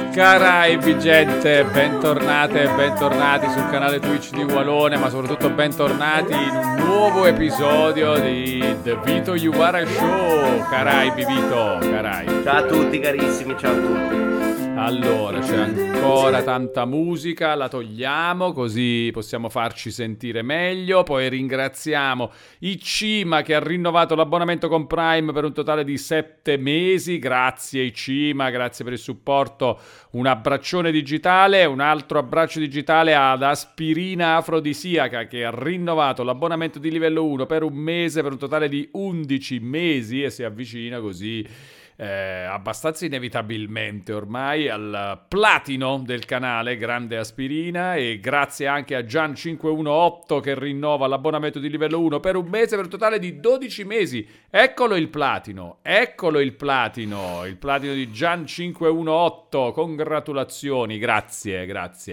Caraibi gente, bentornate e bentornati sul canale Twitch di Walone, ma soprattutto bentornati in un nuovo episodio di The Vito Iuvara Show. Caraibi Vito, Caraibi. Ciao a tutti carissimi, ciao a tutti. Allora, c'è ancora tanta musica, la togliamo così possiamo farci sentire meglio. Poi ringraziamo Icima che ha rinnovato l'abbonamento con Prime per un totale di 7 mesi. Grazie Icima, grazie per il supporto. Un abbraccione digitale, un altro abbraccio digitale ad Aspirina Afrodisiaca che ha rinnovato l'abbonamento di livello 1 per un mese, per un totale di 11 mesi e si avvicina così abbastanza inevitabilmente ormai al platino del canale. Grande Aspirina. E grazie anche a Gian518 che rinnova l'abbonamento di livello 1 per un mese per un totale di 12 mesi. Eccolo il platino, il platino di Gian518. Congratulazioni, grazie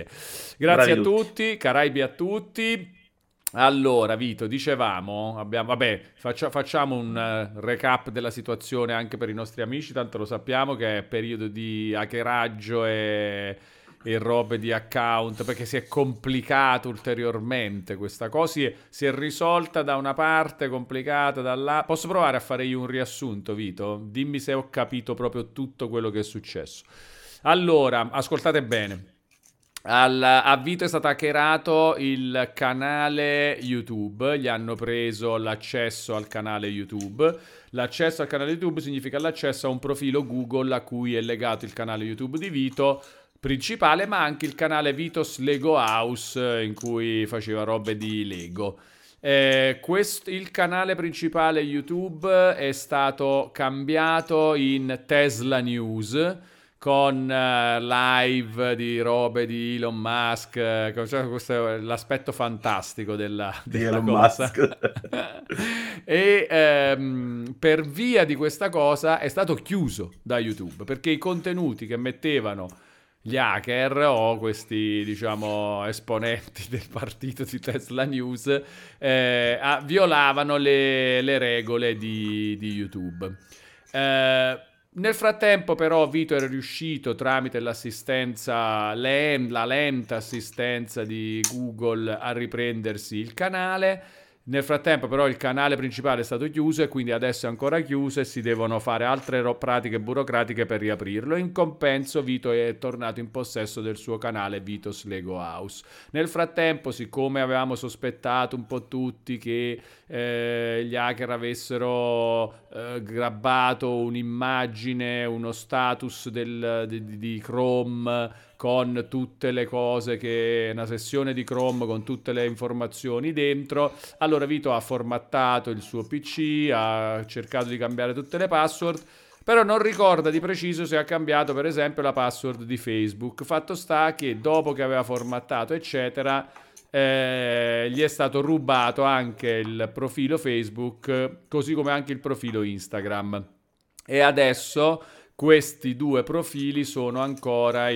a tutti, Caraibi a tutti. Allora, Vito, dicevamo, facciamo un recap della situazione anche per i nostri amici, tanto lo sappiamo che è periodo di hackeraggio e robe di account, perché si è complicato ulteriormente questa cosa, si è risolta da una parte, complicata dall'altra. Posso provare a fare io un riassunto, Vito? Dimmi se ho capito proprio tutto quello che è successo. Allora, ascoltate bene. A Vito è stato hackerato il canale YouTube, gli hanno preso l'accesso al canale YouTube. L'accesso al canale YouTube significa l'accesso a un profilo Google a cui è legato il canale YouTube di Vito principale, ma anche il canale Vitos Lego House in cui faceva robe di Lego. Il canale principale YouTube è stato cambiato in Tesla News, con live di robe di Elon Musk, questo è l'aspetto fantastico della Elon cosa. Musk. E per via di questa cosa è stato chiuso da YouTube, perché i contenuti che mettevano gli hacker o questi, diciamo, esponenti del partito di Tesla News violavano le regole di YouTube. Nel frattempo però Vito era riuscito tramite l'assistenza, la lenta assistenza di Google a riprendersi il canale. Nel frattempo però il canale principale è stato chiuso e quindi adesso è ancora chiuso e si devono fare altre pratiche burocratiche per riaprirlo. In compenso Vito è tornato in possesso del suo canale Vitos Lego House. Nel frattempo, siccome avevamo sospettato un po' tutti che gli hacker avessero grabbato un'immagine, uno status di Chrome con tutte le cose, una sessione di Chrome con tutte le informazioni dentro, allora Vito ha formattato il suo PC, ha cercato di cambiare tutte le password, però non ricorda di preciso se ha cambiato per esempio la password di Facebook. Fatto sta che dopo che aveva formattato eccetera gli è stato rubato anche il profilo Facebook, così come anche il profilo Instagram, e adesso questi due profili sono ancora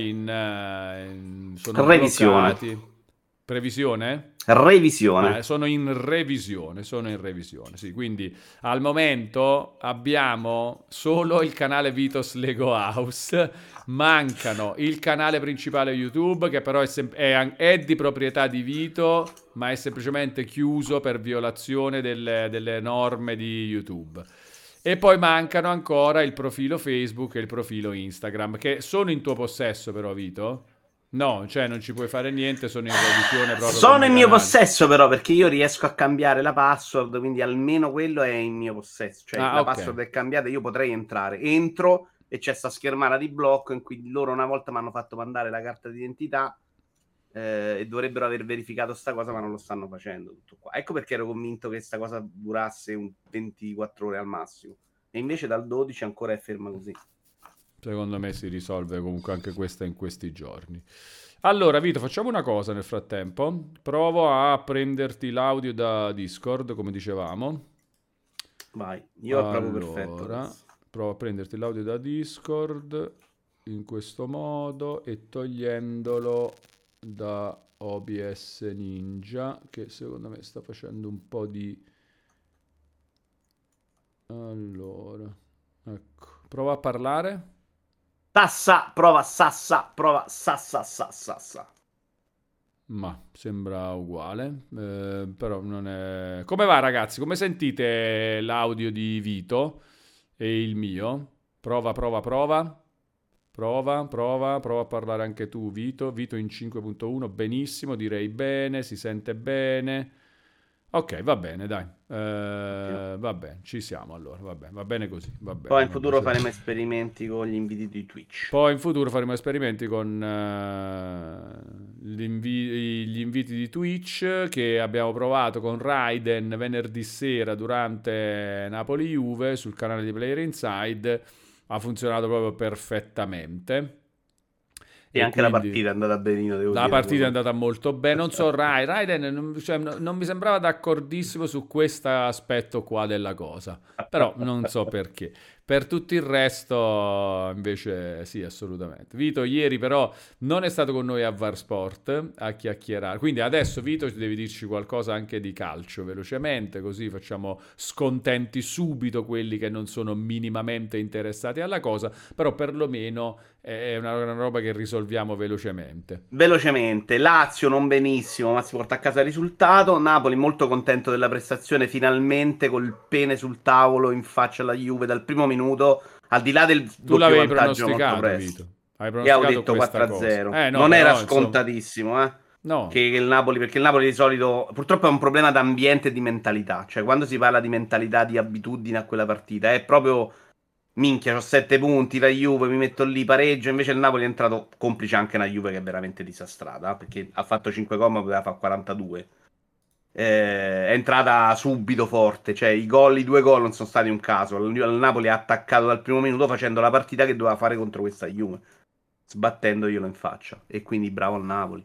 sono revisione. bloccati. Previsione? Revisione. Sono in revisione, sì. Quindi al momento abbiamo solo il canale Vitos Lego House, mancano il canale principale YouTube che però è di proprietà di Vito, ma è semplicemente chiuso per violazione delle norme di YouTube. E poi mancano ancora il profilo Facebook e il profilo Instagram, che sono in tuo possesso però, Vito? No, cioè non ci puoi fare niente, sono in revisione proprio. Sono in mio possesso però, perché io riesco a cambiare la password, quindi almeno quello è in mio possesso. Cioè la password è cambiata, io potrei entrare. Entro e c'è sta schermata di blocco in cui loro una volta mi hanno fatto mandare la carta d'identità e dovrebbero aver verificato sta cosa, ma non lo stanno facendo. Tutto qua. Ecco perché ero convinto che sta cosa durasse 24 ore al massimo. E invece dal 12 ancora è ferma così. Secondo me si risolve comunque anche questa in questi giorni. Allora, Vito, facciamo una cosa nel frattempo. Provo a prenderti l'audio da Discord, come dicevamo. Vai, io è proprio perfetto. Adesso. Provo a prenderti l'audio da Discord in questo modo e togliendolo da OBS Ninja, che secondo me sta facendo un po' di... Allora, ecco, prova a parlare. Tassa, prova Sassa, prova Sassa, Sassa, Sassa. Ma sembra uguale, però non è... Come va ragazzi? Come sentite l'audio di Vito e il mio? Prova, prova, prova. Prova a parlare anche tu, Vito. Vito in 5.1, benissimo, direi bene, si sente bene. Ok, va bene, dai. Va bene, ci siamo allora, va bene così, va bene. Poi in futuro faremo esperimenti con gli inviti di Twitch. Poi in futuro faremo esperimenti con gli inviti di Twitch che abbiamo provato con Raiden venerdì sera durante Napoli-Juve sul canale di Player Inside. Ha funzionato proprio perfettamente. E anche quindi la partita è andata benino, devo la dire. partita è andata molto bene. Non so, Raiden non mi sembrava d'accordissimo su questo aspetto qua della cosa. Però non so perché. Per tutto il resto, invece, sì, assolutamente. Vito, ieri però non è stato con noi a VAR Sport a chiacchierare. Quindi adesso, Vito, devi dirci qualcosa anche di calcio velocemente, così facciamo scontenti subito quelli che non sono minimamente interessati alla cosa. Però perlomeno è una roba che risolviamo velocemente. Velocemente, Lazio non benissimo, ma si porta a casa il risultato. Napoli molto contento della prestazione, finalmente col pene sul tavolo in faccia alla Juve dal primo minuto, al di là del Tu doppio l'avevi vantaggio molto pronosticato, presto. Vito. Hai E avevo pronosticato detto questa cosa. 4-0. No, Non era però, insomma, scontatissimo, che no. il Napoli, perché il Napoli di solito purtroppo è un problema d'ambiente e di mentalità. Cioè, quando si parla di mentalità, di abitudine a quella partita, è proprio minchia, ho 7 punti, la Juve, mi metto lì, pareggio. Invece il Napoli è entrato complice anche una Juve che è veramente disastrata, perché ha fatto 5 gol, ma poteva fare 42. È entrata subito forte, cioè i 2 gol non sono stati un caso. Il Napoli ha attaccato dal primo minuto facendo la partita che doveva fare contro questa Juve, sbattendoglielo in faccia. E quindi bravo al Napoli.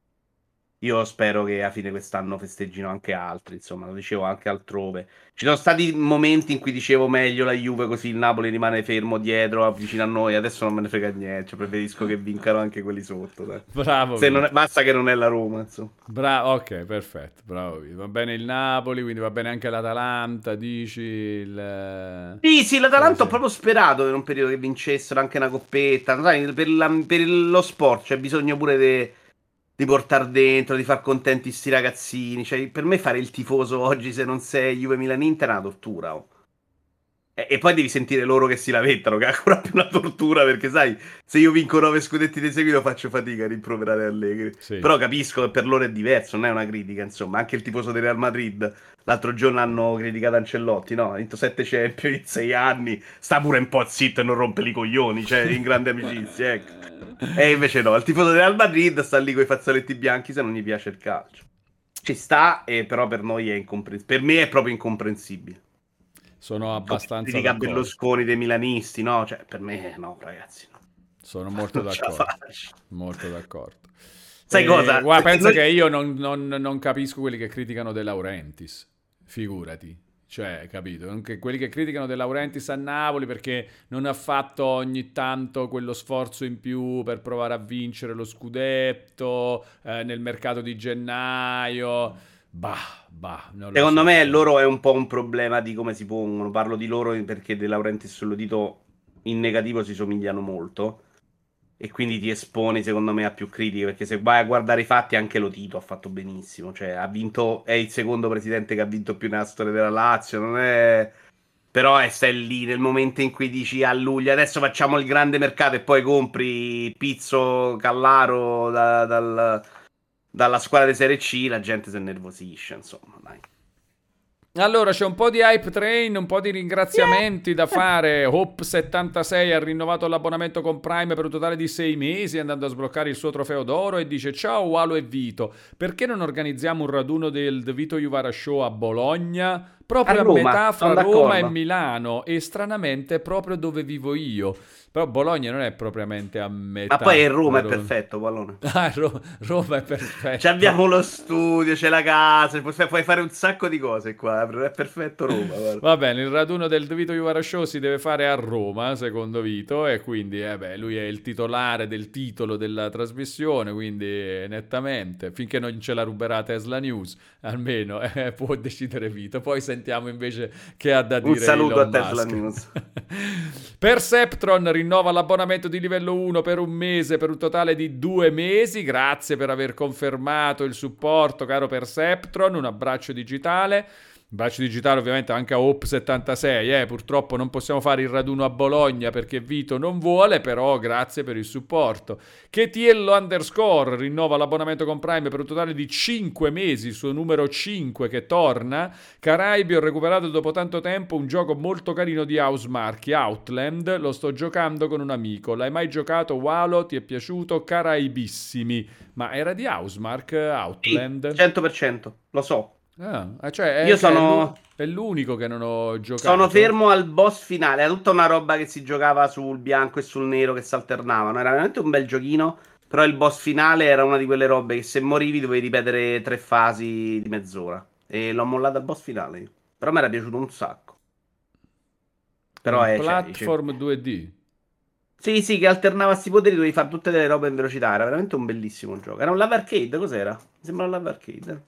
Io spero che a fine quest'anno festeggino anche altri, insomma, lo dicevo anche altrove. Ci sono stati momenti in cui dicevo meglio la Juve così il Napoli rimane fermo dietro, vicino a noi, adesso non me ne frega niente, cioè, preferisco che vincano anche quelli sotto. Dai. Bravo, Se non Vito. è- Basta che non è la Roma, insomma. Ok, perfetto, bravo Vito. Va bene il Napoli, quindi va bene anche l'Atalanta, dici il... Sì, sì, l'Atalanta ho Sì. proprio sperato in un periodo che vincessero anche una coppetta. Sai, per lo sport c'è bisogno pure di portare dentro, di far contenti sti ragazzini. Cioè, per me fare il tifoso oggi, se non sei Juve Milan Inter, è una tortura. Oh. E poi devi sentire loro che si lamentano, che è ancora più una tortura, perché sai, se io vinco 9 scudetti di seguito faccio fatica a rimproverare Allegri. Sì. Però capisco che per loro è diverso, non è una critica, insomma. Anche il tifoso del Real Madrid, l'altro giorno hanno criticato Ancelotti, no? Ha vinto 7 Champions in 6 anni, sta pure un po' zitto e non rompe i coglioni, cioè, in grande amicizia, ecco. E invece no, il tifoso del Real Madrid sta lì con i fazzoletti bianchi se non gli piace il calcio. Ci sta, però per noi è incomprensibile. Per me è proprio incomprensibile. Sono abbastanza Critica d'accordo. Berlusconi dei milanisti, no? Cioè, per me no, ragazzi, no. Sono molto Non ce la d'accordo. faccio. Molto d'accordo. Sai cosa? Guarda, Perché pensa noi... che io non capisco quelli che criticano De Laurentiis. Figurati. Cioè, capito? Anche quelli che criticano De Laurentiis a Napoli perché non ha fatto ogni tanto quello sforzo in più per provare a vincere lo scudetto nel mercato di gennaio. Non lo Secondo so. me Cioè. loro è un po' un problema di come si pongono. Parlo di loro perché De Laurentiis e Lotito in negativo si somigliano molto. E quindi ti esponi, secondo me, a più critiche. Perché se vai a guardare i fatti, anche Lotito ha fatto benissimo. Cioè, ha vinto, è il secondo presidente che ha vinto più nella storia della Lazio. Non è. Però stai lì nel momento in cui dici a luglio adesso facciamo il grande mercato e poi compri Pizzo Callaro dalla squadra di Serie C, la gente si innervosisce, insomma, dai. Allora, c'è un po' di hype train, un po' di ringraziamenti da fare. Hope76 ha rinnovato l'abbonamento con Prime per un totale di 6 mesi, andando a sbloccare il suo trofeo d'oro e dice: ciao Walo e Vito, perché non organizziamo un raduno del The Vito Juvara Show a Bologna? A Proprio a Roma, metà fra sono Roma e d'accordo. Milano e stranamente proprio dove vivo io. Però Bologna non è propriamente a Ma poi metà. il Roma è perfetto, pallone. Ah, Roma è Ci perfetto. abbiamo lo studio, c'è la casa, puoi fare un sacco di cose qua, è perfetto Roma, guarda. Va bene, il raduno del Vito Juvara Show si deve fare a Roma, secondo Vito, e quindi lui è il titolare del titolo della trasmissione, quindi nettamente, finché non ce la ruberà Tesla News, almeno può decidere Vito. Poi se sentiamo invece che ha da Un dire saluto Elon a Tesla Musk. News. Perceptron rinnova l'abbonamento di livello 1 per un mese, per un totale di 2 mesi. Grazie per aver confermato il supporto, caro Perceptron. Un abbraccio digitale. Braccio digitale ovviamente anche a Hope76, purtroppo non possiamo fare il raduno a Bologna perché Vito non vuole, però grazie per il supporto. Chetiello _ rinnova l'abbonamento con Prime per un totale di 5 mesi, il suo numero 5 che torna. Caraibi, ho recuperato dopo tanto tempo un gioco molto carino di Housemarque, Outland, lo sto giocando con un amico. L'hai mai giocato, Walo? Ti è piaciuto? Caraibissimi. Ma era di Housemarque, Outland? Sì, 100%, lo so. Cioè Io sono, è l'unico che non ho sono giocato. fermo al boss finale. Era tutta una roba che si giocava sul bianco e sul nero che si alternavano. Era veramente un bel giochino. Però il boss finale era una di quelle robe che se morivi dovevi ripetere 3 fasi di mezz'ora. E l'ho mollato al boss finale io. Però mi era piaciuto un sacco. È Però un cioè, platform 2D. sì, sì, che alternava sti poteri, dovevi fare tutte delle robe in velocità. Era veramente un bellissimo gioco. Era un live arcade, cos'era? Mi sembra un live arcade.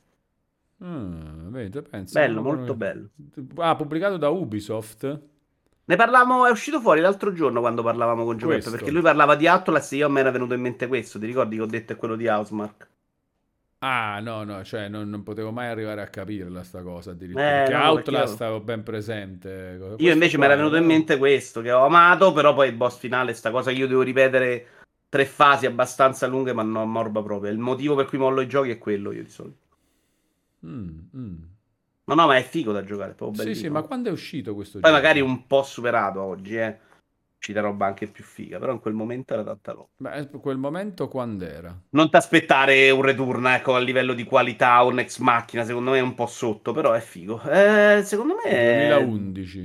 Vedi, pensa, non Bello, lo molto conosco. bello. Ah, pubblicato da Ubisoft? Ne parlavamo, è uscito fuori l'altro giorno quando parlavamo con Giuseppe, perché Questo. lui parlava di Outlast e io a me era venuto in mente questo. Ti ricordi che ho detto è quello di Housemark? Ah, no, no, cioè non potevo mai arrivare a capirla sta cosa addirittura. Perché No, perché Outlast avevo ben presente. io Questo invece mi era qua, venuto in mente questo, che ho amato, però poi il boss finale, sta cosa che io devo ripetere 3 fasi abbastanza lunghe, ma non morba proprio. Il motivo per cui mollo i giochi è quello, io di solito. Mm, mm. Ma no, ma è figo da giocare, è proprio Sì, sì, ma bellino. quando è uscito questo Poi magari gioco? un po' superato oggi, eh. Uscita roba anche più figa, però in quel momento era tanta roba. Beh, quel momento quando era? Non ti aspettare un return, ecco, a livello di qualità, un ex macchina, secondo me è un po' sotto, però è figo. Secondo me è... 2011.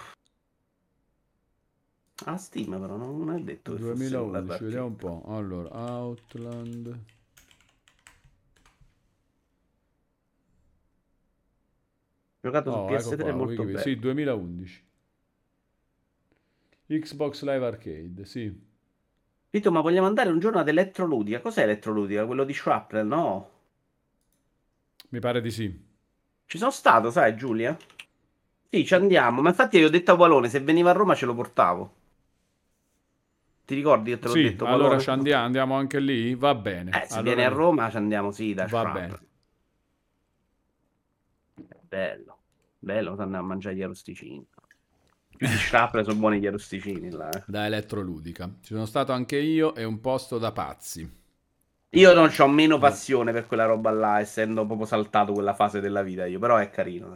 Ah, Steam, però non è detto che fosse un live 2011, vediamo arcade. un po'. Allora, Outland. Giocato su Oh, ecco PS3 è qua, molto Wikipedia. Sì, bello. 2011. Xbox Live Arcade, sì. Vito, ma vogliamo andare un giorno ad Elettroludica? Cos'è Elettroludica? Quello di Shrapnel? No. Mi pare di sì. Ci sono stato, sai, Giulia? Sì, ci andiamo. Ma infatti io ho detto a Walone, se veniva a Roma ce lo portavo. Ti ricordi che te l'ho Sì, detto, allora Walone? ci andiamo, andiamo anche lì? Va bene. Se vieni a Allora, Roma ci andiamo, sì, da va bene. Shrapnel. Bello. Bello, andiamo a mangiare gli arrosticini. Più di Shrapnel sono buoni gli arrosticini là, eh. Da Elettroludica. Ci sono stato anche io, è un posto da pazzi. Io non ho meno Io- passione per quella roba là, essendo proprio saltato quella fase della vita io, però è carino.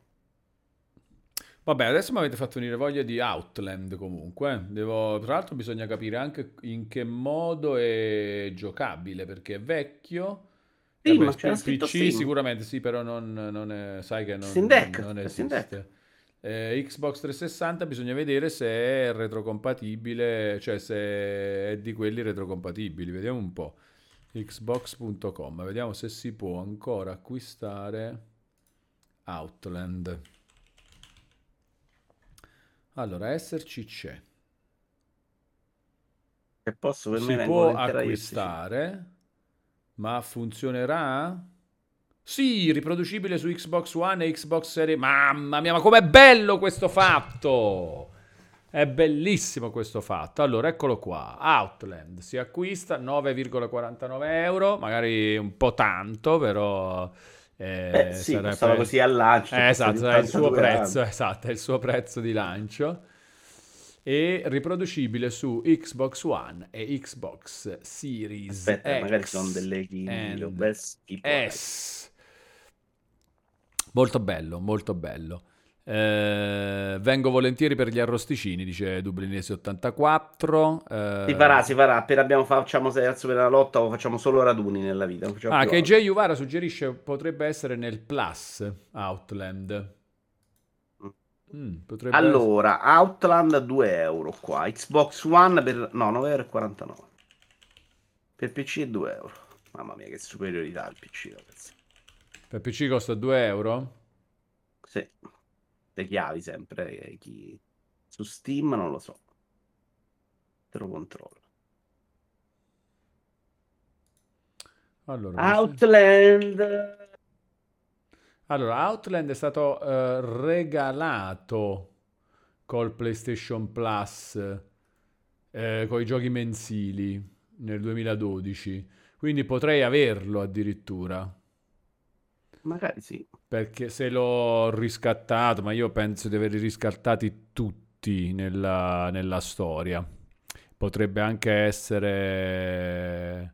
Vabbè, adesso mi avete fatto venire voglia di Outland comunque. Tra l'altro bisogna capire anche in che modo è giocabile, perché è vecchio. E vabbè, Steam, c'era scritto PC Steam. sicuramente sì, però sai che Steam Deck, non c'è Steam Deck. esiste. Xbox 360 bisogna vedere se è retrocompatibile, cioè se è di quelli retrocompatibili. Vediamo un po'. Xbox.com, vediamo se si può ancora acquistare Outland. Allora, esserci c'è. Se posso, per me Si vengo può volentieri agli arrosticini. acquistare, ma funzionerà? Sì, riproducibile su Xbox One e Xbox Series. Mamma mia, ma com'è bello questo fatto! È bellissimo questo fatto. Allora, eccolo qua. Outland si acquista 9,49 euro, magari un po' tanto, però Sì, costava sarebbe... così al lancio, sono passati Esatto, è il suo 82 prezzo, anni. esatto, è il suo prezzo di lancio. E riproducibile su Xbox One e Xbox Series Aspetta, magari ci sono X delle kill, ho and bel schifo. S. Molto bello, molto bello. Vengo volentieri per gli arrosticini, dice Dublinese 84. Si farà, appena facciamo terzo per la lotta o facciamo solo raduni nella vita, non facciamo più KJ altro. Juvara suggerisce potrebbe essere nel Plus Outland. Potrebbe essere. Allora, Outland 2 euro qua, Xbox One per... no, 9,49 euro. Per PC 2 euro. Mamma mia, che superiorità il PC, ragazzi. Per PC costa 2 euro? Sì, le chiavi sempre. Su Steam non lo so. Te lo controllo. Allora, Outland. Allora, Outland è stato regalato col PlayStation Plus, con i giochi mensili nel 2012, quindi potrei averlo addirittura. Magari sì. Perché se l'ho riscattato, ma io penso di averli riscattati tutti nella storia. Potrebbe anche essere...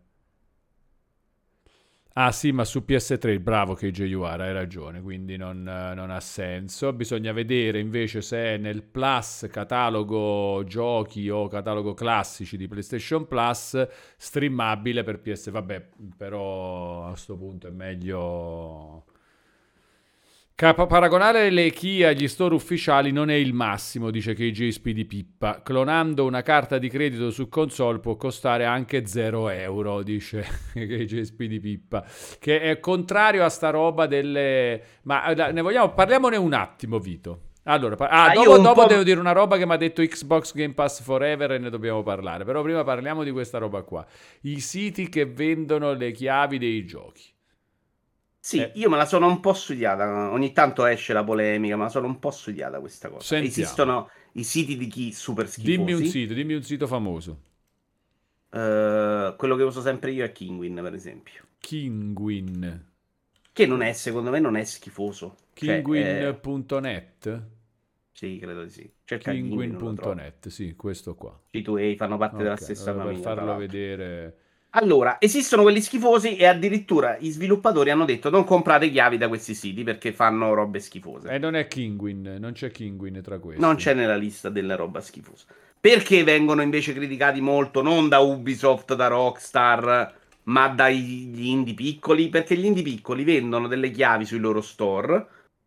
Ah sì, ma su PS3, bravo KJUR, hai ragione, quindi non ha senso. Bisogna vedere invece se è nel Plus catalogo giochi o catalogo classici di PlayStation Plus streamabile per PS. Vabbè, però a sto punto è meglio... Paragonare le key agli store ufficiali non è il massimo, dice KJSP di Pippa. Clonando una carta di credito su console può costare anche 0 euro, dice KJSP di Pippa. Che è contrario a sta roba delle... Ma ne vogliamo... Parliamone un attimo, Vito. Allora, dopo devo dire una roba che mi ha detto Xbox Game Pass Forever e ne dobbiamo parlare. Però prima parliamo di questa roba qua. I siti che vendono le chiavi dei giochi. Sì, io me la sono un po' studiata. Ogni tanto esce la polemica, ma sono un po' studiata questa cosa. Sentiamo. Esistono i siti di chi super schifosi. Dimmi un sito famoso. Quello che uso sempre io è Kinguin, per esempio. Kinguin. Che non è, secondo me, non è schifoso. Kinguin.net? Sì, credo di sì. Cerca Kinguin.net, sì, questo qua. G2A fanno parte della stessa per famiglia. farlo vedere... Allora, esistono quelli schifosi e addirittura i sviluppatori hanno detto non comprate chiavi da questi siti perché fanno robe schifose. E non è Kinguin, non c'è Kinguin tra questi. Non c'è nella lista della roba schifosa. Perché vengono invece criticati molto non da Ubisoft, da Rockstar, ma dagli indie piccoli? Perché gli indie piccoli vendono delle chiavi sui loro store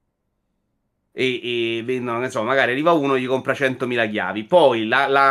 e vendono, che so, magari arriva uno e gli compra 100.000 chiavi. Poi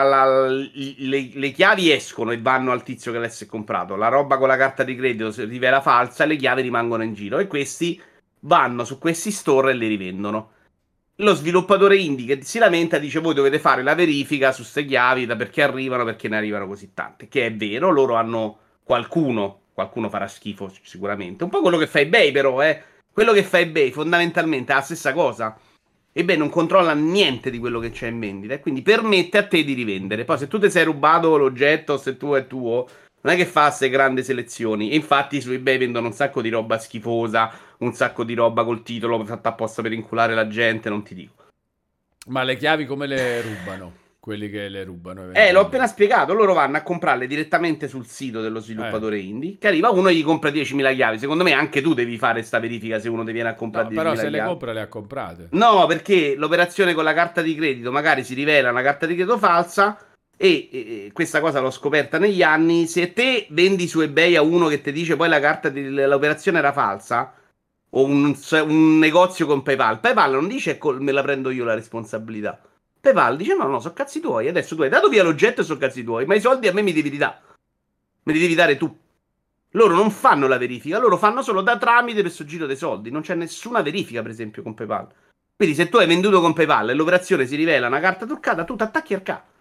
le chiavi escono e vanno al tizio che le si è comprato. La roba con la carta di credito si rivela falsa e le chiavi rimangono in giro. E questi vanno su questi store e le rivendono. Lo sviluppatore indie che si lamenta dice voi dovete fare la verifica su queste chiavi da perché ne arrivano così tante. Che è vero, loro hanno qualcuno farà schifo sicuramente. Un po' quello che fa eBay però, eh. Quello che fa eBay fondamentalmente è la stessa cosa. eBay non controlla niente di quello che c'è in vendita e quindi permette a te di rivendere. Poi se tu ti sei rubato l'oggetto, se tu è tuo, non è che fa queste grandi selezioni. E infatti su eBay vendono un sacco di roba schifosa, un sacco di roba col titolo fatta apposta per inculare la gente, non ti dico. Ma le chiavi come le rubano? Quelli che le rubano L'ho appena spiegato. Loro vanno a comprarle direttamente sul sito dello sviluppatore indie. Che arriva uno e gli compra 10.000 chiavi. Secondo me anche tu devi fare sta verifica se uno ti viene a comprare 10.000 però chiavi. se le compra le ha comprate. No, perché l'operazione con la carta di credito magari si rivela una carta di credito falsa. E questa cosa l'ho scoperta negli anni. Se te vendi su eBay a uno che ti dice poi l'operazione era falsa, o un negozio con PayPal, PayPal non dice me la prendo io la responsabilità. PayPal dice no, so cazzi tuoi. Adesso tu hai dato via l'oggetto e so cazzi tuoi, ma i soldi a me mi devi ridare. Me li devi dare tu. Loro non fanno la verifica, loro fanno solo da tramite per sto giro dei soldi. Non c'è nessuna verifica, per esempio, con PayPal. Quindi se tu hai venduto con PayPal e l'operazione si rivela una carta truccata, tu ti attacchi al cazzo.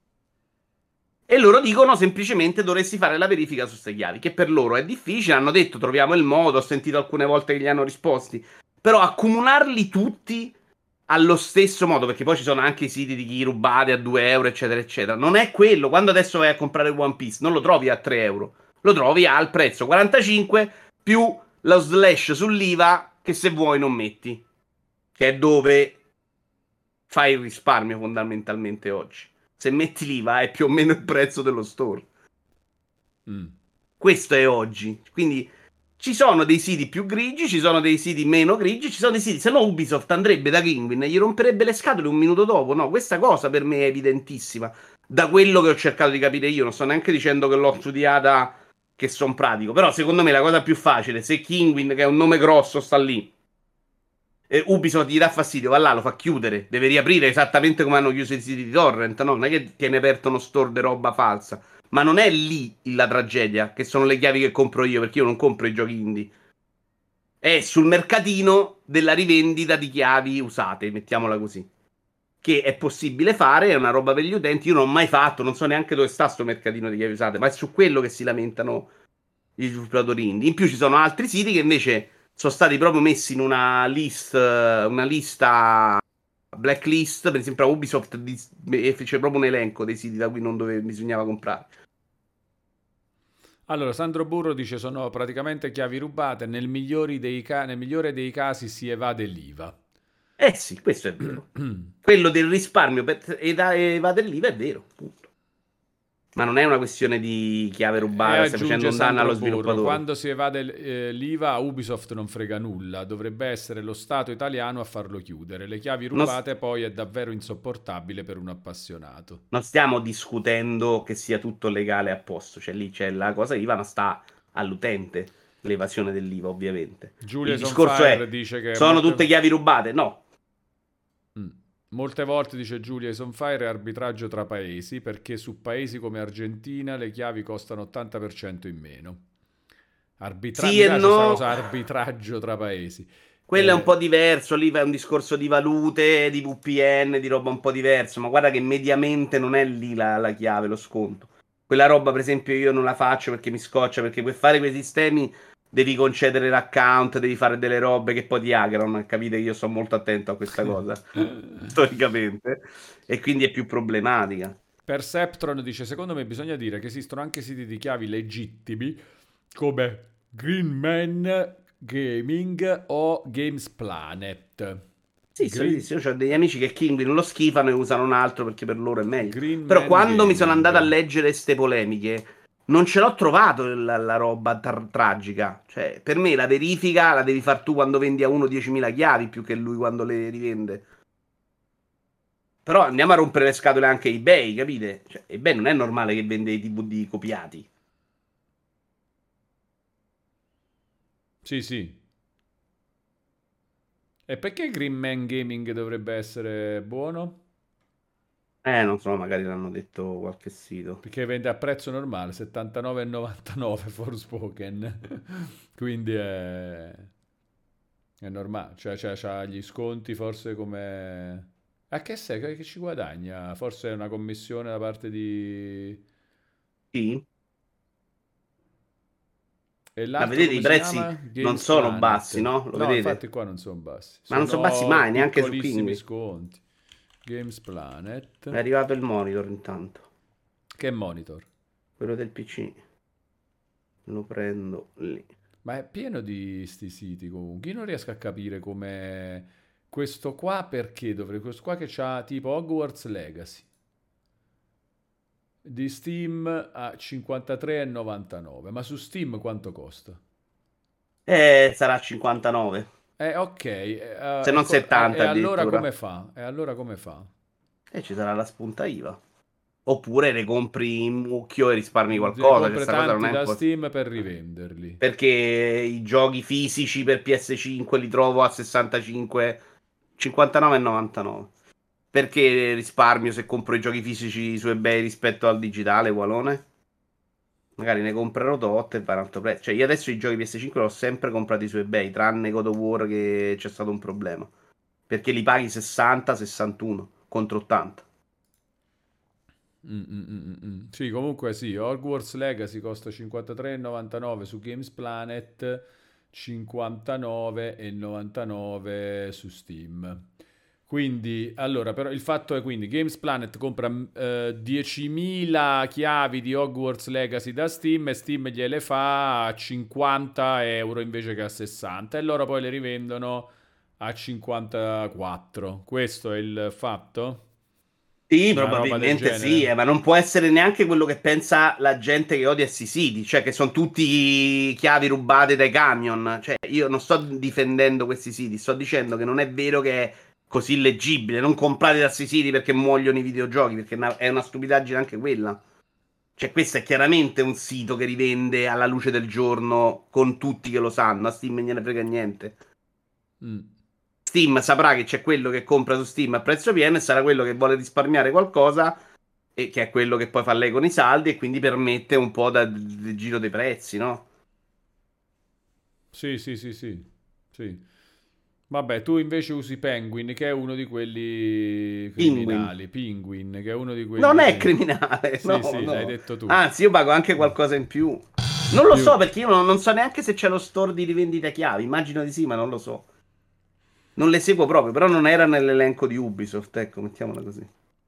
E loro dicono semplicemente dovresti fare la verifica su queste chiavi, che per loro è difficile, hanno detto troviamo il modo, ho sentito alcune volte che gli hanno risposti, però accomunarli tutti allo stesso modo, perché poi ci sono anche i siti di chi rubate a 2 euro, eccetera, eccetera, non è quello, quando adesso vai a comprare One Piece non lo trovi a 3 euro, lo trovi al prezzo 45 più lo slash sull'IVA che se vuoi non metti, che è dove fai il risparmio fondamentalmente oggi. Se metti l'IVA è più o meno il prezzo dello store. Questo è oggi. Quindi ci sono dei siti più grigi, ci sono dei siti meno grigi, ci sono dei siti, se no Ubisoft andrebbe da Kinguin e gli romperebbe le scatole un minuto dopo. No, questa cosa per me è evidentissima. Da quello che ho cercato di capire io, non sto neanche dicendo che l'ho studiata, che sono pratico, però secondo me la cosa più facile, se Kinguin, che è un nome grosso, sta lì, e Ubisoft gli dà fastidio, va là, lo fa chiudere, deve riaprire esattamente come hanno chiuso i siti di torrent, no? Non è che tiene aperto uno store di roba falsa. Ma non è lì la tragedia, che sono le chiavi che compro io, perché io non compro i giochi indie. È sul mercatino della rivendita di chiavi usate, mettiamola così. Che è possibile fare, è una roba per gli utenti. Io non ho mai fatto, non so neanche dove sta sto mercatino di chiavi usate, ma è su quello che si lamentano gli sviluppatori indie. In più ci sono altri siti che invece sono stati proprio messi in una lista blacklist. Per esempio, a Ubisoft c'è proprio un elenco dei siti da cui non bisognava comprare. Allora, Sandro Burro dice sono praticamente chiavi rubate, nel migliore dei casi si evade l'IVA. Eh sì, questo è vero. Quello del risparmio per evadere l'IVA è vero, appunto. Ma non è una questione di chiave E rubata, stai facendo aggiunge un danno Sandro allo Burro, sviluppatore. quando si evade l'IVA a Ubisoft non frega nulla, dovrebbe essere lo Stato italiano a farlo chiudere. Le chiavi Non, rubate poi è davvero insopportabile per un appassionato. non stiamo discutendo che sia tutto legale a posto, cioè lì c'è la cosa IVA, ma sta all'utente l'evasione dell'IVA, ovviamente. Giulia Il discorso Sonfire è, dice che sono tutte chiavi rubate? No. Molte volte, dice Giulia Sonfire, è arbitraggio tra paesi, perché su paesi come Argentina le chiavi costano 80% in meno. Mi Sì piace e questa no. cosa, arbitraggio tra paesi. Quello è un po' diverso, lì è un discorso di valute, di VPN, di roba un po' diverso, ma guarda che mediamente non è lì la chiave, lo sconto. Quella roba, per esempio, io non la faccio perché mi scoccia, perché per fare quei sistemi devi concedere l'account, devi fare delle robe che poi ti hackerano, capite? Io sto molto attento a questa cosa, storicamente, e quindi è più problematica. Perceptron dice, secondo me bisogna dire che esistono anche siti di chiavi legittimi come Green Man Gaming o Games Planet. Sì, solitissimo. Io ho degli amici che Kingly non lo schifano e usano un altro perché per loro è meglio. Green Però Man quando mi sono andato a Gaming. leggere ste polemiche, non ce l'ho trovato la roba tragica. Cioè, per me la verifica la devi far tu quando vendi a uno 10.000 chiavi più che lui quando le rivende. Però andiamo a rompere le scatole anche a eBay, capite? Cioè, eBay non è normale che vende i DVD copiati. Sì, sì. E perché Green Man Gaming dovrebbe essere buono? Non so, magari l'hanno detto qualche sito. Perché vende a prezzo normale, 79,99 Forspoken. Quindi è normale. Cioè, c'ha gli sconti forse come... A che sei? Che ci guadagna? Forse è una commissione da parte di... Sì? E Ma l'altro vedete, i come si prezzi chiama? non Games sono bassi, Planet. no? Lo No, vedete? infatti qua non sono bassi. Ma non sono bassi Sono mai, neanche su piccolissimi Kingly. sconti. Games È Planet. arrivato il monitor intanto. Che monitor? Quello del PC. Lo prendo lì. Ma è pieno di sti siti comunque. Io non riesco a capire come questo qua perché dovrebbe. Questo qua che c'ha tipo Hogwarts Legacy di Steam a 53,99. Ma su Steam quanto costa? Sarà 59. Ok, Se non 70 allora come addirittura. fa? E allora come fa? E ci sarà la spunta IVA. Oppure ne compri in mucchio e risparmi Ne qualcosa. compra Questa cosa non tanti è da impossibile. Steam per rivenderli. Perché i giochi fisici per PS5 li trovo a 65, 59,99. Perché risparmio se compro i giochi fisici su eBay rispetto al digitale, Walone? Magari ne comprerò tot e va un altro prezzo. Cioè, io adesso i giochi PS5 li ho sempre comprati su eBay, tranne God of War che c'è stato un problema. Perché li paghi 60, 61 contro 80. Sì, comunque sì, Hogwarts Legacy costa 53,99 su Games Planet, 59,99 su Steam. Quindi, allora, però il fatto è quindi Games Planet compra 10.000 chiavi di Hogwarts Legacy da Steam e Steam gliele fa a 50 euro invece che a 60 e loro poi le rivendono a 54. Questo è il fatto? Sì, Una roba del probabilmente sì, genere? ma non può essere neanche quello che pensa la gente che odia questi siti, cioè che sono tutti chiavi rubate dai camion. Cioè, io non sto difendendo questi siti, sto dicendo che non è vero che è così leggibile. Non comprate da questi siti perché muoiono i videogiochi, perché è una stupidaggine anche quella. Cioè, questo è chiaramente un sito che rivende alla luce del giorno con tutti che lo sanno, a Steam non gliene frega niente. Mm. Steam saprà che c'è quello che compra su Steam a prezzo pieno e sarà quello che vuole risparmiare qualcosa e che è quello che poi fa lei con i saldi e quindi permette un po' del giro dei prezzi, no? Sì, sì, sì, sì, sì. Vabbè, tu invece usi Penguin, che è uno di quelli Penguin. criminali. Penguin, che è uno di Non quelli è criminali. criminale, no, Sì, sì, l'hai no. detto tu. Anzi, io pago anche qualcosa in più. Non lo so perché io non so neanche se c'è lo store di rivendita chiavi. Immagino di sì, ma non lo so. Non le seguo proprio, però non era nell'elenco di Ubisoft, ecco, mettiamola così.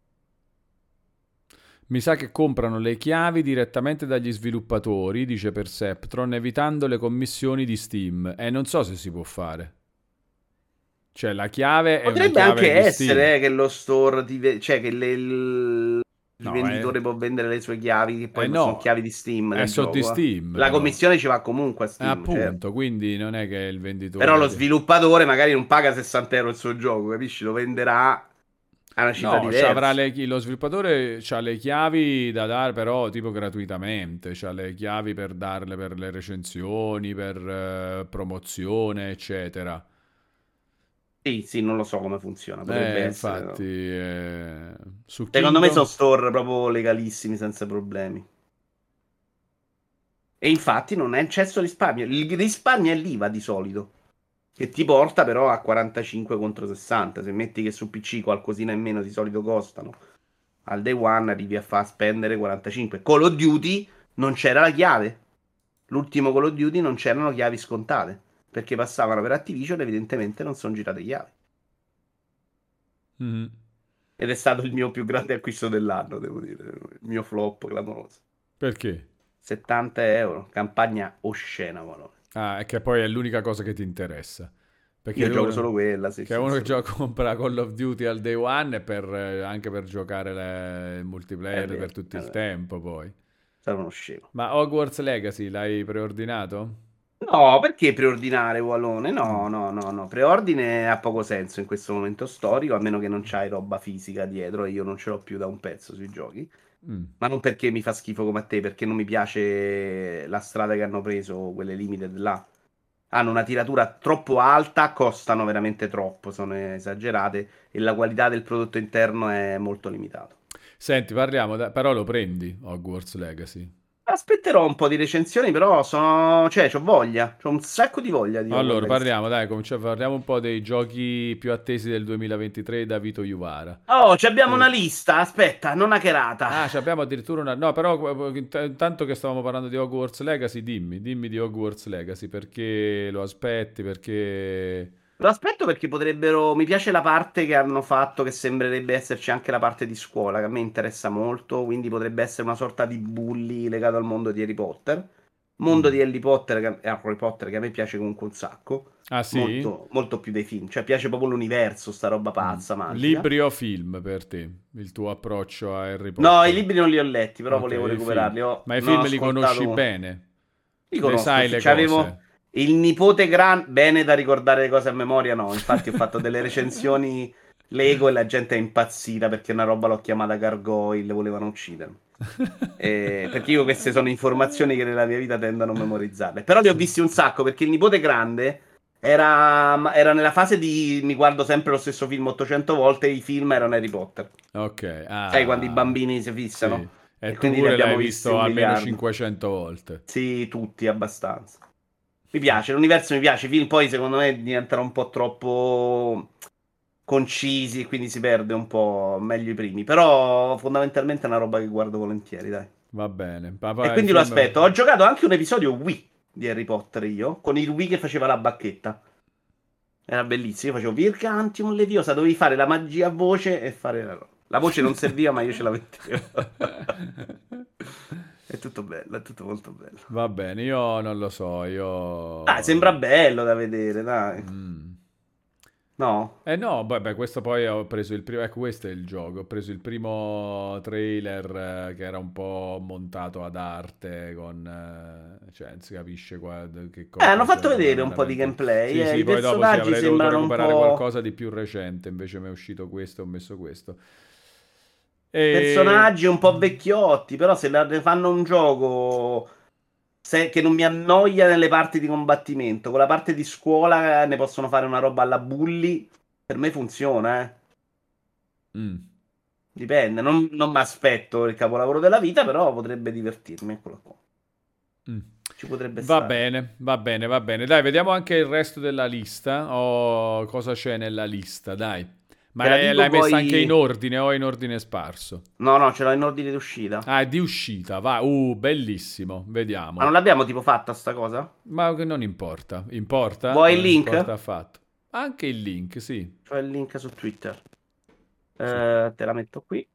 Mi sa che comprano le chiavi direttamente dagli sviluppatori, dice Perceptron, evitando le commissioni di Steam. E non so se si può fare. Cioè, la chiave è una Potrebbe chiave anche di Steam. essere che lo store, cioè che il No, venditore può vendere le sue chiavi, che poi sono no, chiavi di Steam è del so di gioco. Steam, La però. commissione ci va comunque a Steam, certo. Appunto, quindi non è che il Però lo venditore... sviluppatore magari non paga 60 euro il suo gioco, capisci? Lo venderà a una cifra No, diversa. lo sviluppatore ha le chiavi da dare però tipo gratuitamente, c'ha le chiavi per darle per le recensioni, per promozione, eccetera. Sì, sì, non lo so come funziona, potrebbe essere, Infatti, no? su Secondo me sono Kingdom... store proprio legalissimi, senza problemi. E infatti non è eccesso risparmio. Il risparmio è l'IVA di solito, che ti porta però a 45 contro 60. Se metti che su PC qualcosina in meno di solito costano, al day one arrivi a far spendere 45. Call of Duty non c'era la chiave. L'ultimo Call of Duty non c'erano chiavi scontate, perché passavano per Activision e evidentemente non sono girate chiavi. Mhm. Ed è stato il mio più grande acquisto dell'anno, devo dire. Il mio flop clamoroso. Perché? 70 euro, campagna oscena, valore. Ah, è che poi è l'unica cosa che ti interessa. Perché Io gioco solo quella, sì, che sì, uno che solo gioca, quella. compra Call of Duty al day one e anche per giocare il È multiplayer per vero, tutto è il vero. tempo poi. Sono uno scemo. Ma Hogwarts Legacy l'hai preordinato? No, perché preordinare, Wallone? Mm. No, no, no, no. Preordine ha poco senso in questo momento storico, a meno che non c'hai roba fisica dietro e io non ce l'ho più da un pezzo sui giochi. Mm. Ma non perché mi fa schifo come a te, perché non mi piace la strada che hanno preso, quelle limited là. Hanno una tiratura troppo alta, costano veramente troppo, sono esagerate e la qualità del prodotto interno è molto limitata. Senti, parliamo, però lo prendi Hogwarts Legacy. Aspetterò un po' di recensioni, però sono... cioè, c'ho voglia, c'ho un sacco di voglia di Hogwarts Allora, Legacy. parliamo, dai, parliamo un po' dei giochi più attesi del 2023 da Vito Juvara. Oh, ci abbiamo una Eh, lista, aspetta, non hackerata. abbiamo addirittura una... No, però intanto che stavamo parlando di Hogwarts Legacy, dimmi di Hogwarts Legacy, perché lo aspetti, perché... Lo aspetto perché potrebbero... Mi piace la parte che hanno fatto, che sembrerebbe esserci anche la parte di scuola, che a me interessa molto, quindi potrebbe essere una sorta di bully legato al mondo di Harry Potter. Mondo Mm. di Harry Potter che a me piace comunque un sacco, Ah sì? molto, molto più dei film, cioè piace proprio l'universo, sta roba Mm. pazza, magica. Libri o film per te? Il tuo approccio a Harry No, i Potter? libri non li ho letti, però Ok, volevo i film. recuperarli. Ma i Ne ho film li conosci ascoltato. bene? Li Ne conosco, sai sì. le C'avevo cose? il nipote bene da ricordare le cose a memoria, no. Infatti ho fatto delle recensioni Lego e la gente è impazzita perché una roba l'ho chiamata Gargoyle, volevano uccidermi. Perché io queste sono informazioni che nella mia vita tendo a non memorizzarle. Però li ho visti un sacco perché il nipote grande era nella fase di mi guardo sempre lo stesso film 800 volte e i film erano Harry Potter. Ok, Sai quando i bambini si sì. fissano? E E tu quindi ne pure l'hai abbiamo visti visto un almeno miliardo. 500 volte. Sì, tutti abbastanza. Mi piace, l'universo mi piace. I film poi secondo me diventano un po' troppo concisi e quindi si perde un po' meglio i primi. Però fondamentalmente è una roba che guardo volentieri, dai. Va bene. E Papà, il quindi lo film... aspetto. Ho giocato anche un episodio Wii di Harry Potter io, con il Wii che faceva la bacchetta. Era bellissimo. Io facevo Vircantium Leviosa, dovevi fare la magia a voce e fare la roba. La voce non serviva, ma io ce la mettevo. È tutto bello, è tutto molto bello. Va bene, io non lo so, Dai, io... sembra bello da vedere, dai. Mm. No? Eh no, beh, questo poi ho preso il primo, ecco questo è il gioco, ho preso il primo trailer che era un po' montato ad arte con, cioè non si capisce che Hanno cosa fatto c'era vedere un po' di veramente. gameplay. Sì, sì, I poi dopo sì, personaggi avrei dovuto sembrano un recuperare po'. qualcosa di più recente, invece mi è uscito questo e ho messo questo. E... Personaggi un po' vecchiotti. Però se ne fanno un gioco che non mi annoia nelle parti di combattimento, con la parte di scuola ne possono fare una roba alla bully. Per me funziona, eh. Mm. Dipende. Non mi aspetto il capolavoro della vita, però potrebbe divertirmi. Eccolo qua. Mm. Ci potrebbe Va stare. bene, va bene, va bene. Dai, vediamo anche il resto della lista. Oh, cosa c'è nella lista, dai. Ma l'hai messa anche in ordine o in ordine sparso? No, ce l'ho in ordine di uscita. Ah, è di uscita, va. Bellissimo, vediamo. Ma non l'abbiamo tipo fatta sta cosa? Ma non importa. Importa? Vuoi il Non link? Importa affatto. Anche il link, sì. C'ho il link su Twitter. Te la metto qui.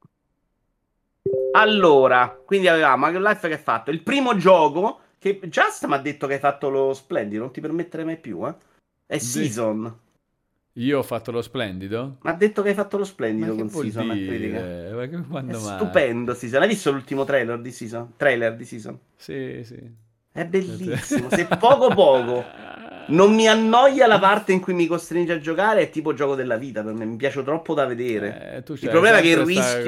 Allora, quindi avevamo Mario Life che hai fatto. Il primo gioco, che Just mi ha detto che hai fatto lo Splendido, non ti permetterei mai più, eh? È Season. Io ho fatto lo Splendido? Mi ha detto che hai fatto lo Splendido Ma con che vuol Season a critica. dire? Ma quando È mai? stupendo Season. Hai visto l'ultimo trailer di Season? Sì. È bellissimo. Se poco non mi annoia la parte in cui mi costringe a giocare, è tipo gioco della vita per me. Mi piace troppo da vedere. Il problema è che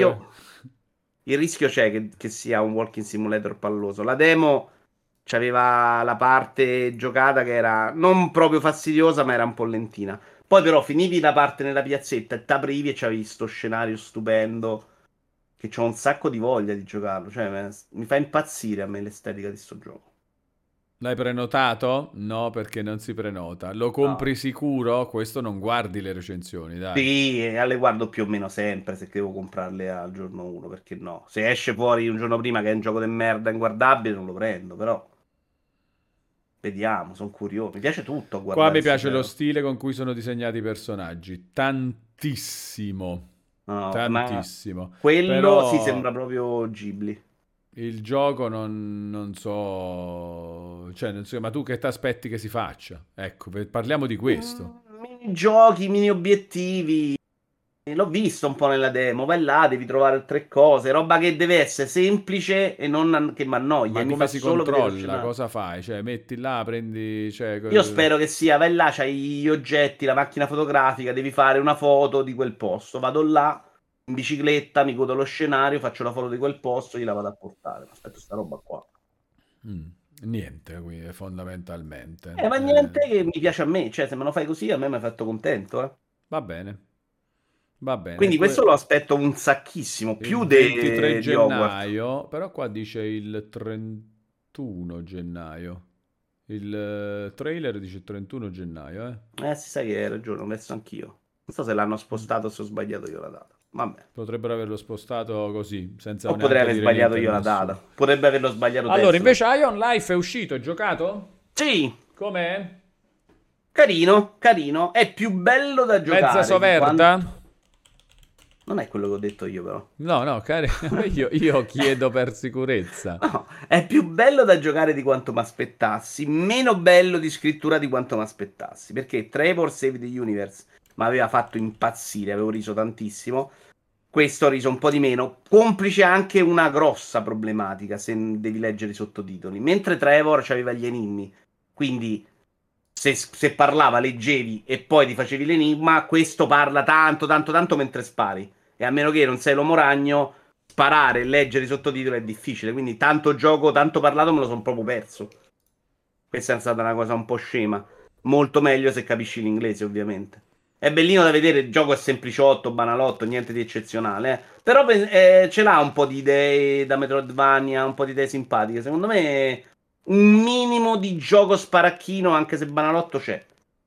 il rischio c'è che sia un walking simulator palloso. La demo c'aveva la parte giocata che era non proprio fastidiosa, ma era un po' lentina. Poi però finivi la parte nella piazzetta e t'aprivi e c'avevi sto scenario stupendo che c'ho un sacco di voglia di giocarlo. Cioè, mi fa impazzire a me l'estetica di sto gioco. L'hai prenotato? No, perché non si prenota. Lo compri No. sicuro? Questo non guardi le recensioni, dai. Sì, le guardo più o meno sempre se devo comprarle al giorno 1, perché no? Se esce fuori un giorno prima che è un gioco di merda inguardabile, non lo prendo, però vediamo, sono curioso. Mi piace tutto a Qua guardare. mi piace lo stile con cui sono disegnati i personaggi. Tantissimo. No, ma Tantissimo. quello sì Però sembra proprio Ghibli. il gioco non so... Cioè, non so, ma tu che ti aspetti che si faccia? Ecco, parliamo di questo. Mini giochi, mini obiettivi. L'ho visto un po' nella demo. Vai là, devi trovare tre cose. Roba che deve essere semplice e non che mi annoia. Ma E mi come fa si solo vedere lo controlla? scenario. Cosa fai? Cioè, metti là, prendi... Cioè, Io spero che sia, vai là, c'hai gli oggetti, la macchina fotografica, devi fare una foto di quel posto. Vado là, in bicicletta, mi godo lo scenario, faccio la foto di quel posto, gliela vado a portare. Aspetta, sta roba qua. Niente, qui, fondamentalmente. Ma niente che mi piace a me, cioè se me lo fai così a me mi ha fatto contento, eh. Va bene, va bene. Quindi questo lo aspetto un sacchissimo, Il più 23 di Hogwarts. gennaio, però qua dice il 31 gennaio. Il trailer dice 31 gennaio, eh. Si sa che hai ragione, ho messo anch'io. Non so se l'hanno spostato o se ho sbagliato io la data. Vabbè. Potrebbero averlo spostato così, senza O potrei neanche aver dire sbagliato niente a io la nessuno. data. Potrebbe averlo sbagliato Allora, Tesla. invece Ion Life è uscito, hai giocato? Sì, Com'è? carino, carino. È più bello da Mezza giocare di quanto... soverda? Non è quello che ho detto io, però. No, io chiedo per sicurezza. No, è più bello da giocare di quanto mi aspettassi. Meno bello di scrittura di quanto mi aspettassi. Perché Trevor Save the Universe mi aveva fatto impazzire, avevo riso tantissimo. Questo ho riso un po' di meno. Complice anche una grossa problematica se devi leggere i sottotitoli. Mentre Trevor c'aveva gli enigmi. Quindi se parlava leggevi e poi ti facevi l'enigma, questo parla tanto mentre spari. E a meno che non sei l'uomo ragno, sparare e leggere i sottotitoli è difficile. Quindi tanto gioco, tanto parlato me lo sono proprio perso. Questa è stata una cosa un po' scema. Molto meglio se capisci l'inglese, ovviamente. È bellino da vedere, il gioco è sempliciotto, banalotto, niente di eccezionale. Però ce l'ha un po' di idee da Metroidvania, un po' di idee simpatiche. Secondo me un minimo di gioco sparacchino, anche se banalotto, c'è.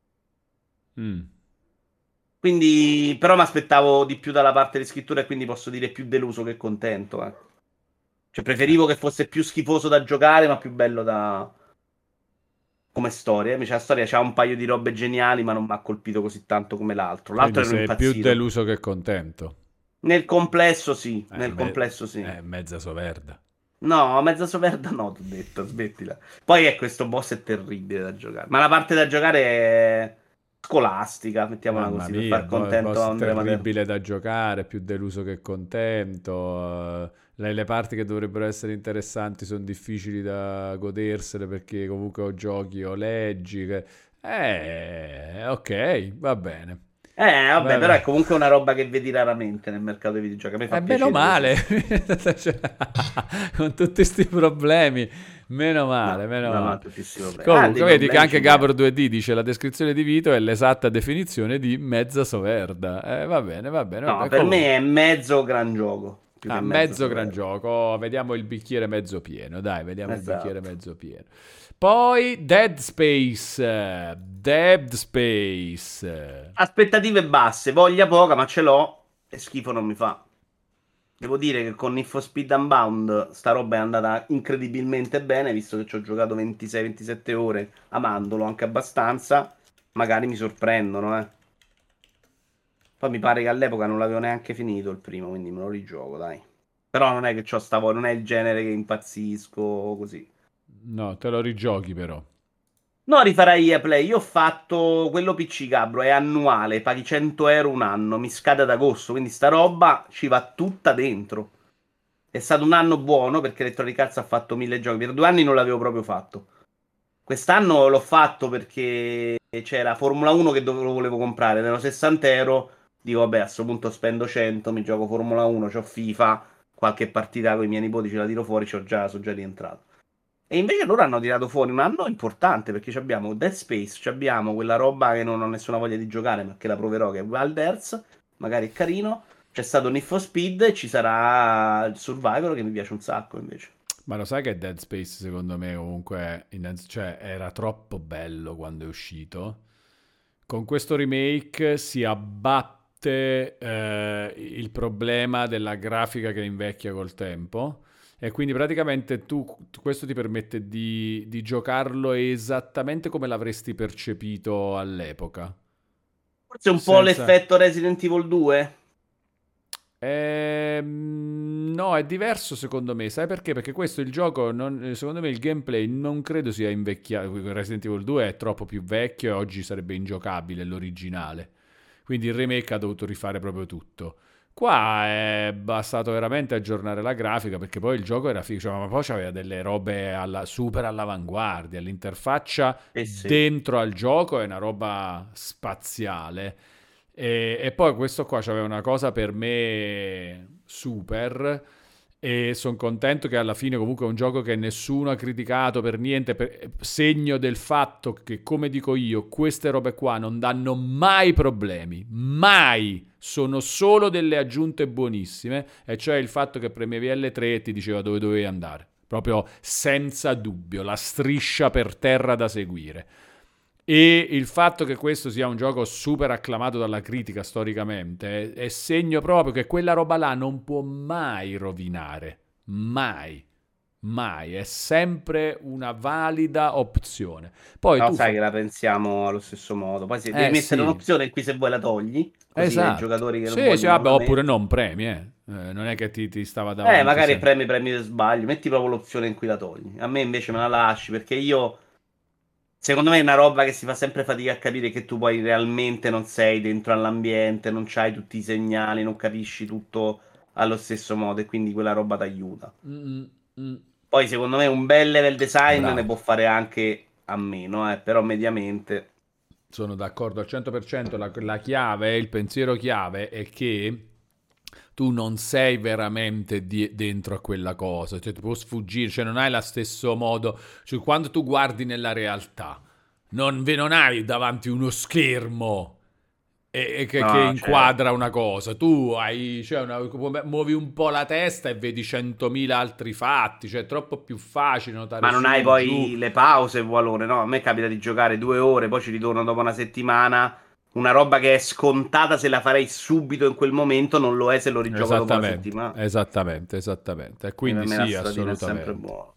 Quindi, però mi aspettavo di più dalla parte di scrittura e quindi posso dire più deluso che contento. Cioè, preferivo che fosse più schifoso da giocare, ma più bello da... come storia. Invece la storia c'ha un paio di robe geniali, ma non mi ha colpito così tanto come l'altro. L'altro Quindi ero sei più impazzito. deluso che contento. Nel complesso sì, nel complesso sì. Mezza soverda. No, mezza soverda no, ti ho detto, smettila. Poi questo boss è terribile da giocare. Ma la parte da giocare è scolastica, mettiamola Mamma così, per mia, far contento a boss Andrea Materno. terribile da giocare, più deluso che contento. Le parti che dovrebbero essere interessanti sono difficili da godersele perché comunque o giochi o leggi. Ok, va bene. Vabbè, però è comunque una roba che vedi raramente nel mercato dei videogiochi. A me fa Meno piacere male, così. Cioè, con tutti questi problemi, meno male, meno No, male. tuttissimi problemi. Comunque, vedi che anche ci Gabor 2D dice la descrizione di Vito è l'esatta definizione di mezza soverda. Va bene, va bene. No, Vabbè, per comunque. me è mezzo gran gioco. più che mezzo gran super. gioco. Vediamo il bicchiere mezzo pieno. Dai, vediamo il bicchiere Esatto. mezzo pieno. Poi Dead Space. Dead Space. Aspettative basse, voglia poca, ma ce l'ho e schifo non mi fa. Devo dire che con Need for Speed Unbound sta roba è andata incredibilmente bene, visto che ci ho giocato 26-27 ore amandolo anche abbastanza. Magari mi sorprendono, eh. Poi mi pare che all'epoca non l'avevo neanche finito il primo, quindi me lo rigioco, dai. Però non è che c'ho sta voglia, non è il genere che impazzisco così. No, te lo rigiochi però. No, rifarai EA Play. Io ho fatto quello PC Gabro, è annuale, paghi 100 euro un anno, mi scade ad agosto, quindi sta roba ci va tutta dentro. È stato un anno buono perché Electronic Arts ha fatto 1000 giochi, per 2 anni non l'avevo proprio fatto. Quest'anno l'ho fatto perché c'era Formula 1 che lo volevo comprare, erano 60 euro. Dico, vabbè, a questo punto spendo 100, mi gioco Formula 1, c'ho FIFA, qualche partita con i miei nipoti ce la tiro fuori, sono già rientrato. E invece loro hanno tirato fuori un anno importante perché abbiamo Dead Space, abbiamo quella roba che non ho nessuna voglia di giocare, ma che la proverò, che è Wild Earth, magari è carino. C'è stato Need for Speed e ci sarà il Survivor che mi piace un sacco invece. Ma lo sai che Dead Space secondo me comunque cioè, era troppo bello quando è uscito? Con questo remake si abbatte il problema della grafica che invecchia col tempo e quindi praticamente questo ti permette di giocarlo esattamente come l'avresti percepito all'epoca. Forse un po' Senza... l'effetto Resident Evil 2. No, è diverso secondo me. Sai perché? Perché questo il gioco, secondo me il gameplay non credo sia invecchiato. Resident Evil 2 è troppo più vecchio e oggi sarebbe ingiocabile l'originale. Quindi il remake ha dovuto rifare proprio tutto. Qua è bastato veramente aggiornare la grafica perché poi il gioco era figo, cioè, ma poi c'aveva delle robe super all'avanguardia. L'interfaccia Eh sì. dentro al gioco è una roba spaziale. E poi questo qua c'aveva una cosa per me super e sono contento che alla fine comunque è un gioco che nessuno ha criticato per niente, segno del fatto che, come dico io, queste robe qua non danno mai problemi, mai, sono solo delle aggiunte buonissime, e cioè il fatto che premevi L3 e ti diceva dove dovevi andare, proprio senza dubbio, la striscia per terra da seguire. E il fatto che questo sia un gioco super acclamato dalla critica storicamente è segno proprio che quella roba là non può mai rovinare. Mai. Mai. È sempre una valida opzione. Poi No, tu sai fai... che la pensiamo allo stesso modo. Poi devi mettere Sì, un'opzione in cui se vuoi la togli, così ai esatto. giocatori che non Sì, sì, vogliono non vabbè, la oppure metti. non premi, eh. Non è che ti stava davanti Magari sempre. premi per sbaglio, metti proprio l'opzione in cui la togli. A me invece me la lasci perché io, secondo me è una roba che si fa sempre fatica a capire che tu poi realmente non sei dentro all'ambiente, non c'hai tutti i segnali, non capisci tutto allo stesso modo e quindi quella roba ti aiuta. Mm, mm. Poi secondo me un bel level design ne Bravo. può fare anche a meno, però mediamente. Sono d'accordo al 100%. La chiave, il pensiero chiave è che tu non sei veramente dentro a quella cosa, cioè ti può sfuggire, cioè non hai lo stesso modo, cioè quando tu guardi nella realtà, non hai davanti uno schermo che No, certo. inquadra una cosa, tu hai, cioè muovi un po' la testa e vedi 100.000 altri fatti, cioè è troppo più facile notare Ma non hai su, giù. poi le pause, Valore, no? A me capita di giocare 2 ore, poi ci ritorno dopo una settimana. Una roba che è scontata se la farei subito in quel momento, non lo è se lo rigioco dopo una Esattamente, settimana. esattamente, esattamente. E Quindi per quindi me la sì, strategia è sempre assolutamente. buona.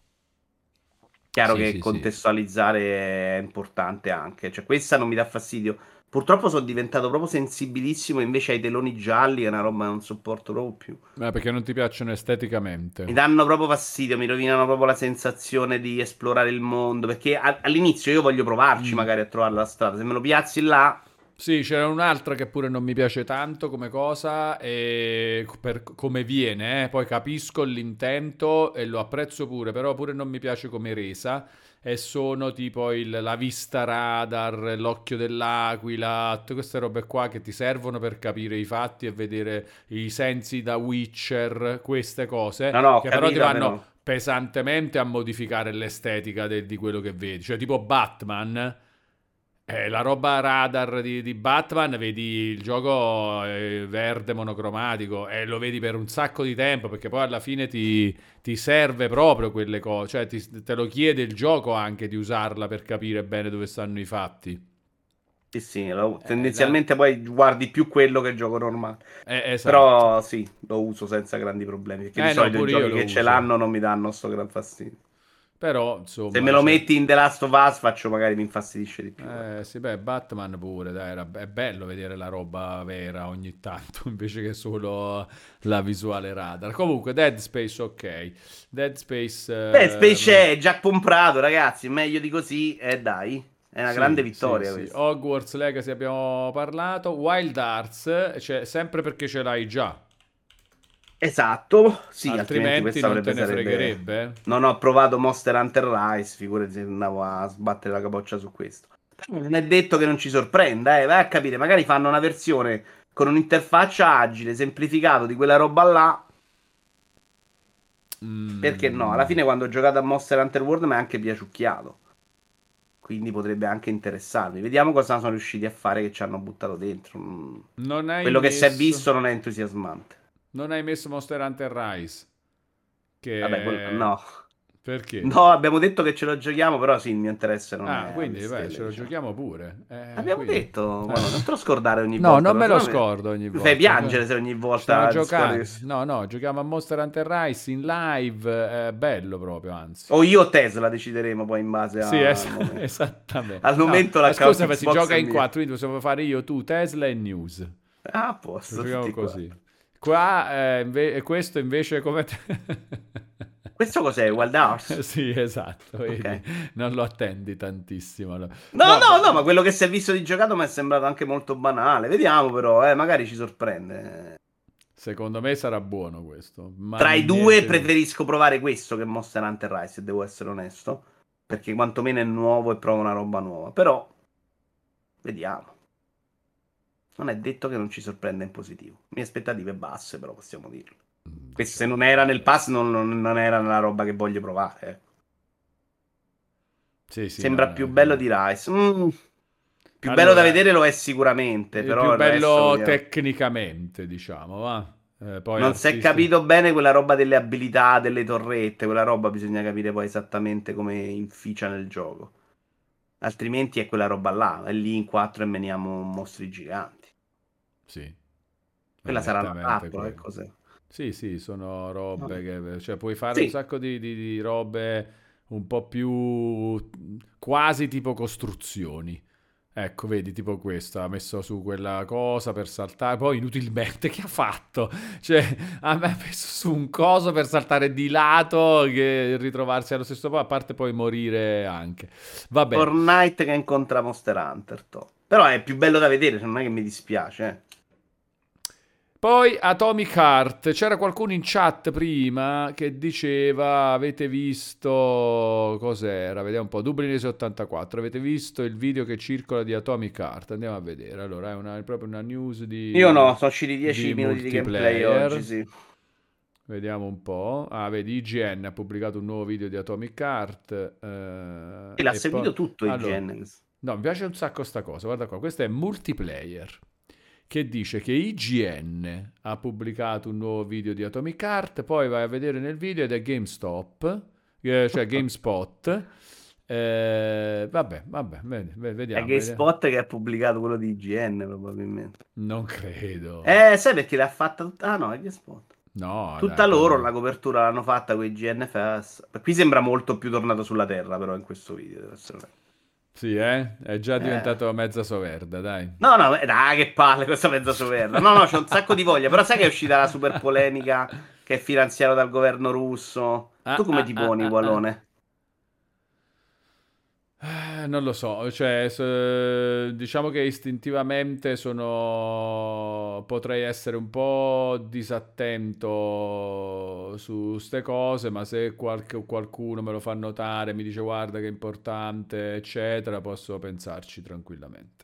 Chiaro Sì, che sì, sì. contestualizzare è importante anche. Cioè, questa non mi dà fastidio. Purtroppo sono diventato proprio sensibilissimo invece ai teloni gialli, è una roba che non sopporto proprio più. Perché non ti piacciono Mi esteticamente. danno proprio fastidio, mi rovinano proprio la sensazione di esplorare il mondo. Perché all'inizio io voglio provarci Mm. magari a trovare la strada. Se me lo piazzi là, Sì, c'era un'altra che pure non mi piace tanto come cosa, e per come viene, poi capisco l'intento e lo apprezzo pure, però pure non mi piace come resa, e sono tipo la vista radar, l'occhio dell'aquila, tutte queste robe qua che ti servono per capire i fatti e vedere i sensi da Witcher, queste cose, no, no, ho che però ti capito, a me vanno no. pesantemente a modificare l'estetica di quello che vedi, cioè tipo Batman. La roba radar di Batman, vedi il gioco verde monocromatico e lo vedi per un sacco di tempo perché poi alla fine ti serve proprio quelle cose, cioè te lo chiede il gioco anche di usarla per capire bene dove stanno i fatti. Sì, sì, Eh, da- tendenzialmente poi guardi più quello che il gioco normale. esatto. Però sì, lo uso senza grandi problemi, perché di No, solito i pure io giochi lo che ce uso. l'hanno non mi danno sto gran fastidio. Però, Se me insomma, lo c'è. metti in The Last of Us, faccio magari mi infastidisce di più. Sì, beh, Batman pure, dai, è bello vedere la roba vera ogni tanto, invece che solo la visuale radar. Comunque, Dead Space, ok. Dead Space, Beh, Space è già comprato, ragazzi, meglio di così, dai. È una grande sì, sì, vittoria sì. questa. Hogwarts Legacy abbiamo parlato. Wild Arts, cioè, sempre perché ce l'hai già, Esatto, sì, altrimenti altrimenti questa non te avrebbe ne sarebbe... fregherebbe. Non ho provato Monster Hunter Rise, figurati se andavo a sbattere la capoccia su questo. Però non è detto che non ci sorprenda, vai a capire, magari fanno una versione con un'interfaccia agile, semplificato di quella roba là, perché no? Alla Mm, fine quando ho giocato a Monster Hunter World mi è anche piaciucchiato, quindi potrebbe anche interessarmi. Vediamo cosa sono riusciti a fare che ci hanno buttato dentro. non hai Quello che si è messo, visto non è entusiasmante. non hai messo Monster Hunter Rise, Vabbè, che. no. Perché? No, abbiamo detto che ce lo giochiamo, però sì, il mio interesse non Ah, è alle quindi beh, stelle, ce lo diciamo. giochiamo pure. Abbiamo Quindi. detto, Eh. ma non te lo scordare ogni No, volta, non però me lo sennò scordo ogni mi fai volta. piangere se ogni Stiamo volta giocando. discorri. No, no, giochiamo a Monster Hunter Rise in live. È bello proprio, anzi. O io o Tesla decideremo poi in base Sì, al momento. esattamente. Al No, momento ma l'account scusa, ma si Xbox gioca è in mio. quattro, quindi possiamo fare io, tu, Tesla e News. Ah, a Lo posto, giochiamo tutti qua. così. Qua, e questo invece come. Questo cos'è? Wild House? Sì, esatto, Ok. vedi, non lo attendi tantissimo. No, no, Vabbè, no, ma quello che si è visto di giocato mi è sembrato anche molto banale. Vediamo però, magari ci sorprende. secondo me sarà buono questo, ma Tra i due niente di. preferisco provare questo che Monster Hunter Rise, se devo essere onesto. Perché quantomeno è nuovo e provo una roba nuova. Però, vediamo. Non è detto che non ci sorprenda in positivo. Mie aspettative basse, però possiamo dirlo. Questo se non Diciamo, era nel pass, non era nella roba che voglio provare. sì, sì, no, Sembra no, più bello di Rise. Più bello da allora, vedere lo è sicuramente, è però più il resto bello vediamo. tecnicamente, diciamo, va. Poi Non si è artisti. capito bene quella roba delle abilità, delle torrette, quella roba bisogna capire poi esattamente come inficia nel gioco. Altrimenti è quella roba là, è lì in 4 e meniamo mostri giganti. Sì, è Quella sarà una nettamente trappola, che quello. cos'è? Sì, sì, sono No. robe che. Cioè, puoi fare un Sì, sacco di robe un po' più quasi tipo costruzioni. Ecco, vedi, tipo questo, ha messo su quella cosa per saltare, poi inutilmente che ha fatto? Cioè, ha messo su un coso per saltare di lato che ritrovarsi allo stesso po', a parte poi morire anche. Vabbè, Fortnite che incontra Monster Hunter. Però è più bello da vedere, non è che mi dispiace. poi Atomic Heart, c'era qualcuno in chat prima che diceva avete visto cos'era? Vediamo un po', Dublinese 84, avete visto il video che circola di Atomic Heart? Andiamo a vedere. Allora, è proprio una news Io no, di, sono usciti 10 di minuti di gameplay oggi, multiplayer. sì. Vediamo un po'. Ah, vedi, IGN ha pubblicato un nuovo video di Atomic Heart. E l'ha E poi. seguito tutto Allora, IGN. no, mi piace un sacco sta cosa. Guarda qua, questo è multiplayer che dice che IGN ha pubblicato un nuovo video di Atomic Heart, poi vai a vedere nel video ed è GameStop, cioè GameSpot. Vabbè, È vediamo, vediamo. GameSpot che ha pubblicato quello di IGN, probabilmente. Non credo. Sai perché l'ha fatta Ah no, è GameSpot. No, Tutta dai, loro quello. la copertura l'hanno fatta con IGN Fest. Qui sembra molto più tornato sulla Terra, però, in questo video, deve essere onesto. Sì, è già Eh. diventato mezza soverda, dai. No, no, dai, che palle questa mezza soverda. No, no, c'è un sacco di voglia. Però sai che è uscita la super polemica che è finanziata dal governo russo? Tu Ah, come ah, ti ah, poni, ah, ah. Wallone? Non lo so, cioè, diciamo che istintivamente potrei essere un po' disattento su ste cose, ma se qualcuno me lo fa notare, mi dice guarda che è importante, eccetera, posso pensarci tranquillamente.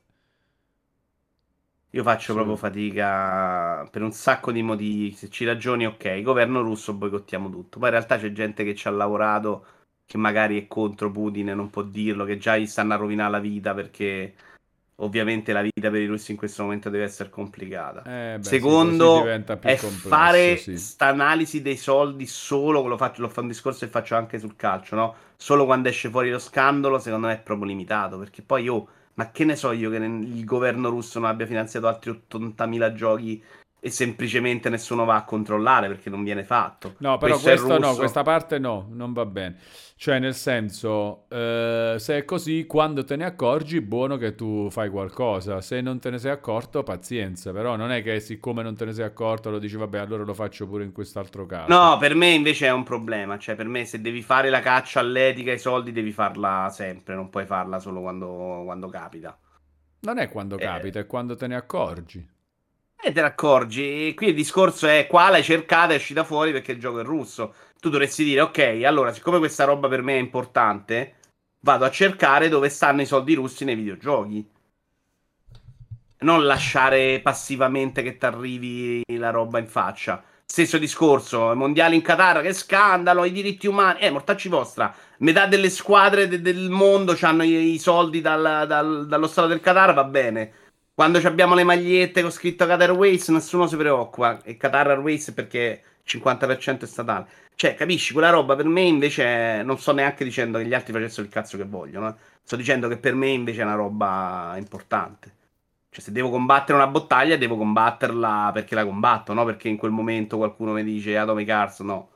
Io faccio proprio Su- fatica per un sacco di motivi. Se ci ragioni, ok, governo russo, boicottiamo tutto. Poi in realtà c'è gente che ci ha lavorato, che magari è contro Putin e non può dirlo, che già gli stanno a rovinare la vita perché ovviamente la vita per i russi in questo momento deve essere complicata. Beh, sì, così Secondo diventa più è complesso, fare sì. sta analisi dei soldi solo, lo faccio un discorso che faccio anche sul calcio, no? Solo quando esce fuori lo scandalo, secondo me è proprio limitato, perché poi ma che ne so io che il governo russo non abbia finanziato altri 80.000 giochi e semplicemente nessuno va a controllare perché non viene fatto. No, però Questo è il questo no, russo. questa parte no, non va bene. Cioè, nel senso, se è così, quando te ne accorgi, buono che tu fai qualcosa. Se non te ne sei accorto, pazienza. Però non è che siccome non te ne sei accorto lo dici, vabbè, allora lo faccio pure in quest'altro caso. No, per me invece è un problema. Cioè, per me se devi fare la caccia all'etica ai soldi, devi farla sempre, non puoi farla solo quando capita. Non è quando Eh, capita, è quando te ne accorgi. e te ne accorgi. E qui il discorso è qua l'hai cercata, è uscita fuori perché il gioco è russo. Tu dovresti dire, ok, allora, siccome questa roba per me è importante, vado a cercare dove stanno i soldi russi nei videogiochi. Non lasciare passivamente che ti arrivi la roba in faccia. Stesso discorso, i mondiali in Qatar, che scandalo, i diritti umani. Mortacci vostra, metà delle squadre del mondo hanno i soldi dallo Stato del Qatar, va bene. Quando abbiamo le magliette con scritto Qatar Airways, nessuno si preoccupa. E Qatar Airways perché il 50% è statale. Cioè, capisci, quella roba per me invece non sto neanche dicendo che gli altri facessero il cazzo che vogliono. Sto dicendo che per me invece è una roba importante. Cioè, se devo combattere una battaglia, devo combatterla perché la combatto, no? Perché in quel momento qualcuno mi dice Atomic Hearts, no.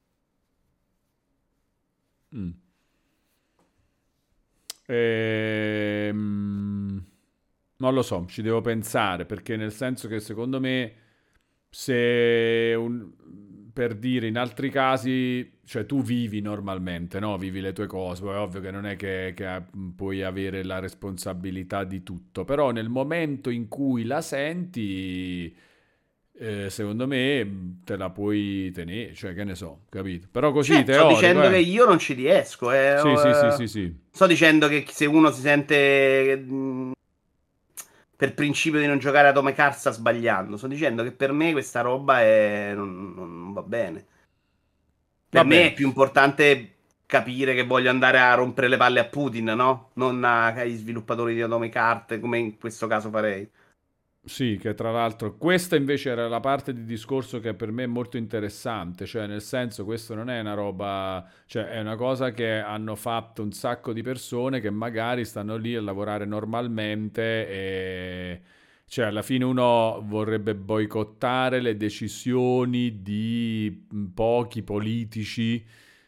Mm. Ehm, Non lo so, ci devo pensare, perché nel senso che secondo me, se per dire in altri casi, cioè tu vivi normalmente, no? Vivi le tue cose, poi è ovvio che non è che puoi avere la responsabilità di tutto, però nel momento in cui la senti, secondo me te la puoi tenere, cioè che ne so, capito? Però così Sto teorico, dicendo che eh. io non ci riesco. Sì, sì, sì, sì, sì. Sto dicendo che se uno si sente per principio di non giocare a Atomic Hearts sta sbagliando. Sto dicendo che per me questa roba non va bene. Per Va me bene. è più importante capire che voglio andare a rompere le palle a Putin, no? Non agli sviluppatori di Atomic Heart, come in questo caso farei. Sì, che tra l'altro questa invece era la parte di discorso che per me è molto interessante, cioè nel senso questo non è una roba, cioè è una cosa che hanno fatto un sacco di persone che magari stanno lì a lavorare normalmente e cioè alla fine uno vorrebbe boicottare le decisioni di pochi politici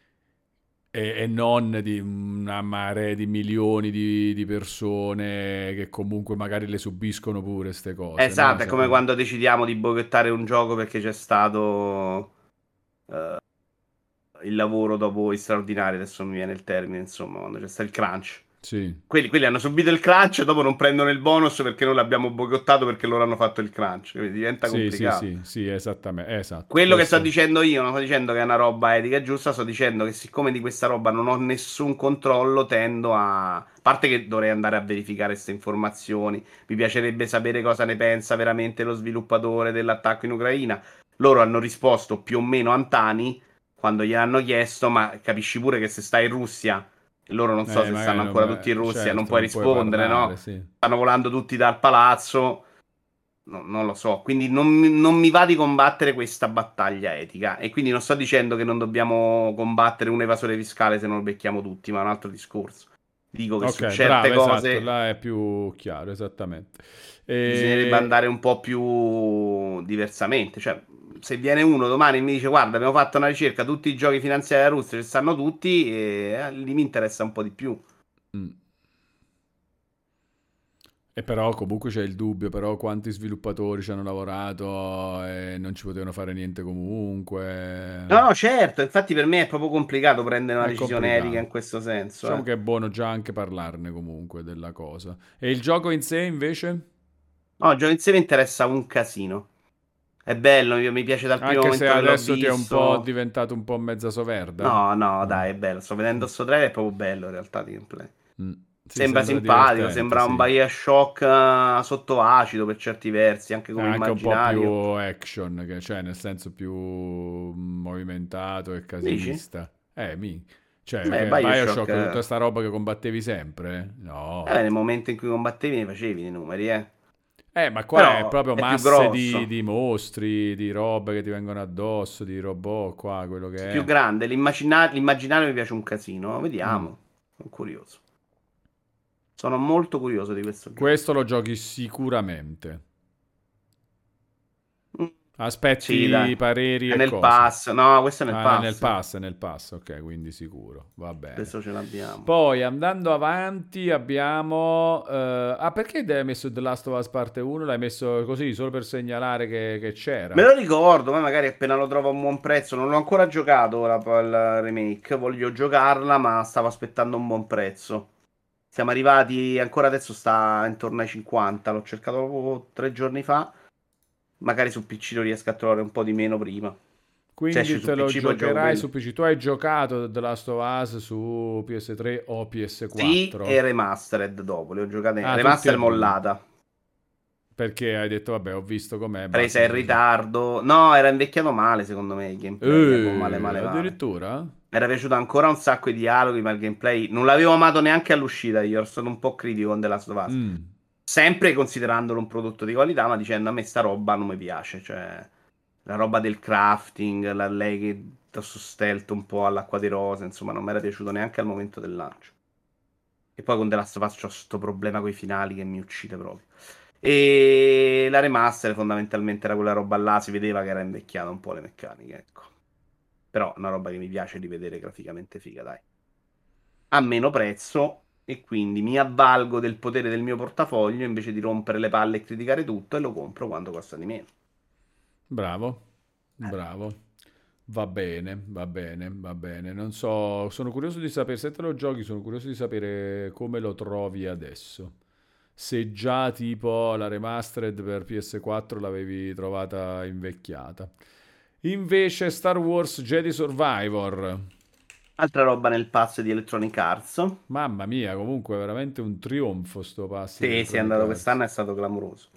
e non di una marea di milioni di persone che comunque magari le subiscono pure queste cose, no? Esatto, è come quando decidiamo di boicottare un gioco perché c'è stato eh, il lavoro dopo gli straordinari, adesso non mi viene il termine, insomma, quando c'è stato il crunch. Sì, Quelli hanno subito il crunch e dopo non prendono il bonus perché noi l'abbiamo boicottato perché loro hanno fatto il crunch, quindi diventa sì, sì, complicato. sì, sì, esattamente, esatto, Quello che sto questo, dicendo io, non sto dicendo che è una roba etica e giusta, sto dicendo che siccome di questa roba non ho nessun controllo, tendo a parte che dovrei andare a verificare queste informazioni, mi piacerebbe sapere cosa ne pensa veramente lo sviluppatore dell'attacco in Ucraina. Loro hanno risposto più o meno Antani quando gliel'hanno chiesto, ma capisci pure che se stai in Russia, e loro non so se magari stanno non, ancora tutti in Russia, non certo, puoi non puoi rispondere, parlare, no? sì. Stanno volando tutti dal palazzo. Non lo so, quindi non mi va di combattere questa battaglia etica. E quindi non sto dicendo che non dobbiamo combattere un evasore fiscale se non lo becchiamo tutti, ma è un altro discorso. Dico che su Ok, certe bravo, esatto, cose là è più chiaro, esattamente. bisognerebbe andare un po' più diversamente. Cioè, se viene uno domani e mi dice: Guarda, abbiamo fatto una ricerca, tutti i giochi finanziari della Russia ci stanno tutti, e lì mi interessa un po' di più. Mm. E però comunque c'è il dubbio, però quanti sviluppatori ci hanno lavorato e non ci potevano fare niente No, comunque. no, certo, infatti per me è proprio complicato prendere una È decisione etica complicato. in questo senso, Diciamo eh. che è buono già anche parlarne comunque della cosa. E il gioco in sé invece? No, il gioco in sé mi interessa un casino. È bello, mi piace dal primo Anche se momento che l'ho adesso ti è un po' visto. diventato un po' mezza soverda? No, no, No. dai, è bello. Sto vedendo Mm, sto trailer, è proprio bello in realtà di gameplay. mm. Sì, Sembra sembra simpatico, divertente, sembra un sì. BioShock sotto acido per certi versi, anche È come anche un po' più immaginario. action, cioè nel senso più movimentato e Dici? casista. Mi. Cioè, Beh, che Bioshock, Bioshock, tutta sta roba che combattevi sempre? No. nel momento in cui combattevi ne facevi i numeri, eh. Ma qua è Però proprio è più masse grosso, di mostri, di robe che ti vengono addosso, di robot qua, quello che più è. grande. L'immaginario mi piace un casino. Mm. Vediamo. Sono curioso. Sono molto curioso di questo gioco. Questo lo giochi sicuramente. Mm, sì, dai. Aspetti pareri È e nel cose. pass. No, questo è nel Ah, pass. è nel pass, ok, quindi sicuro, va bene. Questo ce l'abbiamo. Poi andando avanti abbiamo... perché hai messo The Last of Us parte 1? L'hai messo così, solo per segnalare che Me c'era? lo ricordo, ma magari appena lo trovo a un buon prezzo. Non l'ho ancora giocato la remake. Voglio giocarla, ma stavo aspettando un buon prezzo. Siamo arrivati, ancora adesso sta intorno ai 50. L'ho cercato proprio 3 giorni fa. Magari su PC lo riesco a trovare un po' di meno prima. Se esce Quindi su te lo PC, poi gioco giocherai quello. su PC. Tu hai giocato The Last of Us su PS3 o Sì, e PS4? remastered dopo. Le ho giocate. Ah, tutti e Remastered due. mollata. Perché hai detto, vabbè, ho visto com'è, Presa basta, in me lo so. ritardo. No, era invecchiato male, secondo me, il gameplay. Proprio male, male, male. Addirittura? Mi era piaciuto ancora un sacco i dialoghi, ma il gameplay non l'avevo amato neanche all'uscita. Io ero stato un po' critico con The Last of Us. Mm. Sempre considerandolo un prodotto di qualità, ma dicendo a me sta roba non mi piace. Cioè, la roba del crafting, lei che da su stealth un po' all'acqua di rose, insomma, non mi era piaciuto neanche al momento del lancio. E poi con The Last of Us c'ho sto problema con i finali che mi uccide proprio. E la remaster fondamentalmente era quella roba là, si vedeva che era invecchiata un po' le meccaniche, ecco. Però una roba che mi piace di vedere graficamente figa, dai. A meno prezzo e quindi mi avvalgo del potere del mio portafoglio invece di rompere le palle e criticare tutto e lo compro quando costa di meno. Bravo, bravo. Va bene, va bene, va bene. Non so, sono curioso di sapere, se te lo giochi, sono curioso di sapere come lo trovi adesso. Se già tipo la remastered per PS4 l'avevi trovata invecchiata. Invece Star Wars Jedi Survivor. Altra roba nel pass di Electronic Arts. Mamma mia, comunque è veramente un trionfo sto pass di Sì, sì, è Electronic andato Arts. quest'anno, è stato clamoroso.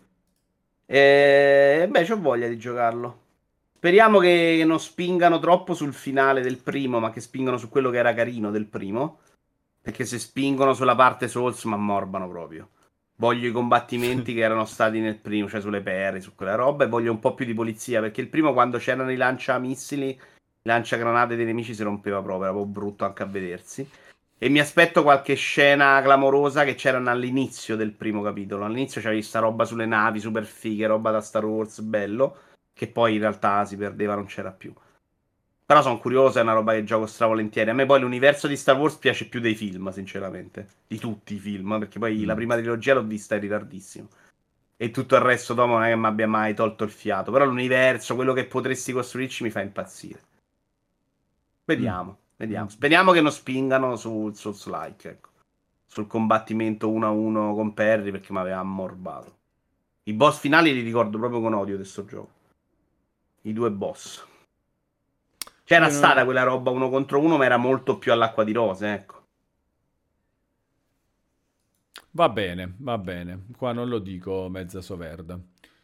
E beh, c'ho voglia di giocarlo. Speriamo che non spingano troppo sul finale del primo, ma che spingano su quello che era carino del primo. Perché se spingono sulla parte Souls, mi ammorbano proprio. Voglio i combattimenti che erano stati nel primo, cioè sulle PR, su quella roba, e voglio un po' più di polizia. Perché il primo, quando c'erano i lanciamissili, i lanciagranate dei nemici, si rompeva proprio, era proprio brutto anche a vedersi. E mi aspetto qualche scena clamorosa che c'erano all'inizio del primo capitolo. All'inizio c'avevi sta roba sulle navi, super fighe, roba da Star Wars, bello, che poi in realtà si perdeva, non c'era più. Però sono curioso, è una roba che gioco stravolentieri. A me poi l'universo di Star Wars piace più dei film, sinceramente. Di tutti i film, perché poi la Mm. prima trilogia l'ho vista in ritardissimo. E tutto il resto dopo non è che mi abbia mai tolto il fiato. Però l'universo, quello che potresti costruirci, mi fa impazzire. Mm. Vediamo, vediamo. Mm. Speriamo che non spingano sul Souls-like, ecco. Sul combattimento 1-1 con Perry, perché mi aveva ammorbato. I boss finali li ricordo proprio con odio di questo gioco. I due boss. C'era Io stata non... quella roba uno contro uno, ma era molto più all'acqua di rose, ecco. Va bene, qua non lo dico mezza soverda.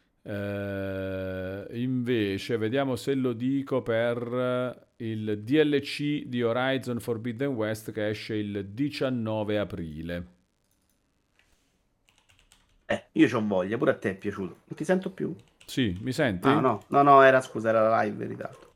Invece, vediamo se lo dico per il DLC di Horizon Forbidden West che esce il 19 aprile. Io c'ho voglia, pure a te è piaciuto. Non ti sento più? Sì, mi Ah, senti? no, no, no, era scusa, era la live, in ritardo.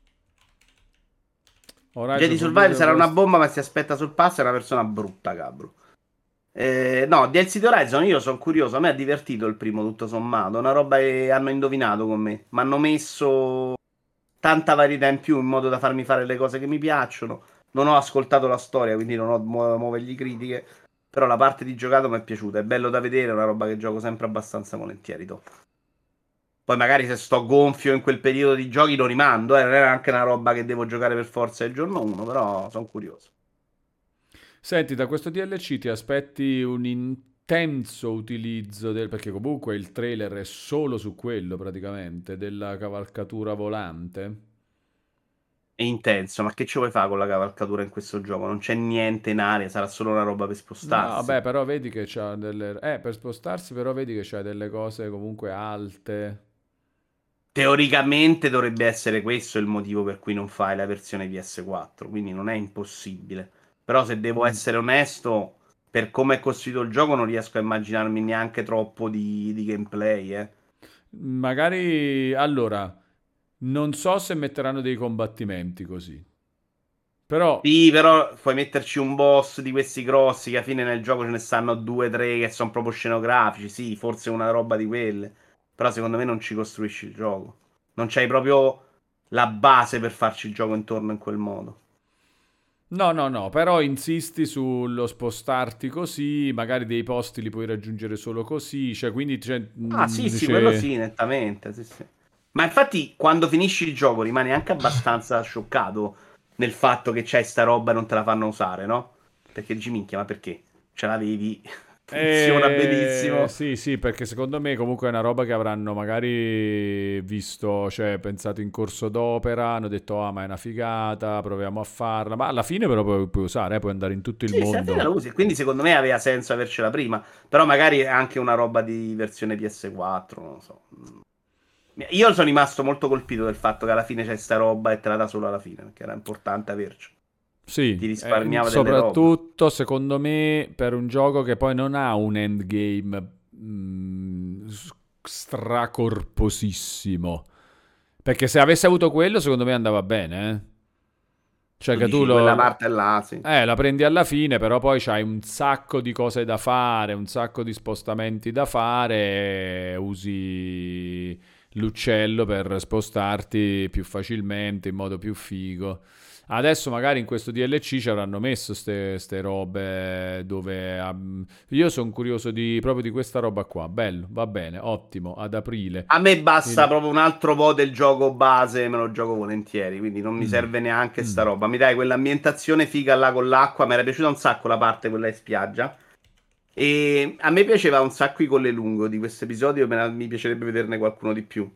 Horizon Jedi Survivor Forbidden sarà una West. bomba, ma si aspetta sul pass, è una persona brutta, cabro. No, DLC di Horizon io sono curioso, a me ha divertito il primo tutto sommato, una roba che hanno indovinato con me, mi hanno messo tanta varietà in più in modo da farmi fare le cose che mi piacciono. Non ho ascoltato la storia, quindi non ho muovergli critiche, però la parte di giocato mi è piaciuta, è bello da vedere, è una roba che gioco sempre abbastanza volentieri. Poi magari se sto gonfio in quel periodo di giochi lo rimando, non è anche una roba che devo giocare per forza il giorno 1, però sono curioso. Senti, da questo DLC ti aspetti un intenso utilizzo del... perché comunque il trailer è solo su quello praticamente, della cavalcatura volante. È intenso, ma che ci vuoi fare con la cavalcatura in questo gioco? Non c'è niente in aria, sarà solo una roba per No, spostarsi. beh, però vedi che c'ha delle... per spostarsi però vedi che c'ha delle cose comunque alte. Teoricamente dovrebbe essere questo il motivo per cui non fai la versione PS4, quindi non è impossibile. Però se devo essere onesto, per come è costruito il gioco non riesco a immaginarmi neanche troppo di gameplay, eh. Magari, allora, non so se metteranno dei combattimenti così, però Sì, però puoi metterci un boss di questi grossi che alla fine nel gioco ce ne stanno due, tre che sono proprio scenografici. Sì, forse una roba di quelle. Però secondo me non ci costruisci il gioco. Non c'hai proprio la base per farci il gioco intorno in quel modo. no, no, no, però insisti sullo spostarti così, magari dei posti li puoi raggiungere solo così, cioè quindi Ah, sì, sì, quello dice, sì, nettamente. Sì, sì. Ma infatti, quando finisci il gioco rimani anche abbastanza scioccato nel fatto che c'hai sta roba e non te la fanno usare, no? Perché dici, minchia, ma perché? Ce l'avevi, funziona benissimo. sì, sì, perché secondo me comunque è una roba che avranno magari visto, cioè pensato in corso d'opera, hanno detto, ah, ma è una figata, proviamo a farla, ma alla fine però puoi usare, puoi andare in tutto il Sì, sì, alla fine mondo. lo usi. Quindi secondo me aveva senso avercela prima. Però magari è anche una roba di versione PS4, non lo so. Io sono rimasto molto colpito del fatto che alla fine c'è sta roba e te la dà solo alla fine, perché era importante averci. Ti Sì, risparmiava delle robe. soprattutto secondo me per un gioco che poi non ha un endgame stracorposissimo. Perché se avesse avuto quello, secondo me andava bene, eh. Cioè Tu che tu dici quella parte là, sì. la prendi alla fine, però poi c'hai un sacco di cose da fare, un sacco di spostamenti da fare, e usi l'uccello per spostarti più facilmente, in modo più figo. Adesso magari in questo DLC ci avranno messo ste robe dove... io sono curioso proprio di questa roba qua. Bello, va bene, ottimo, ad aprile. A me basta Il- proprio un altro po' del gioco base, me lo gioco volentieri, quindi non mi mm, serve neanche sta mm. roba. Mi dai quell'ambientazione figa là con l'acqua, mi era piaciuta un sacco la parte quella in spiaggia. E a me piaceva un sacco i colle lungo di questo episodio, mi piacerebbe vederne qualcuno di più.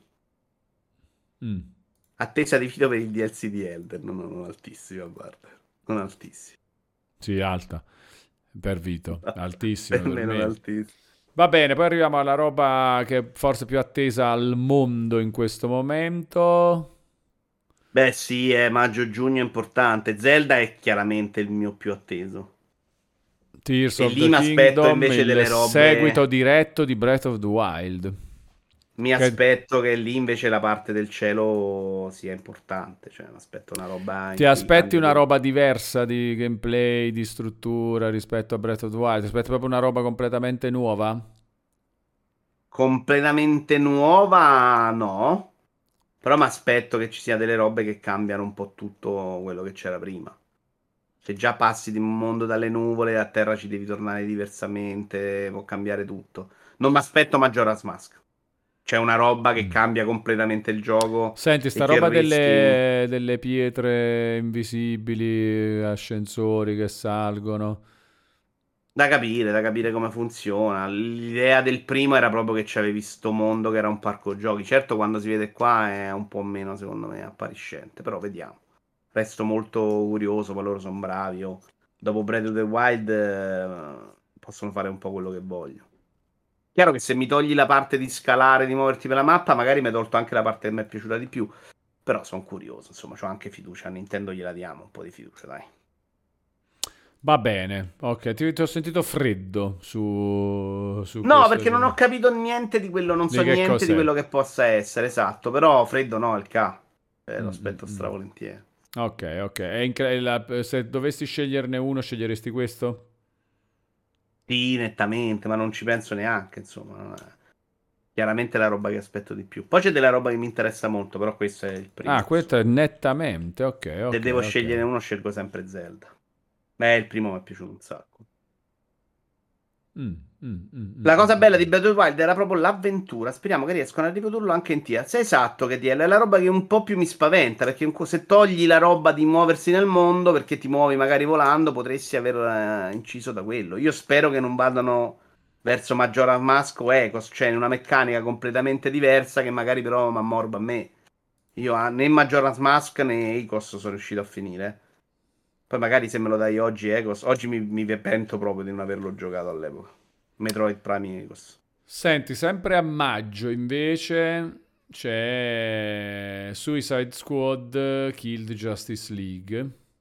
Mm. Attesa di filo per il DLC di Elder, non altissima, guarda. Non altissima. Sì, alta per Vito, Per altissima per me non me. altissima. Va bene, poi arriviamo alla roba che è forse più attesa al mondo in questo momento. Beh, sì, maggio-giugno è importante. Zelda è chiaramente il mio più atteso. Tears E of lì the mi aspetto Kingdom, invece il delle seguito robe. diretto di Breath of the Wild. Mi Che aspetto che lì invece la parte del cielo sia importante. Cioè, mi aspetto una roba ti in cui aspetti cambia una tutto. roba diversa di gameplay, di struttura rispetto a Breath of the Wild? Ti aspetti proprio una roba completamente nuova? Completamente nuova, no. Però mi aspetto che ci sia delle robe che cambiano un po' tutto quello che c'era prima. Se già passi di un mondo dalle nuvole, a terra ci devi tornare diversamente, può cambiare tutto. Non mi aspetto Majora's Mask. C'è una roba che Mm. cambia completamente il gioco Senti, e sta che roba rischi. delle pietre invisibili, ascensori che salgono. Da capire come funziona. L'idea del primo era proprio che c'avevi sto mondo che era un parco giochi. Certo, quando si vede qua è un po' meno, secondo me, appariscente. Però vediamo. Resto molto curioso, ma loro sono bravi. Dopo Breath of the Wild possono fare un po' quello che voglio. Chiaro che se mi togli la parte di scalare, di muoverti per la mappa, magari mi hai tolto anche la parte che mi è piaciuta di più. Però sono curioso, insomma, ho anche fiducia. A Nintendo gliela diamo un po' di fiducia, dai. Va bene, ok, ti ho sentito freddo su No, questo. perché non ho capito niente di quello, non so Di che niente di cos'è? quello che possa essere, esatto. Però freddo no, il K. Lo Mm, mm, aspetto mm. stravolentieri. Ok, ok. Se dovessi sceglierne uno, sceglieresti questo? Sì, nettamente, ma non ci penso neanche, insomma. Non è- Chiaramente è la roba che aspetto di più. Poi c'è della roba che mi interessa molto, però questo è il Ah, primo, questo insomma. è nettamente. Ok, Se ok, devo ok. scegliere uno, scelgo sempre Zelda. Beh, il primo mi è piaciuto un sacco. Mm, mm, mm, mm, La mm, cosa mm, bella di mm. Breath of the Wild era proprio l'avventura. Speriamo che riescano a riprodurlo anche in TR. Sei esatto che DL è la roba che un po' più mi spaventa. Perché se togli la roba di muoversi nel mondo, perché ti muovi magari volando, potresti aver inciso da quello. Io spero che non vadano verso Majora's Mask o Ecos, cioè in una meccanica completamente diversa che magari però mi ammorba a me. Io né Majora's Mask né Ecos sono riuscito a finire. Poi magari se me lo dai oggi Ecos, oggi mi pento proprio di non averlo giocato all'epoca. Metroid Prime Ecos. Senti, sempre a maggio invece c'è Suicide Squad Killed Justice League.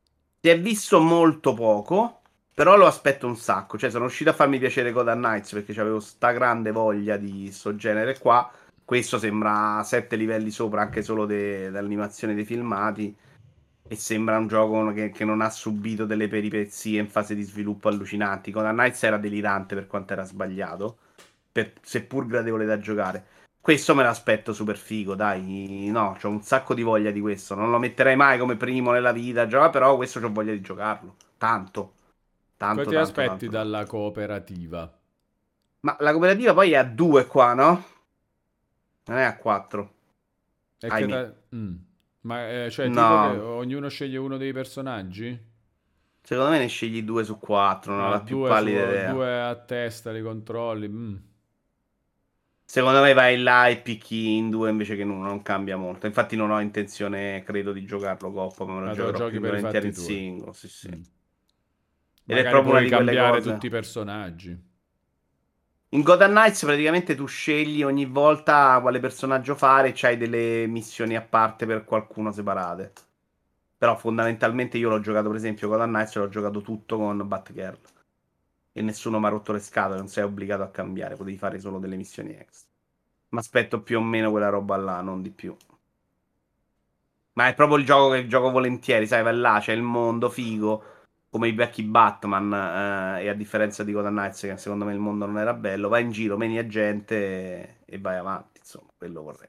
Si è visto molto poco, però lo aspetto un sacco. Cioè, sono riuscito a farmi piacere Gotham Knights perché avevo sta grande voglia di sto genere qua. Questo sembra 7 livelli sopra anche solo dell'animazione dei filmati. E sembra un gioco che non ha subito delle peripezie in fase di sviluppo allucinanti. Gotham Knights era delirante per quanto era sbagliato, seppur gradevole da giocare. Questo me l'aspetto super figo, dai. No, c'ho un sacco di voglia di questo. Non lo metterei mai come primo nella vita, però questo c'ho voglia di giocarlo. Tanto, Cosa tanto, ti tanto, aspetti tanto, tanto. dalla cooperativa? Ma la cooperativa poi è a 2 qua, no? Non è a 4. E che Ahimè. mm. Ma cioè tipo che No, ognuno sceglie uno dei personaggi? secondo me ne scegli 2 su 4, non ho Ah, la più pallida idea. due a testa li controlli. Mm. Secondo me vai là e picchi in 2 invece che in 1, non cambia molto. Infatti non ho intenzione, credo, di giocarlo coppa, ma me lo Ah, te lo giocherò giochi più per i volentieri fatti in tuoi. singolo, sì, sì. Mm. Ed è Magari proprio una puoi di quelle cambiare cose. tutti i personaggi. In Gotham Knights praticamente tu scegli ogni volta quale personaggio fare e c'hai delle missioni a parte per qualcuno separate. Però fondamentalmente io l'ho giocato, per esempio, Gotham Knights l'ho giocato tutto con Batgirl. E nessuno mi ha rotto le scatole, non sei obbligato a cambiare, potevi fare solo delle missioni extra. Ma aspetto più o meno quella roba là, non di più. Ma è proprio il gioco che gioco volentieri, sai, vai là, c'è il mondo figo, come i vecchi Batman, e a differenza di Gotham Knights, che secondo me il mondo non era bello, vai in giro, meni a gente e vai avanti, insomma, quello vorrei.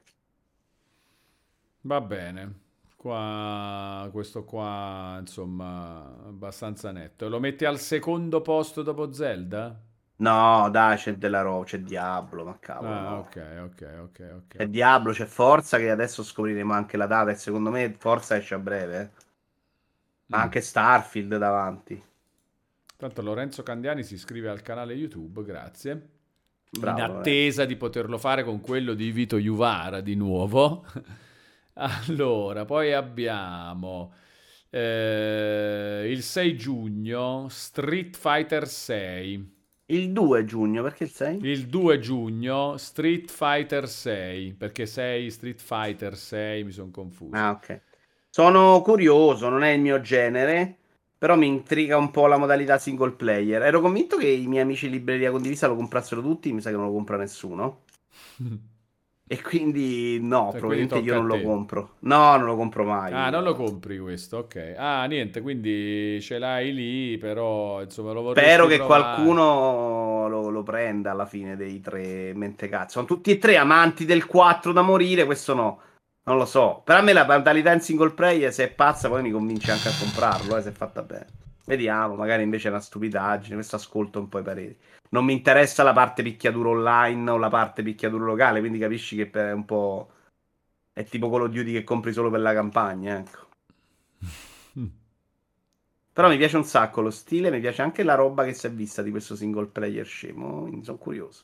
Va bene. Qua, questo qua, insomma, abbastanza netto. Lo metti al secondo posto dopo Zelda? No, dai, c'è della roba, c'è Diablo, ma cavolo, Ah, no. ok, ok, ok, ok. C'è Diablo, c'è Forza, che adesso scopriremo anche la data, e secondo me Forza esce a breve, eh. Ma Mm. anche Starfield davanti. Tanto Lorenzo Candiani si iscrive al canale YouTube, grazie. In Bravo, Lorenzo. attesa di poterlo fare con quello di Vito Juvara di nuovo. Allora, poi abbiamo il 6 giugno Street Fighter 6. Il 2 giugno, perché il 6? Il 2 giugno Street Fighter 6, perché 6 Street Fighter 6 mi sono confuso. Ah, ok. Sono curioso, non è il mio genere, però mi intriga un po' la modalità single player. Ero convinto che i miei amici di libreria condivisa lo comprassero tutti, mi sa che non lo compra nessuno. E quindi no, E quindi probabilmente io tocca a non lo te. compro. No, non lo compro Ah, mai. non lo Io. compri questo, ok. Ah, niente, quindi ce l'hai lì, però insomma lo Spero vorresti che provare. qualcuno lo prenda alla fine dei tre mentecazzi. Sono tutti e tre amanti del 4 da morire, questo no. Non lo so. Per me la mentalità in single player, se è pazza, poi mi convince anche a comprarlo, se è fatta bene. Vediamo, magari invece è una stupidaggine. Questo ascolto un po' i pareri. Non mi interessa la parte picchiaduro online o la parte picchiaduro locale, quindi capisci che è un po'. È tipo Call of Duty che compri solo per la campagna, ecco. Però mi piace un sacco lo stile, mi piace anche la roba che si è vista di questo single player scemo, quindi sono curioso.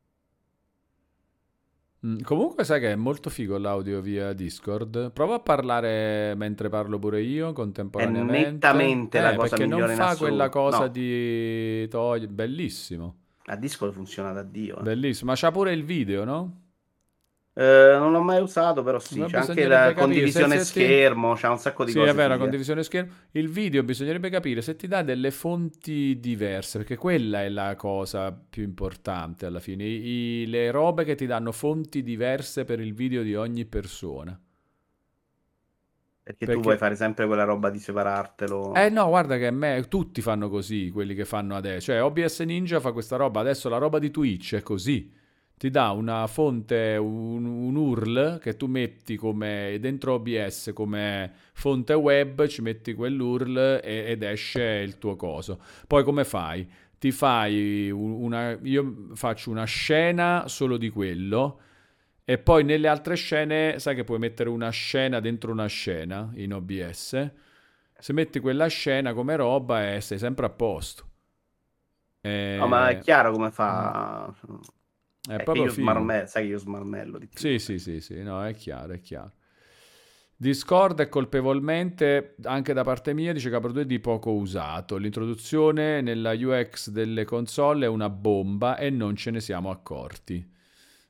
Comunque sai che è molto figo l'audio via Discord. Prova a parlare mentre parlo pure io È contemporaneamente. nettamente la cosa Perché non migliore in fa quella assoluto. cosa No, di togliere. Bellissimo. a Discord funziona da Dio. Bellissimo. Ma c'ha pure il video, no? Non l'ho mai usato, però sì, Ma c'è anche bisognerebbe la capire condivisione schermo, c'è un sacco di Sì, è cose vero, fighe. condivisione schermo. Il video bisognerebbe capire se ti dà delle fonti diverse, perché quella è la cosa più importante alla fine. Le robe che ti danno fonti diverse per il video di ogni persona. Perché tu vuoi Perché fare sempre quella roba di eh separartelo. no, guarda che a me tutti fanno così, quelli che fanno adesso. Cioè, OBS Ninja fa questa roba, adesso la roba di Twitch è così. Ti dà una fonte, un URL che tu metti come dentro OBS come fonte web, ci metti quell'URL ed esce il tuo coso. Poi come fai? Ti fai io faccio una scena solo di quello e poi nelle altre scene, sai che puoi mettere una scena dentro una scena in OBS? Se metti quella scena come roba sei sempre a posto. No, ma è Eh, chiaro come mm, fa. è È che proprio io figo. smarmello, sai che io smarmello di più. Sì, sì, sì, sì, no, è chiaro, è chiaro. Discord è colpevolmente, anche da parte mia, dice Capro 2 di poco usato. L'introduzione nella UX delle console è una bomba e non ce ne siamo accorti.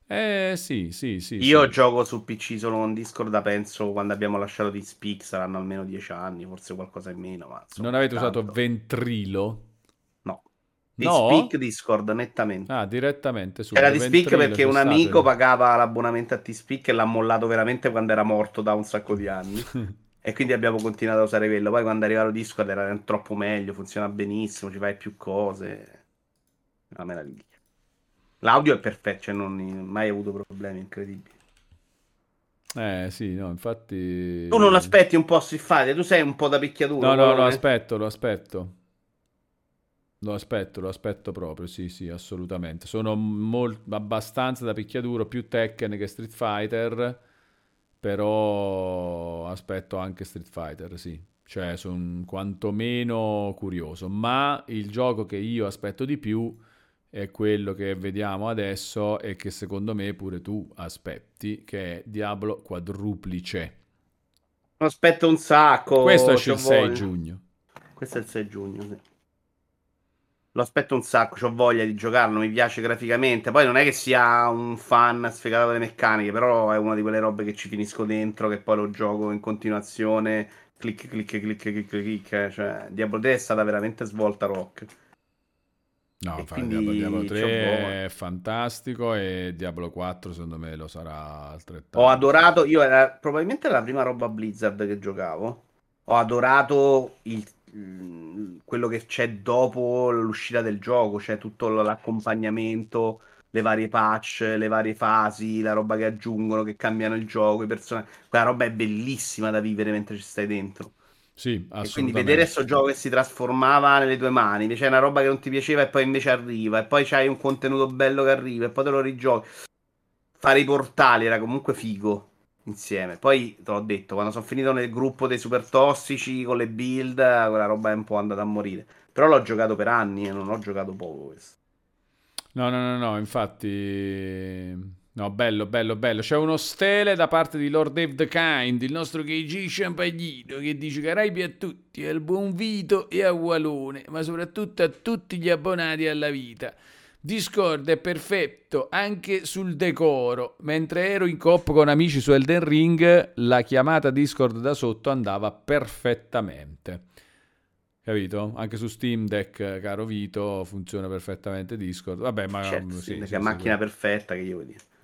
Sì, Io sì. gioco su PC solo con Discord da penso quando abbiamo lasciato di Speak saranno almeno 10 anni, forse qualcosa in meno, ma Non insomma è avete usato tanto. Ventrilo? No. Di Speak No? Discord nettamente. Ah, direttamente C'era subito. di Speak Ventrilo, perché c'è un stato. amico pagava l'abbonamento a T-Speak e l'ha mollato veramente quando era morto da un sacco di anni. E quindi abbiamo continuato a usare quello. Poi quando è arrivato Discord era troppo meglio, funziona benissimo, ci fai più cose. Una meraviglia. L'audio è perfetto, cioè non ho mai avuto problemi incredibili. Sì, no, Tu non infatti... aspetti un po' Street Fighter, tu sei un po' da No, picchiaduro, no, lo Qualone? aspetto, lo aspetto. Lo aspetto proprio, sì, sì, assolutamente. Sono abbastanza da picchiaduro, più Tekken che Street Fighter, però aspetto anche Street Fighter, sì. Cioè, sono quantomeno curioso. Ma il gioco che io aspetto di più è quello che vediamo adesso e che secondo me pure tu aspetti, che è Diablo Quadruplice. Lo aspetto un Questo sacco, esce il c'ho 6 voglia. giugno. Questo è il 6 giugno, sì. Lo aspetto un sacco, c'ho voglia di giocarlo, mi piace graficamente. Poi non è che sia un fan sfegato delle meccaniche, però è una di quelle robe che ci finisco dentro, che poi lo gioco in continuazione. Clic, clic, clic, clic, clic. Cioè, Diablo 3 è stata veramente svolta rock. No, E infatti Diablo quindi c'ho voglia. 3 è fantastico e Diablo 4 secondo me lo sarà Ho altrettanto. adorato, io era probabilmente la prima roba Blizzard che giocavo. Ho adorato quello che c'è dopo l'uscita del gioco, cioè tutto l'accompagnamento, le varie patch, le varie fasi, la roba che aggiungono, che cambiano il gioco, i personaggi. Quella roba è bellissima da vivere mentre ci stai dentro. Sì, E quindi vedere assolutamente. questo gioco che si trasformava nelle tue mani, c'è una roba che non ti piaceva e poi invece arriva, e poi c'hai un contenuto bello che arriva, e poi te lo rigiochi. Fare i portali era comunque figo insieme. Poi te l'ho detto, quando sono finito nel gruppo dei super tossici con le build, quella roba è un po' andata a morire. Però l'ho giocato per anni e non ho giocato poco questo. No, no, no, no, infatti... No, bello, bello, bello. C'è uno stele da parte di Lord Dave the Kind, il nostro KG Champagnino, che dice caraibi a tutti, al buon Vito e a Walone, ma soprattutto a tutti gli abbonati alla vita. Discord è perfetto anche sul decoro. Mentre ero in coop con amici su Elden Ring, la chiamata Discord da sotto andava perfettamente. Capito? Anche su Steam Deck, caro Vito, funziona perfettamente Discord. Vabbè, ma Certo, sì, sì, che è sì, macchina perfetta che io voglio dire.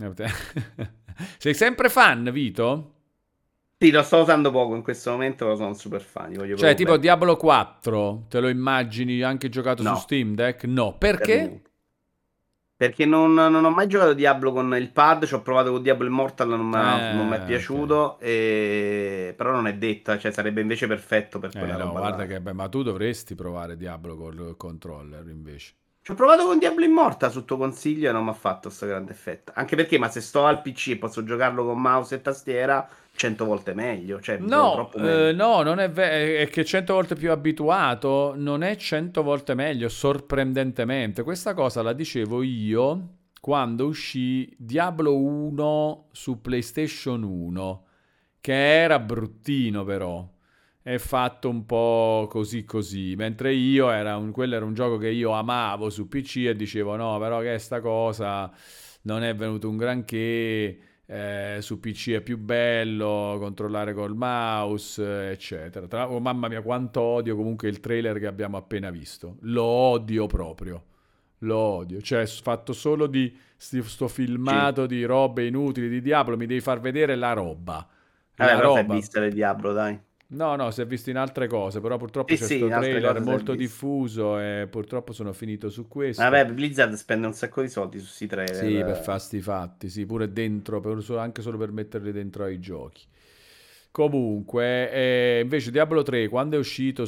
Sei sempre fan, Vito? Sì, lo sto usando poco in questo momento, lo sono un super fan, gli voglio Cioè, proprio tipo bene. Diablo 4, te lo immagini anche giocato su No, Steam Deck? No, per perché? niente. Perché non ho mai giocato Diablo con il pad, ci ho provato con Diablo Immortal, non mi è Ok. piaciuto, però non è detta, cioè sarebbe invece perfetto per quella No, roba guarda là. che ma tu dovresti provare Diablo col controller invece. Ci ho provato con Diablo Immortal su tuo consiglio e non mi ha fatto questo grande effetto. Anche perché, ma se sto al PC e posso giocarlo con mouse e tastiera, 100 volte meglio, cioè proprio No, troppo meglio. no, non è vero, è che 100 volte più abituato non è 100 volte meglio, sorprendentemente. Questa cosa la dicevo io quando uscì Diablo 1 su PlayStation 1, che era bruttino però, è fatto un po' così così, mentre io quello era un gioco che io amavo su PC e dicevo no, però che sta cosa non è venuto un granché, su PC è più bello controllare col mouse, eccetera. Oh, mamma mia, quanto odio comunque il trailer che abbiamo appena visto. Lo odio proprio. Lo odio. Cioè, fatto solo di sto Sì. filmato di robe inutili di Diablo, mi devi far vedere la roba. Vabbè, La però sei roba. vista del Diablo, dai. No, no, si è visto in altre cose, però purtroppo Sì, c'è sì, sto in altre trailer cose si è molto visto. diffuso e purtroppo sono finito su questo. Vabbè, Blizzard spende un sacco di soldi su questi Sì, per trailer. fare sti fatti, sì, pure dentro, anche solo per metterli dentro ai giochi. Comunque, invece Diablo 3, quando è uscito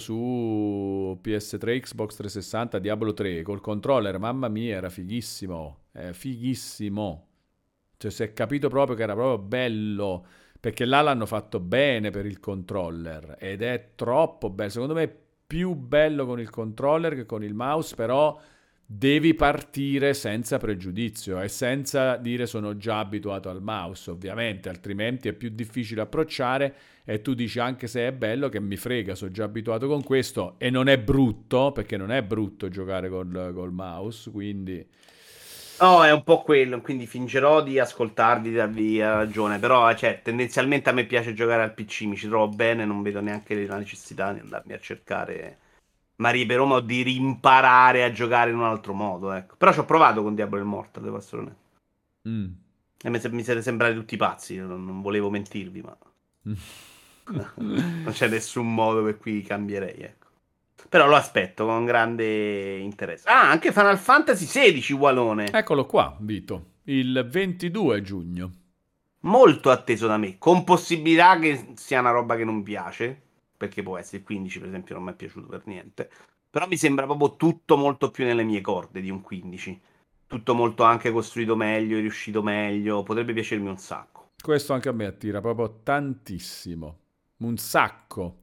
su PS3, Xbox 360, Diablo 3 col controller, mamma mia, era fighissimo, fighissimo. Cioè, si è capito proprio che era proprio bello, perché là l'hanno fatto bene per il controller ed è troppo bello. Secondo me è più bello con il controller che con il mouse, però devi partire senza pregiudizio e senza dire sono già abituato al mouse, ovviamente, altrimenti è più difficile approcciare e tu dici anche se è bello che mi frega, sono già abituato con questo e non è brutto, perché non è brutto giocare col mouse, quindi No, è un po' quello, quindi fingerò di ascoltarvi, di darvi ragione, però cioè, tendenzialmente a me piace giocare al PC, mi ci trovo bene, non vedo neanche la necessità di andarmi a cercare Marie per Roma o di rimparare a giocare in un altro modo, ecco. Però ci ho provato con Diablo Immortal, devo essere onesto. Mm. E mi siete sembrati tutti pazzi, non volevo mentirvi, ma non c'è nessun modo per cui cambierei, ecco. Però lo aspetto con grande interesse. Ah, anche Final Fantasy XVI, Walone. Eccolo qua, Vito, il 22 giugno. Molto atteso da me, con possibilità che sia una roba che non piace, perché può essere il 15 per esempio, non mi è piaciuto per niente, però mi sembra proprio tutto molto più nelle mie corde di un 15, tutto molto anche costruito meglio, riuscito meglio, potrebbe piacermi un sacco. Questo anche a me attira proprio tantissimo, un sacco.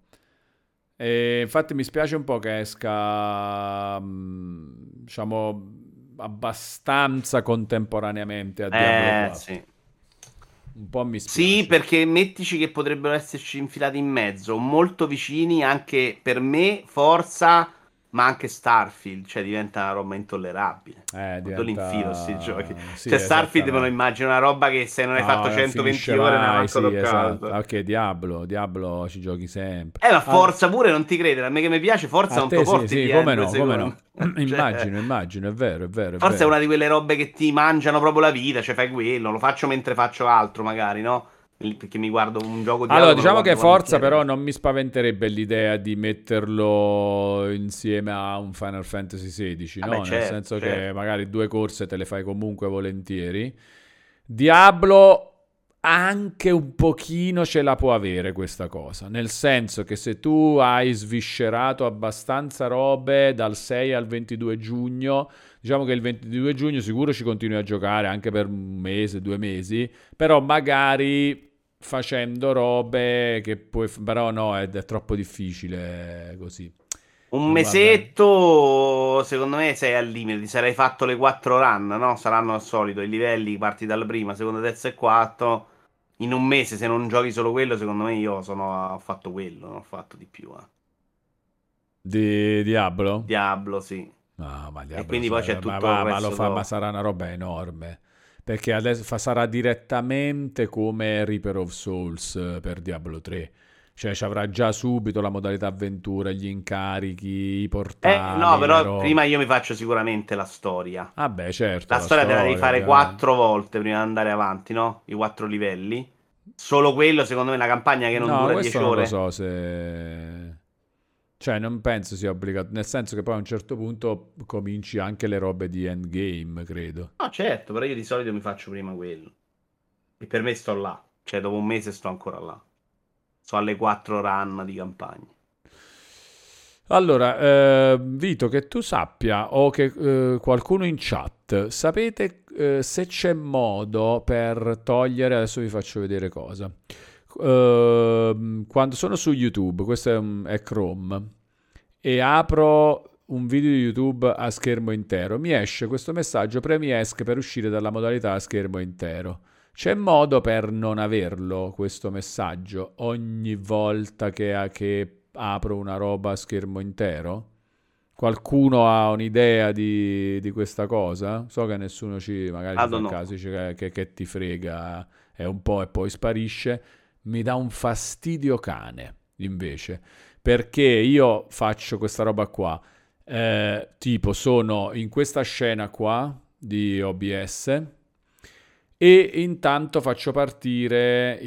E infatti mi spiace un po' che esca, diciamo, abbastanza contemporaneamente a Diablo 4. Sì. Un po' mi Sì, spiace. perché mettici che potrebbero esserci infilati in mezzo, molto vicini anche per me, Forza, ma anche Starfield, cioè diventa una roba intollerabile. Quando l'infilo sti giochi. Diventa... Sì, Cioè Starfield me lo esattamente. immagino una roba che se non hai fatto No, non finisce 120 ore ne hai mai, manco sì, esatto. toccato. Ok, Diablo ci giochi sempre. Ma Forza pure, non ti credere, a me che mi piace, Forza A non te te lo sì, porti sì, via in come due no, come secondi. no. Cioè, Immagino, è vero, è vero, è Forza è vero. una di quelle robe che ti mangiano proprio la vita, cioè fai quello, lo faccio mentre faccio altro magari, no? Perché mi guardo un gioco di Allora, auto, me lo diciamo che guardo Forza volentieri. però non mi spaventerebbe l'idea di metterlo insieme a un Final Fantasy XVI, Vabbè, no? Nel certo, senso che certo. magari due corse te le fai comunque volentieri. Diablo anche un pochino ce la può avere questa cosa, nel senso che se tu hai sviscerato abbastanza robe dal 6 al 22 giugno, diciamo che il 22 giugno sicuro ci continui a giocare anche per un mese, 2 mesi, però magari facendo robe che puoi... però no, è troppo difficile così. Un Non va bene. mesetto, secondo me, sei al limite. Ti sarei fatto le 4 run, no? Saranno al solito i livelli, parti dalla prima, seconda, terza e quarto. In un mese, se non giochi solo quello, secondo me ho fatto quello, non ho fatto di più. Di Diablo? Diablo, sì. No, ma E Diablo quindi poi c'è ma, tutto il ma lo resto fa, ma dopo. sarà una roba enorme. Perché adesso sarà direttamente come Reaper of Souls per Diablo 3. Cioè ci avrà già subito la modalità avventura, gli incarichi, i No, portali, le però robe. prima io mi faccio sicuramente la storia. Ah beh, certo, La la storia te la devi storia fare ovviamente. 4 volte prima di andare avanti, no? I 4 livelli. Solo quello, secondo me, è una campagna che non No, dura questo 10 non lo ore. so se... Cioè, non penso sia obbligato, nel senso che poi a un certo punto cominci anche le robe di endgame, credo. No, certo, però io di solito mi faccio prima quello. E per me sto là. Cioè, dopo un mese sto ancora là. Sto alle 4 run di campagna. Allora, Vito, che tu sappia o che qualcuno in chat, sapete se c'è modo per togliere, adesso vi faccio vedere cosa. Quando sono su YouTube, questo è Chrome, e apro un video di YouTube a schermo intero, mi esce questo messaggio, premi ESC per uscire dalla modalità a schermo intero. C'è modo per non averlo, questo messaggio, ogni volta che apro una roba a schermo intero? Qualcuno ha un'idea di questa cosa? So che nessuno magari I ci don't fa know. caso, dice che ti frega, è un po' e poi sparisce. Mi dà un fastidio cane, invece, perché io faccio questa roba qua. Tipo, sono in questa scena qua di OBS e intanto faccio partire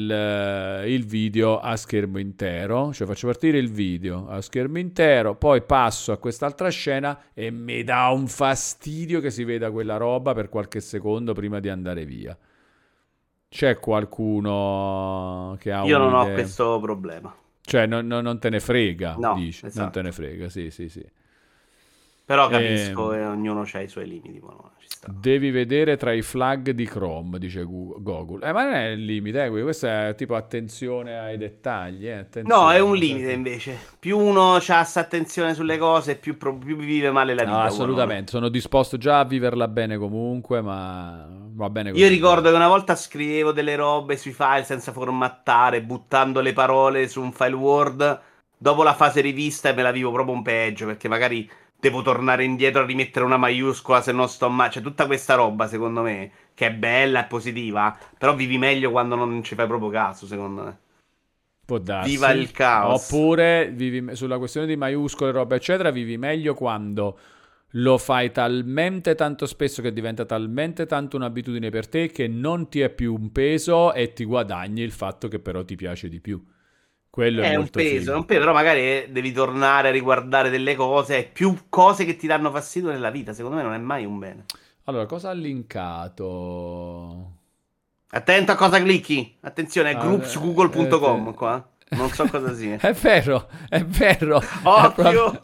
il video a schermo intero, cioè faccio partire il video a schermo intero, poi passo a quest'altra scena e mi dà un fastidio che si veda quella roba per qualche secondo prima di andare via. C'è qualcuno che ha Io non ho un'idea? questo problema. Cioè non te ne frega, No, dici, non te ne esatto. frega, sì, sì, sì. Però capisco Ehm, e ognuno ha i suoi limiti. Ma no, ci sta. Devi vedere tra i flag di Chrome, dice Google. Ma non è il limite, questo è tipo attenzione ai dettagli, No, è attenzione. un limite invece. Più uno ha questa attenzione sulle cose, più vive male la No, vita, ugualone. assolutamente, sono disposto già a viverla bene comunque, ma va bene Io così, dai. ricordo che una volta scrivevo delle robe sui file senza formattare, buttando le parole su un file Word. Dopo la fase rivista e me la vivo proprio un peggio, perché magari devo tornare indietro a rimettere una maiuscola se non sto male. Cioè, tutta questa roba, secondo me, che è bella e positiva, però vivi meglio quando non ci fai proprio caso, secondo me. Può Viva darsi. il caos. Oppure sulla questione di maiuscole, roba, eccetera, vivi meglio quando lo fai talmente tanto spesso che diventa talmente tanto un'abitudine per te che non ti è più un peso e ti guadagni il fatto che però ti piace di più. Quello è È un molto peso, è figo. un peso, però magari devi tornare a riguardare delle cose, più cose che ti danno fastidio nella vita, secondo me non è mai un bene. Allora, cosa ha linkato? Attento a cosa clicchi. Attenzione, è Ah, groupsgoogle.com qua. Non so cosa sia. è vero, è vero. È proprio... Occhio!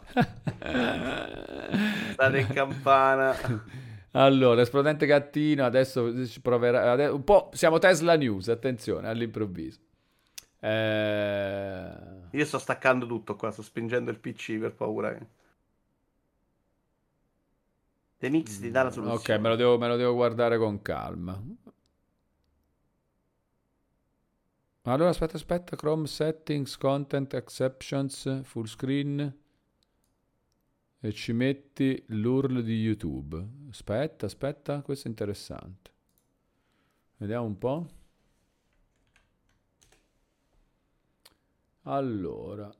State in campana. Allora, esplodente gattino, adesso ci proverà. Un po', siamo Tesla News, attenzione all'improvviso. Eh, Io sto staccando tutto qua, sto spingendo il PC per paura che... The Mix ti dà la ok, soluzione. me lo devo guardare con calma. Allora, aspetta, Chrome Settings, Content Exceptions, Full Screen e ci metti l'URL di YouTube. Aspetta, questo è interessante. Vediamo un po'. Allora,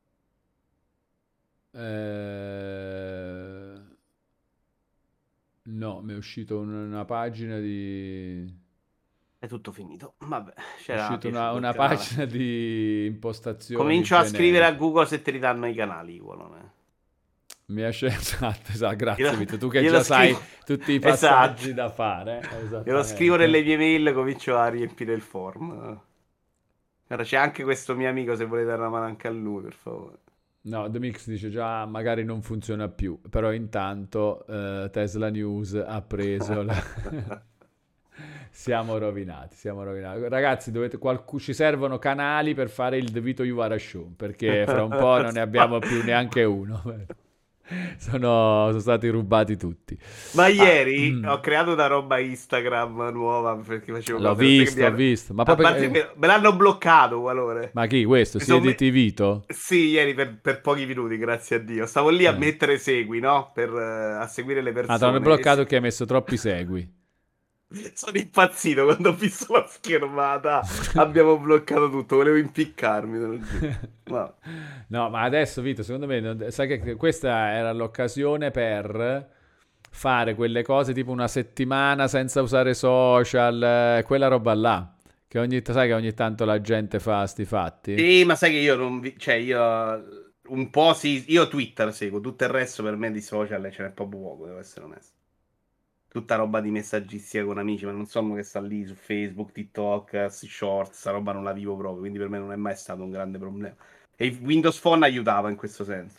no, mi è uscito una pagina di... È tutto finito. Vabbè, È c'era uscita piaciuto il una canale. pagina di impostazioni Comincio a scrivere a generiche. Google se ti ridanno i canali, Igualone. Mi esce esatto, grazie Glielo, Vito, tu che glielo già sai scrivo. tutti i Esatto. passaggi da fare, Glielo scrivo nelle esattamente. mie mail, comincio a riempire il form. Guarda, c'è anche questo mio amico, se volete dare una mano anche a lui, per favore. No, The Mix dice già magari non funziona più, però intanto Tesla News ha preso la... Siamo rovinati, siamo rovinati. Ragazzi, ci servono canali per fare il The Vito Juvara Show, perché fra un po' non ne abbiamo più neanche uno. Sono stati rubati tutti. Ma Ah, ieri ho creato una roba Instagram nuova perché facevo l'ho cose. Lo sai che visto, ho visto. Ma a poi parte me l'hanno bloccato, Valore. ma chi questo? Mi Si son me- editi Vito? Sì, ieri per pochi minuti, grazie a Dio. Stavo lì a Eh. mettere segui, no? Per a seguire le Ah, ti hanno persone. E bloccato che hai messo troppi segui. sono impazzito quando ho visto la schermata. Abbiamo bloccato tutto. Volevo impiccarmi, te lo giuro. No. No, ma adesso, Vito, secondo me, sai che questa era l'occasione per fare quelle cose tipo una settimana senza usare social, quella roba là. Sai che ogni tanto la gente fa sti fatti? Sì, ma sai che io non vi... Cioè, io un po' sì, io Twitter seguo, tutto il resto per me di social ce n'è proprio poco, devo essere onesto. Tutta roba di messaggistica con amici, ma non sono uno che sta lì su Facebook, TikTok, Shorts, sta roba non la vivo proprio, quindi per me non è mai stato un grande problema. E il Windows Phone aiutava in questo senso.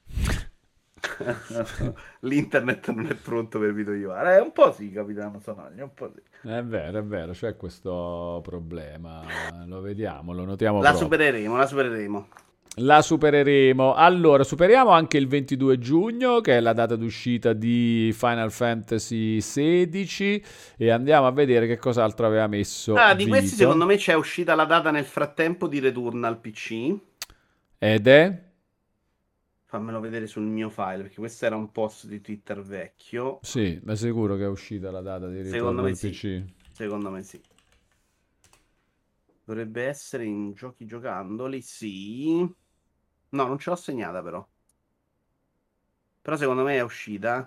L'internet non è pronto per videogiocare. Un po' sì, capitano Sonaglia, un po' sì. È vero, c'è questo problema. Lo vediamo, lo notiamo La proprio. supereremo, la supereremo. La supereremo. Allora, superiamo anche il 22 giugno, che è la data d'uscita di Final Fantasy XVI, e andiamo a vedere che cos'altro aveva messo Ah, di questi secondo Vito. me c'è uscita la data nel frattempo di Return al PC. Ed è? Fammelo vedere sul mio file, perché questo era un post di Twitter vecchio. Sì, ma sicuro che è uscita la data di Secondo ritorno me al sì. PC. Secondo me sì. Dovrebbe essere in giochi giocandoli, sì. No, non ce l'ho segnata però. Però secondo me è uscita.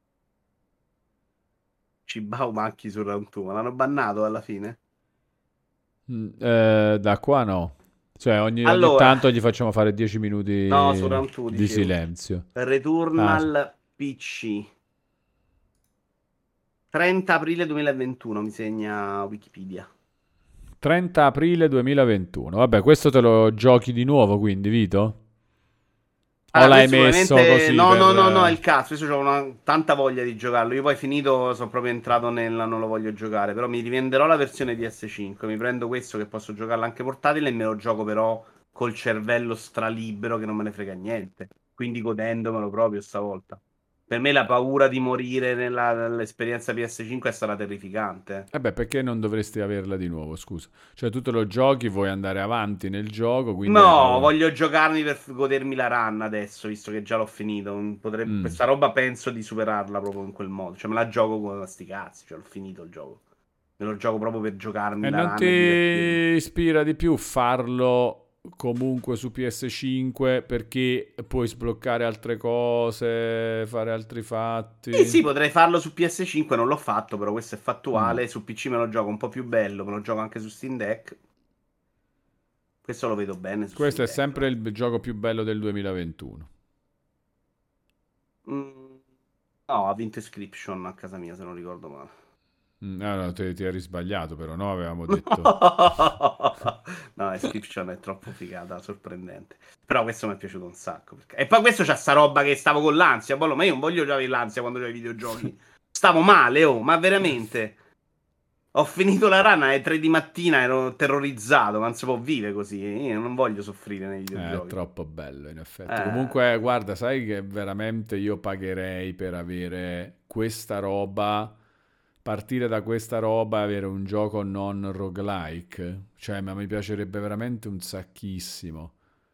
Cibao Macchi su Round 2, ma l'hanno bannato alla fine. Da qua no. Cioè, ogni Allora, tanto gli facciamo fare 10 no, su minuti Round 2 di dicevo. silenzio. Ah, Returnal PC. 30 aprile 2021 mi segna Wikipedia. 30 aprile 2021. Vabbè, questo te lo giochi di nuovo, quindi, Vito? O Allora, l'hai questo messo sicuramente... così No, per... no, no, no, è il cazzo. Adesso ho tanta voglia di giocarlo. Io poi finito sono proprio entrato nella non lo voglio giocare. Però mi rivenderò la versione PS5. Mi prendo questo che posso giocarlo anche portatile e me lo gioco però col cervello stralibero che non me ne frega niente. Quindi godendomelo proprio stavolta. Per me la paura di morire nell'esperienza PS5 è stata terrificante. Beh, perché non dovresti averla di nuovo, scusa? Cioè, tu te lo giochi, vuoi andare avanti nel gioco, quindi hai No, paura. voglio giocarmi per godermi la run adesso, visto che già l'ho finito. Mm. Questa roba penso di superarla proprio in quel modo. Cioè, me la gioco con sti cazzi, cioè, l'ho finito il gioco. Me lo gioco proprio per giocarmi E la non ti run e divertirmi. ispira di più farlo comunque su PS5 perché puoi sbloccare altre cose, fare altri Sì, sì, fatti? potrei farlo su PS5, non l'ho fatto, però questo è Mm. fattuale. Su PC me lo gioco un po' più bello, me lo gioco anche su Steam Deck. Questo lo vedo bene su Questo Steam è Deck. sempre il gioco più bello del 2021. Mm, no, ha vinto Inscription a casa mia, se non ricordo male. Ah, no, ti eri sbagliato però, no? Avevamo No, detto. no, Inscription è troppo figata, sorprendente. Però questo mi è piaciuto un sacco. E poi questo c'ha sta roba che stavo con l'ansia. Bollo, ma io non voglio già avere l'ansia quando gioco ai videogiochi. Stavo male, oh, ma veramente. Ho finito la run alle 3 di mattina, ero terrorizzato, ma non si può vivere così. Io non voglio soffrire nei È videogiochi. troppo bello, in effetti. Eh, Comunque, guarda, sai che veramente io pagherei per avere questa roba, partire da questa roba e avere un gioco non roguelike. Cioè, ma mi piacerebbe veramente un sacchissimo.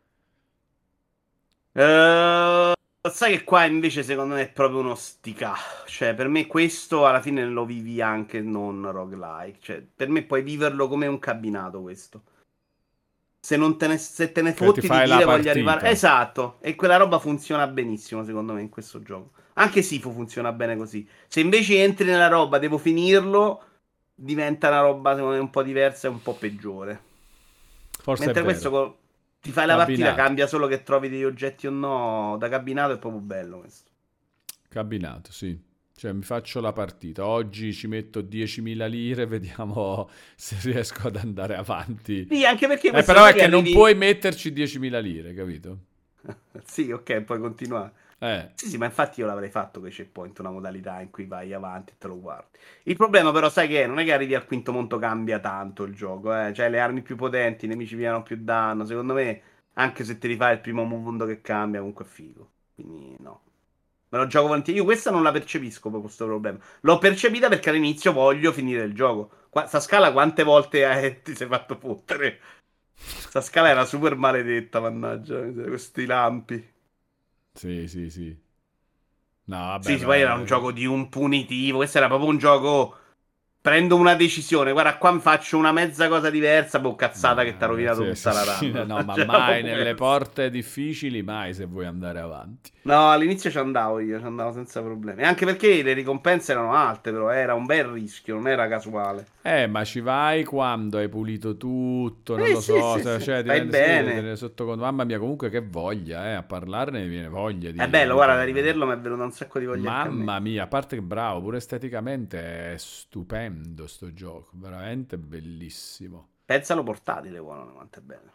Eh, sai che qua invece secondo me è proprio uno stica. Cioè, per me questo alla fine lo vivi anche non roguelike. Cioè, per me puoi viverlo come un cabinato questo. Se te ne Che ti fotti di fai la dire voglio arrivare. partita. Esatto. E quella roba funziona benissimo, secondo me, in questo gioco. Anche Sifu funziona bene così. Se invece entri nella roba, devo finirlo, diventa una roba, secondo me, un po' diversa e un po' peggiore. Forse è Mentre vero. questo ti fai la partita, Cabinato. cambia solo che trovi degli oggetti o no. Da cabinato è proprio bello questo. Cabinato, sì. Cioè, mi faccio la partita. Oggi ci metto 10.000 lire, vediamo se riesco ad andare avanti. Sì, anche perché questo Però non è è che che non arrivi. puoi metterci 10.000 lire, capito? Sì, ok, puoi continuare. Eh. Sì, sì, ma infatti io l'avrei fatto con i checkpoint, una modalità in cui vai avanti e te lo guardi. Il problema però, sai che è? Non è che arrivi al quinto mondo cambia tanto il gioco, eh. Cioè, le armi più potenti, i nemici pigliano più danno. Secondo me, anche se ti rifai il primo mondo che cambia, comunque è figo. Quindi, no. Me lo gioco volentieri. Io questa non la percepisco proprio questo problema. L'ho percepita perché all'inizio voglio finire il gioco. Sta scala quante volte ti sei fatto fottere? Sta scala era super maledetta, mannaggia, questi lampi. Sì, sì, sì. No, vabbè, Sì, sì, poi era un beh, gioco di un punitivo. Questo era proprio un gioco. Prendo una decisione. Guarda, qua mi faccio una mezza cosa diversa. Boh, cazzata che ti ha rovinato sì, sì, tutta la sì, run. no, ma Ce l'avevo mai nelle persa. porte difficili, mai se vuoi andare avanti. No, all'inizio ci andavo io, ci andavo senza problemi. Anche perché le ricompense erano alte, però era un bel rischio, non era casuale. Ma ci vai quando hai pulito tutto, non lo Sì, so, sì, sì. cioè Fai diventa, sì, devi bene. tenere sotto conto. Mamma mia, comunque che voglia, a parlarne mi viene voglia È di bello, guarda, da riprendere. rivederlo mi è venuto un sacco di voglia anche a me. Mamma mia, a parte che bravo, pure esteticamente è stupendo sto gioco, veramente bellissimo. Pensalo portatile, buono, quanto è bello.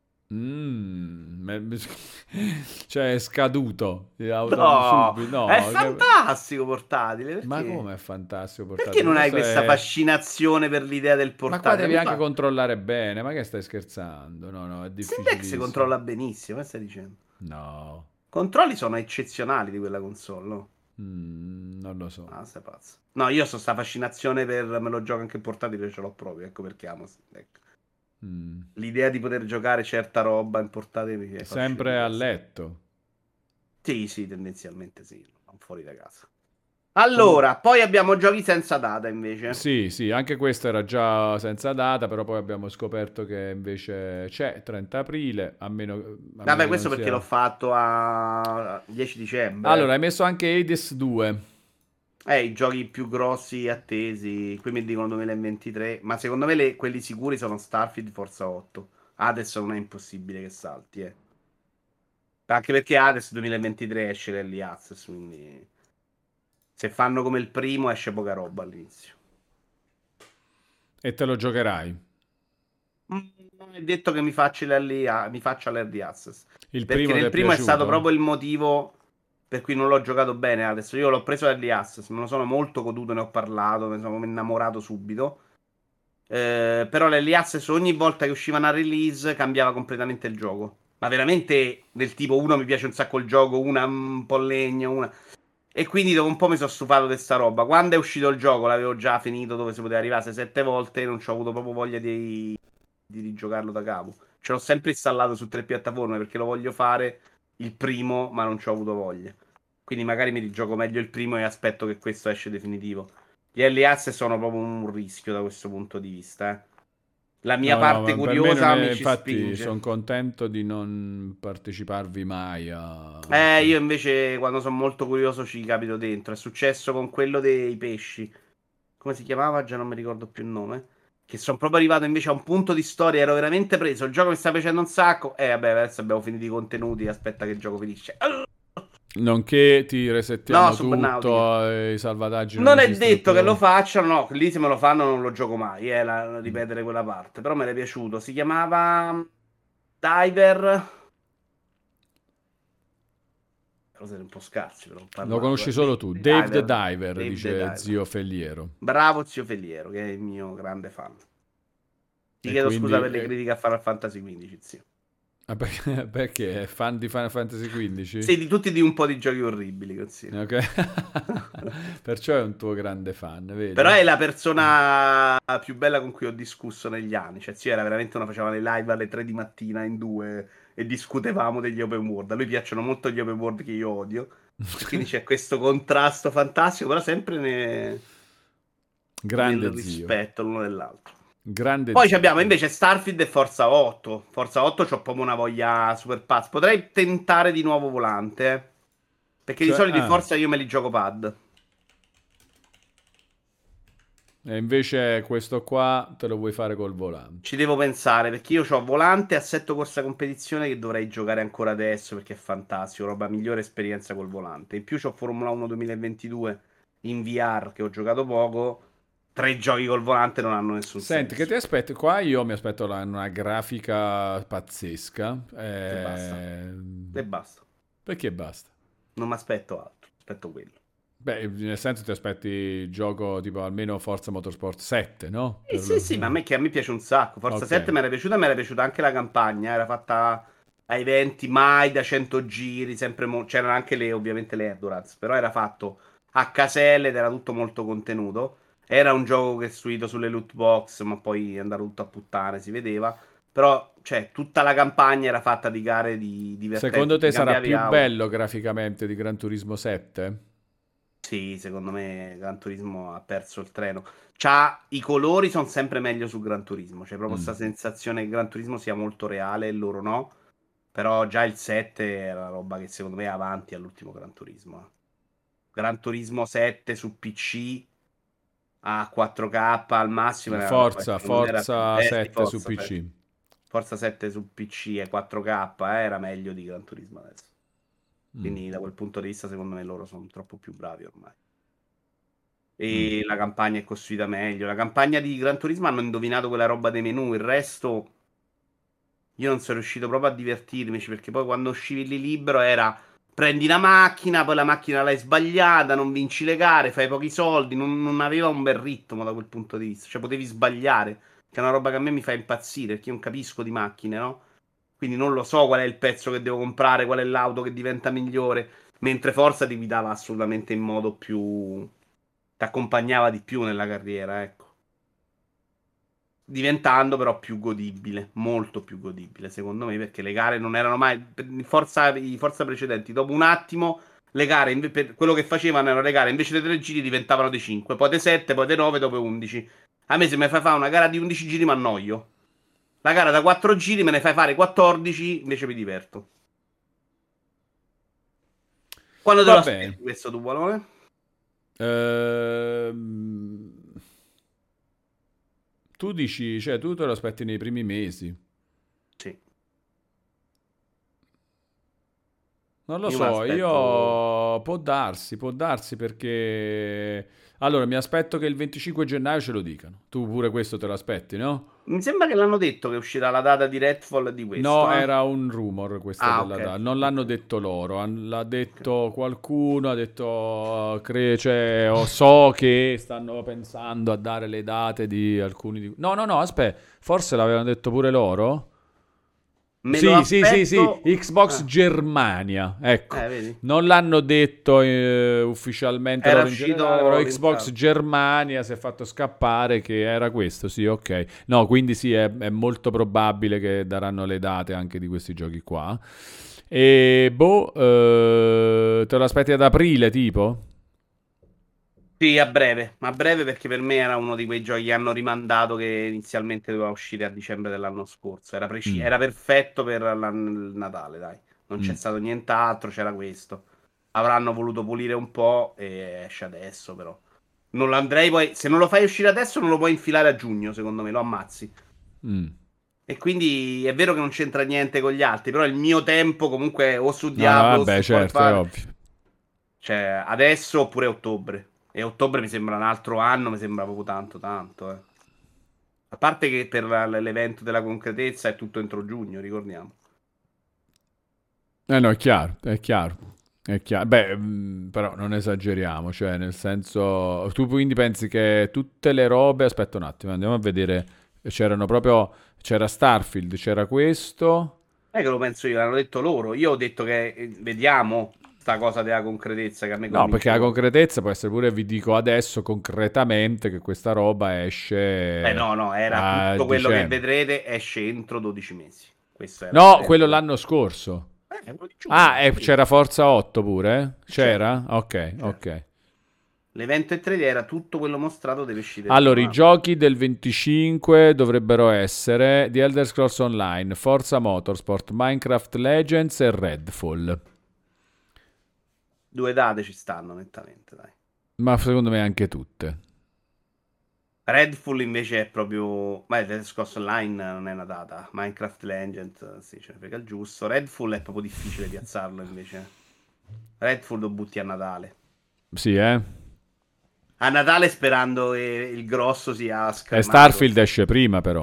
Cioè è scaduto No, subito, è no, fantastico portatile, ma perché? come è fantastico Perché portatile? non hai Questo questa è... fascinazione per l'idea del Ma qua portatile? devi Mi anche fa. controllare bene, ma che stai scherzando? No, no, è Syntax si difficilissimo. controlla benissimo, che stai dicendo? No, Controlli sono eccezionali di quella console, no? non lo so. Ah, stai pazzo. No, io so sta fascinazione per me lo gioco anche in portatile, ce l'ho proprio, ecco perché amo Syntax. Mm. L'idea di poter giocare certa roba in portatile mi affascina di Sempre a per sé. letto. Sì, sì, tendenzialmente sì, non fuori da casa. Comunque... Allora, poi abbiamo giochi senza data invece. Sì, sì, anche questo era già senza data, però poi abbiamo scoperto che invece c'è 30 aprile, a meno Vabbè, che non questo perché l'ho sia... fatto a 10 Allora, dicembre. hai messo anche Hades 2. I giochi più grossi attesi, qui mi dicono 2023, ma secondo me quelli sicuri sono Starfield, Forza 8. Adesso non è impossibile che salti, eh. Anche perché Hades 2023 esce l'Early Access, quindi se fanno come il primo esce poca roba all'inizio. E te lo giocherai. Non è detto che mi faccia l'Early Access, Il perché primo ti nel è primo è stato piaciuto? proprio il motivo per cui non l'ho giocato bene. Adesso io l'ho preso Early Access, me lo sono molto goduto, ne ho parlato, mi sono innamorato subito. Però l'Early Access ogni volta che usciva una release cambiava completamente il gioco. Ma veramente del tipo uno mi piace un sacco il gioco, una un po' legno, una... E quindi dopo un po' mi sono stufato di sta roba. Quando è uscito il gioco l'avevo già finito dove si poteva arrivare 6-7 volte e non ci ho avuto proprio voglia di rigiocarlo da capo. Ce l'ho sempre installato su 3 piattaforme perché lo voglio fare il primo, ma non ci ho avuto voglia. Quindi magari mi rigioco meglio il primo e aspetto che questo esce definitivo. Gli early access sono proprio un rischio da questo punto di vista. La mia No, no, parte ma per me non curiosa è, mi ci infatti spinge. sono contento di non parteciparvi mai a... Io invece quando sono molto curioso ci capito dentro. È successo con quello dei pesci. Come si chiamava? Già non mi ricordo più il nome. Che sono proprio arrivato invece a un punto di storia. Ero veramente preso. Il gioco mi sta piacendo un sacco. Vabbè, adesso abbiamo finito i contenuti. Aspetta che il gioco finisce. Nonché ti No, resettiamo Subnautica. tutto, i salvataggi non Non è esistono detto che lo più. facciano. No, lì se me lo fanno non lo gioco mai. Ripetere quella parte. Però me è piaciuto. Si chiamava Diver. Cose un po' scarse, però ho Lo parlato. conosci solo tu. The Dave the Diver. Diver, Dave the dice Diver. zio Felliero. Bravo zio Felliero, che è il mio grande fan. Ti E chiedo scusa quindi... per le critiche a Final Fantasy XV, zio. perché è fan di Final Fantasy XV? Sì, di tutti di un po' di giochi orribili, così. Ok. Perciò è un tuo grande fan, Però vedi? è la persona più bella con cui ho discusso negli anni. Cioè, zio era veramente una faceva le live alle 3 di mattina in due e discutevamo degli open world. A lui piacciono molto gli open world che io odio. E quindi c'è questo contrasto fantastico, però sempre nel Grande zio. rispetto l'uno dell'altro. Grande Poi ci zio. abbiamo invece Starfield e Forza 8. Forza 8 c'ho proprio una voglia super pazza. Potrei tentare di nuovo volante. Perché di Cioè, solito i Forza io me li gioco pad. e invece questo qua te lo vuoi fare col volante. Ci devo pensare perché io ho volante e assetto corsa competizione che dovrei giocare ancora adesso perché è fantastico. Roba migliore esperienza col volante. In più c'ho Formula 1 2022 in VR che ho giocato poco. 3 giochi col volante non hanno nessun Senti, che senso. ti aspetti? Qua io mi aspetto una grafica pazzesca. E basta. E basta. Perché basta? Non mi aspetto altro. Aspetto quello. Beh, nel senso ti aspetti il gioco tipo almeno Forza Motorsport 7, no? Sì, sì, ma a me piace un sacco. Forza Ok. 7 mi era piaciuta anche la campagna. Era fatta a eventi mai da 100 giri. C'erano anche ovviamente le endurance. Però era fatto a caselle ed era tutto molto contenuto. Era un gioco che è istruito sulle loot box, ma poi è andato tutto a puttane, si vedeva. Però, cioè, tutta la campagna era fatta di gare Secondo divertenti. Ti te sarà cambiavi più auto. bello graficamente di Gran Turismo 7? Sì, secondo me Gran Turismo ha perso il treno. I colori sono sempre meglio su Gran Turismo. C'è proprio questa Mm. sensazione che Gran Turismo sia molto reale e loro no. Però già il 7 era una roba che secondo me è avanti all'ultimo Gran Turismo. Gran Turismo 7 su PC a 4K al massimo era una roba che secondo me era più... Forza Sì, 7 su Forza 7. PC. Forza 7 su PC e 4K era meglio di Gran Turismo adesso. Mm. Quindi da quel punto di vista secondo me loro sono troppo più bravi ormai. Mm. E la campagna è costruita meglio. La campagna di Gran Turismo hanno indovinato quella roba dei menu, il resto io non sono riuscito proprio a divertirmici perché poi quando uscivi lì libero era prendi la macchina, poi la macchina l'hai sbagliata, non vinci le gare, fai pochi soldi, non aveva un bel ritmo da quel punto di vista, cioè potevi sbagliare, che è una roba che a me mi fa impazzire perché io non capisco di macchine, no? Quindi non lo so qual è il pezzo che devo comprare, qual è l'auto che diventa migliore, mentre Forza ti guidava assolutamente in modo più ti accompagnava di più nella carriera, ecco. Diventando però più godibile, molto più godibile, secondo me, perché le gare non erano mai. I Forza precedenti, dopo un attimo, le gare, per quello che facevano erano le gare, invece dei 3 giri diventavano dei 5, poi dei 7, poi dei 9, dopo 11. A me se mi fai fare una gara di 11 giri mi annoio. La gara da 4 giri me ne fai fare 14, invece mi diverto. Quando te Va lo bene. aspetti questo tu, Valone? Ehm, Tu dici, cioè tu te lo aspetti nei primi mesi. Sì. Non lo Io me so, l'aspetto. io può darsi perché... Allora, mi aspetto che il 25 gennaio ce lo dicano. Tu pure questo te lo aspetti, no? Mi sembra che l'hanno detto che uscirà la data di Redfall di No, questo, eh? era un rumor questa Ah, della ok. data. Non Ok. l'hanno detto loro, l'ha Ok. detto qualcuno, ha detto, cioè, so che stanno pensando a dare le date di alcuni di... No, no, no, aspetta, forse l'avevano detto pure loro? Me lo Sì, sì, sì, aspetto. sì, Xbox Germania, ecco. Vedi? Non l'hanno detto ufficialmente Era loro in generale, però uscito Xbox pensato. Germania si è fatto scappare che era questo, sì, ok. No, quindi sì, è molto probabile che daranno le date anche di questi giochi qua. E boh, te lo aspetti ad aprile, tipo? Sì, a breve perché per me era uno di quei giochi che hanno rimandato che inizialmente doveva uscire a dicembre dell'anno scorso. Mm, Era perfetto per il Natale, dai. Non c'è mm, stato nient'altro, c'era questo. Avranno voluto pulire un po' e esce adesso, però. Non lo andrei poi. Se non lo fai uscire adesso, non lo puoi infilare a giugno, secondo me, lo ammazzi. mm. E quindi è vero che non c'entra niente con gli altri, però il mio tempo comunque o su No, no, Diablo o vabbè, su certo, è Warfare. ovvio. Cioè, adesso oppure ottobre. E ottobre mi sembra un altro anno, mi sembra proprio tanto, tanto, eh. A parte che per l'evento della concretezza è tutto entro giugno, ricordiamo. No, è chiaro, è chiaro. È chiaro. Beh, però non esageriamo, cioè nel senso, tu quindi pensi che tutte le robe, aspetta un attimo, andiamo a vedere, c'erano proprio, c'era Starfield, c'era questo, Non è che lo penso io, l'hanno detto loro. Io ho detto che vediamo sta cosa della concretezza che a me no, perché convince la poco. concretezza può essere pure, vi dico adesso concretamente che questa roba esce No, no, era a tutto quello che dicembre. vedrete esce entro 12 mesi. Questo era No, quello l'evento. l'anno scorso. Quello di Ah, giugno, e sì, c'era Forza 8 pure? certo, C'era? Ok, certo. ok. L'evento e 3D era tutto quello mostrato deve uscire il Allora, primo i anno. giochi del 25 dovrebbero essere The Elder Scrolls Online, Forza Motorsport, Minecraft Legends e Redfall. Due date ci stanno nettamente, dai. Ma secondo me anche tutte. Redfall invece è proprio. Ma il Scoss Online non è una data. Minecraft Legends, sì, ce ne frega il giusto. Redfall è proprio difficile piazzarlo invece. Redfall lo butti a Natale. Sì, eh? A Natale sperando che il grosso sia E scremato. Starfield esce prima però.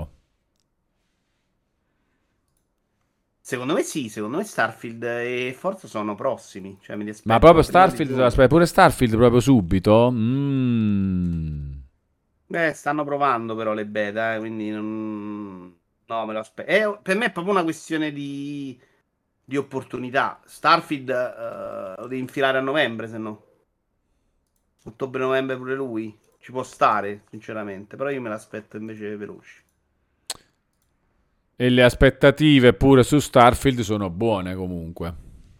Secondo me sì, secondo me Starfield e Forza sono prossimi. Cioè, me li Ma aspetto proprio prima di Starfield, giugno. aspetta, pure Starfield proprio subito? Mm. Beh, stanno provando però le beta, quindi non. No, me lo aspetto. Per me è proprio una questione di opportunità. Starfield lo devi infilare a novembre, se no. Ottobre-novembre pure lui. Ci può stare, sinceramente. Però io me l'aspetto invece veloce. E le aspettative pure su Starfield sono buone comunque.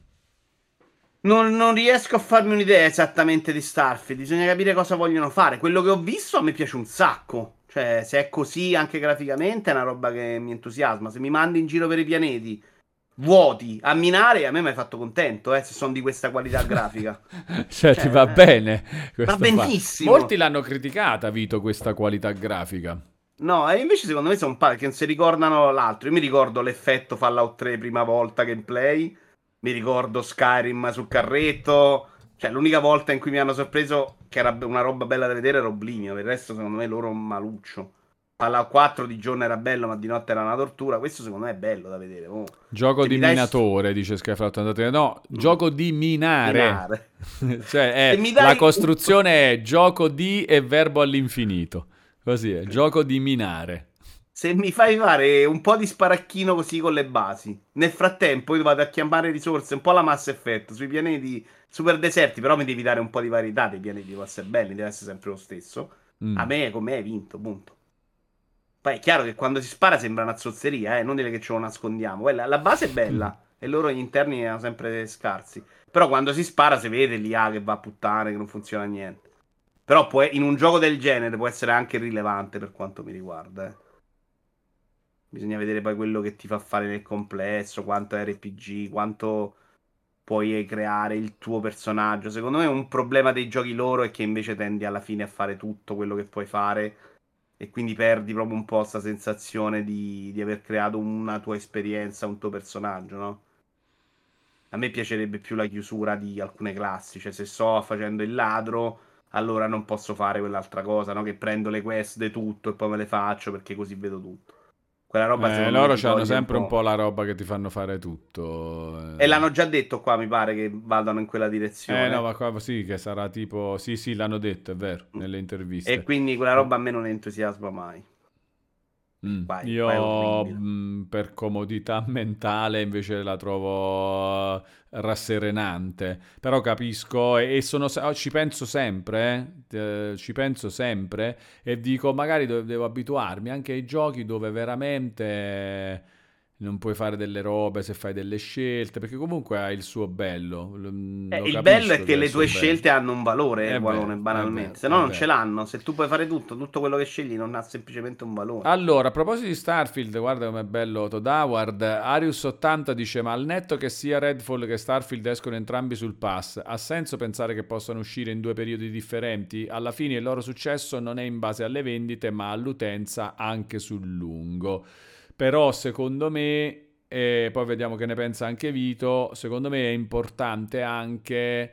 Non riesco a farmi un'idea esattamente di Starfield. Bisogna capire cosa vogliono fare. Quello che ho visto a me piace un sacco. Cioè, se è così anche graficamente, è una roba che mi entusiasma. Se mi mandi in giro per i pianeti vuoti a minare, a me mi hai fatto contento, se sono di questa qualità grafica. Cioè, ti va Cioè, bene va questo fa. Molti benissimo. l'hanno criticata, Vito, questa qualità grafica. No, e invece secondo me sono un paio che non si ricordano l'altro. Io mi ricordo l'effetto Fallout 3 prima volta gameplay, mi ricordo Skyrim sul carretto. Cioè, l'unica volta in cui mi hanno sorpreso che era una roba bella da vedere era Oblivion. Per il resto, secondo me, loro un maluccio. Fallout 4 di giorno era bello, ma di notte era una tortura. Questo, secondo me, è bello da vedere. Oh, Gioco se di mi dai. minatore, dice Skyfall 83. No, Mm, gioco di minare. minare. Cioè, Se mi la dai. costruzione è gioco di e verbo all'infinito. Così è, gioco di minare. Se mi fai fare un po' di sparacchino così con le basi, nel frattempo io vado a chiamare risorse, un po' la Mass Effect sui pianeti super deserti, però mi devi dare un po' di varietà dei pianeti, devono essere belli, deve essere sempre lo stesso. A Mm. me, con me hai vinto, punto. Poi è chiaro che quando si spara sembra una zozzeria, non dire che ce lo nascondiamo. La base è bella e loro gli interni erano sempre scarsi. Però quando si spara si vede l'IA che va a puttane, che non funziona niente. Però in un gioco del genere può essere anche rilevante per quanto mi riguarda. Bisogna vedere poi quello che ti fa fare nel complesso, quanto è RPG, quanto puoi creare il tuo personaggio. Secondo me un problema dei giochi loro è che invece tendi alla fine a fare tutto quello che puoi fare e quindi perdi proprio un po' questa sensazione di aver creato una tua esperienza, un tuo personaggio, no? A me piacerebbe più la chiusura di alcune classi, cioè se sto facendo il ladro, allora non posso fare quell'altra cosa, no? Che prendo le quest di tutto e poi me le faccio perché così vedo tutto. Quella roba secondo me Loro ti hanno toglie un sempre un po' po'. la roba che ti fanno fare tutto. E l'hanno già detto qua, mi pare che vadano in quella No, direzione. ma qua sì, che sarà tipo... Sì, sì, l'hanno detto, è vero, Mm. nelle E interviste. quindi quella roba a me non entusiasma mai. Qua è Io orribile. per comodità mentale invece la trovo rasserenante, però capisco e ci penso sempre, ci penso sempre e dico magari devo abituarmi anche ai giochi dove veramente non puoi fare delle robe se fai delle scelte, perché comunque ha il suo bello, lo Il bello è capisco che che ha il le suo tue bello. scelte hanno un valore, È Walone, vero, è banalmente. vero, Se no è non ce vero. l'hanno. Se tu puoi fare tutto quello che scegli non ha semplicemente un valore. Allora, a proposito di Starfield, guarda com'è bello Todd Howard. Arius80 dice: Ma al netto che sia Redfall che Starfield escono entrambi sul pass, ha senso pensare che possano uscire in due periodi differenti? Alla fine il loro successo non è in base alle vendite, ma all'utenza anche sul lungo. Però, secondo me, e poi vediamo che ne pensa anche Vito, secondo me è importante anche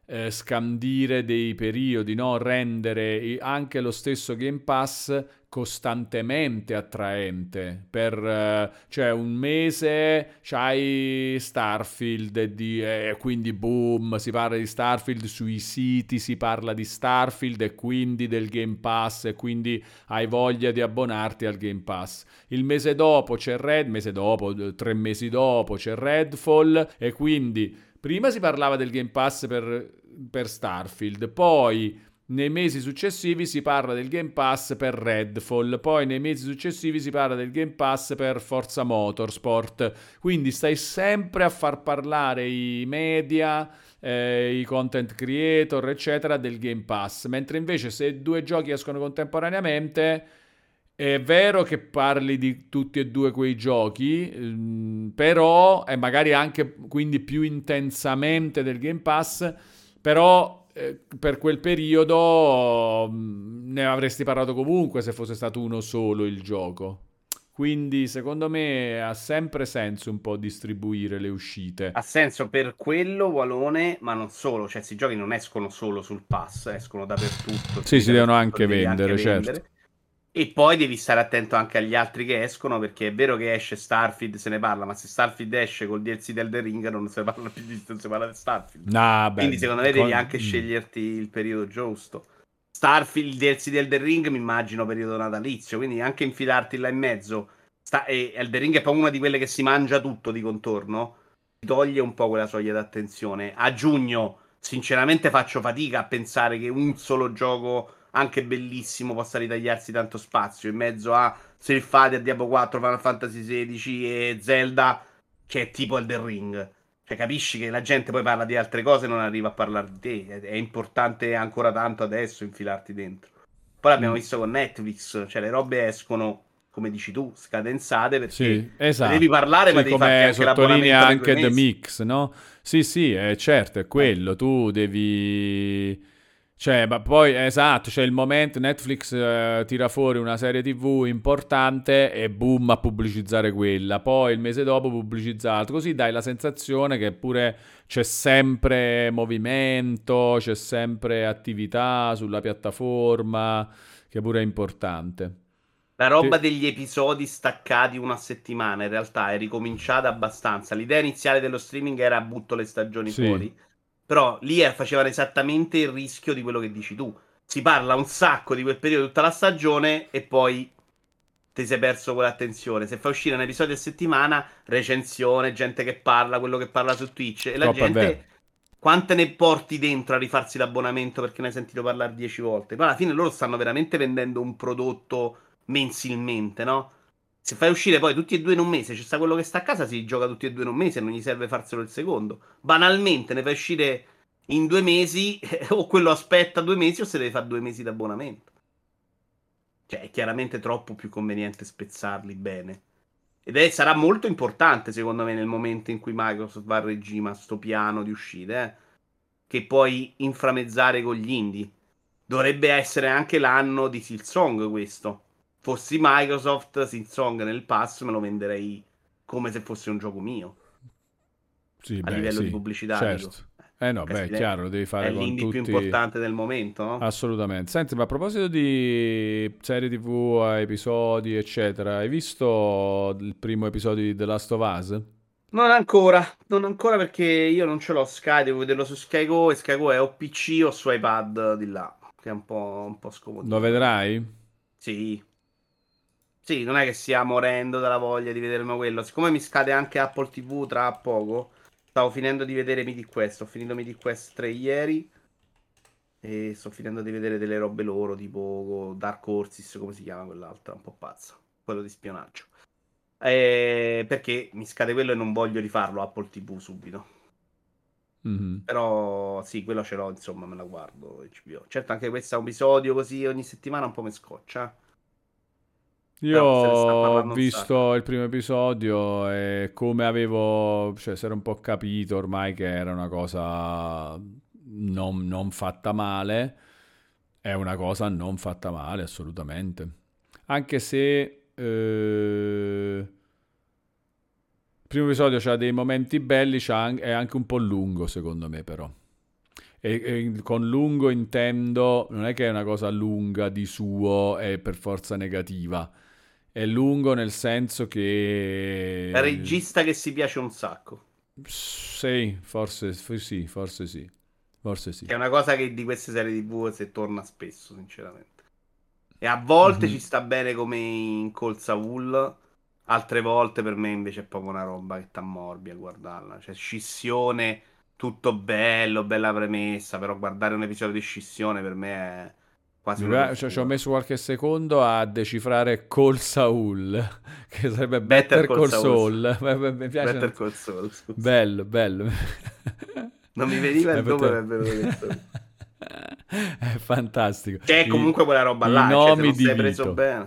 scandire dei periodi, no? Rendere anche lo stesso Game Pass costantemente attraente per cioè un mese c'hai Starfield e quindi boom, si parla di Starfield sui siti, si parla di Starfield e quindi del Game Pass e quindi hai voglia di abbonarti al Game Pass. Il mese dopo c'è mese dopo, 3 mesi dopo c'è Redfall e quindi prima si parlava del Game Pass per Starfield, poi nei mesi successivi si parla del Game Pass per Redfall, poi nei mesi successivi si parla del Game Pass per Forza Motorsport. Quindi stai sempre a far parlare i media, i content creator, eccetera, del Game Pass. Mentre invece se due giochi escono contemporaneamente, è vero che parli di tutti e due quei giochi, però, e magari anche quindi più intensamente del Game Pass, però per quel periodo ne avresti parlato comunque se fosse stato uno solo il gioco. Quindi secondo me ha sempre senso un po' distribuire le uscite. Ha senso per quello, Walone, ma non solo. Cioè, questi giochi non escono solo sul pass, escono dappertutto. Sì, Quindi si devono dappertutto anche li devi anche vendere, certo. vendere. E poi devi stare attento anche agli altri che escono, perché è vero che esce Starfield, se ne parla, ma se Starfield esce col DLC del The Ring non si parla più non si parla di Starfield. Nah, beh, Quindi secondo me devi anche sceglierti il periodo giusto. Starfield, il DLC del The Ring, mi immagino periodo natalizio, quindi anche infilarti là in mezzo. E Elden Ring è proprio una di quelle che si mangia tutto di contorno, ti toglie un po' quella soglia d'attenzione. A giugno, sinceramente, faccio fatica a pensare che un solo gioco anche bellissimo possa ritagliarsi tanto spazio in mezzo a Street Fighter, Diablo 4, Final Fantasy XVI e Zelda, che è tipo Elden Ring. Cioè, capisci che la gente poi parla di altre cose e non arriva a parlare di te. È importante ancora tanto adesso infilarti dentro. Poi l'abbiamo Mm, visto con Netflix, cioè le robe escono, come dici tu, scadenzate perché sì, ne devi esatto. parlare, ma Sì, devi farti come anche sottolinea l'abbonamento per due anche The mesi. Mix, no? Sì, sì, certo, è quello. Tu devi. Cioè, ma poi, esatto, c'è il momento, Netflix tira fuori una serie TV importante e boom a pubblicizzare quella. Poi il mese dopo pubblicizzato. Così dai la sensazione che pure c'è sempre movimento, c'è sempre attività sulla piattaforma, che pure è importante. La roba Te- degli episodi staccati una settimana in realtà è ricominciata abbastanza. L'idea iniziale dello streaming era butto le stagioni Sì. fuori, però lì facevano esattamente il rischio di quello che dici tu. Si parla un sacco di quel periodo, tutta la stagione, e poi ti sei perso quell'attenzione. Se fai uscire un episodio a settimana, recensione, gente che parla, quello che parla su Twitch, e la Troppo è vero. gente quante ne porti dentro a rifarsi l'abbonamento perché ne hai sentito parlare 10 volte? Poi alla fine loro stanno veramente vendendo un prodotto mensilmente, no? Se fai uscire poi tutti e due in un mese, c'è sta quello che sta a casa, si gioca tutti e due in un mese e non gli serve farselo il secondo. Banalmente ne fai uscire in 2 mesi, o quello aspetta 2 mesi o se deve fare 2 mesi d'abbonamento. Cioè, è chiaramente troppo più conveniente spezzarli bene. Sarà molto importante, secondo me, nel momento in cui Microsoft va a regime a sto piano di uscite, che puoi inframezzare con gli indie. Dovrebbe essere anche l'anno di Silksong questo. Fossi Microsoft, Silksong nel pass me lo venderei come se fosse un gioco mio, Sì, a beh, livello di sì, pubblicità, certo. dico. No, beh, è Caspita, chiaro, lo devi è fare con l'indie più tutti. importante del momento, no? Assolutamente. Senti, ma a proposito di serie TV, episodi, eccetera, hai visto il primo episodio di The Last of Us? Non ancora perché io non ce l'ho Sky, devo vederlo su Sky Go e Sky Go è o PC o su iPad di là, che è un po' Lo scomodino per me. vedrai? Sì, Sì, non è che stia morendo dalla voglia di vedermi quello. Siccome mi scade anche Apple TV tra poco, stavo finendo di vedere Mythic Quest. Ho finito Mythic Quest 3 ieri e sto finendo di vedere delle robe loro, tipo Dark Horses, come si chiama quell'altra, un po' pazza. Quello di spionaggio. Perché mi scade quello e non voglio rifarlo Apple TV subito. Mhm. Però sì, quello ce l'ho, insomma, me la guardo HBO. Certo, anche questo è un episodio così ogni settimana un po' mi scoccia. Io Però se ne sta ho parlando un sacco. visto il primo episodio e come avevo, cioè si era un po' capito ormai che era una cosa non fatta male, è una cosa non fatta male assolutamente. Anche se il primo episodio c'ha dei momenti belli, è anche un po' lungo secondo me però. E con lungo intendo, non è che è una cosa lunga di suo e per forza negativa. È lungo nel senso che... Regista che si piace un sacco. Sì, forse sì, forse sì. Forse sì. Che è una cosa che di queste serie TV se torna spesso, sinceramente. E a volte ci Mhm. sta bene come in Call Saul, altre volte per me invece è proprio una roba che t'ammorbi a guardarla. Cioè, scissione, tutto bello, bella premessa, però guardare un episodio di scissione per me è quasi una Ci ho tortura. messo qualche secondo a decifrare Call Saul, che sarebbe Better Better Call Call Saul. Saul. Mi piace. Better Call Saul, scusa. Bello, bello. Non mi veniva Hai il nome, fatto- ma è venuto questo. È fantastico. Che è comunque quella roba I là, cioè se nomi non di sei preso Vito. bene.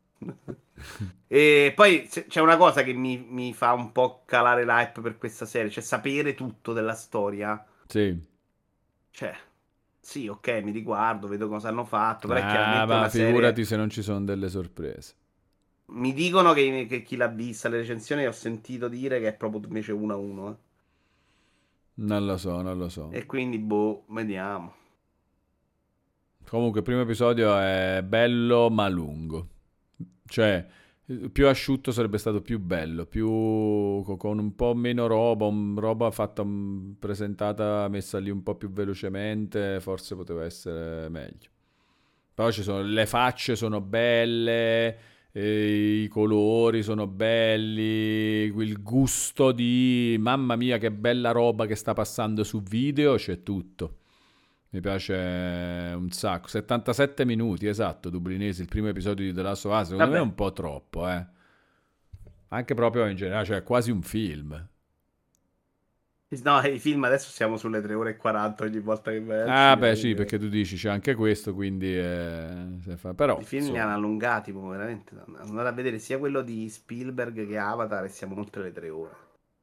E poi c'è una cosa che mi fa un po' calare l'hype per questa serie, cioè sapere tutto della storia. Sì. Cioè, sì, ok, mi riguardo, vedo cosa hanno fatto, però è Ah, chiaramente ma una figurati serie. se non ci sono delle sorprese. Mi dicono che chi l'ha vista, le recensioni, ho sentito dire che è proprio invece 1-1. Non lo so, non lo so. E quindi, boh, vediamo. Comunque, il primo episodio è bello ma lungo. Cioè, più asciutto sarebbe stato più bello, più con un po' meno roba, roba fatta, presentata, messa lì un po' più velocemente, forse poteva essere meglio. Però ci sono, le facce sono belle, i colori sono belli, il gusto di mamma mia che bella roba che sta passando su video, c'è tutto. Mi piace un sacco. 77 minuti, esatto, Dublinesi, il primo episodio di The Last of Us, secondo me è Vabbè, un po' troppo, eh. Anche proprio in generale, cioè è quasi un film. no, i film adesso siamo sulle 3 ore e 40 ogni volta che vai al Ah, cinema, beh, sì, quindi perché tu dici c'è anche questo, quindi però, i film li hanno insomma. allungati, mo, veramente. Andate a vedere sia quello di Spielberg che Avatar e siamo oltre le 3 ore.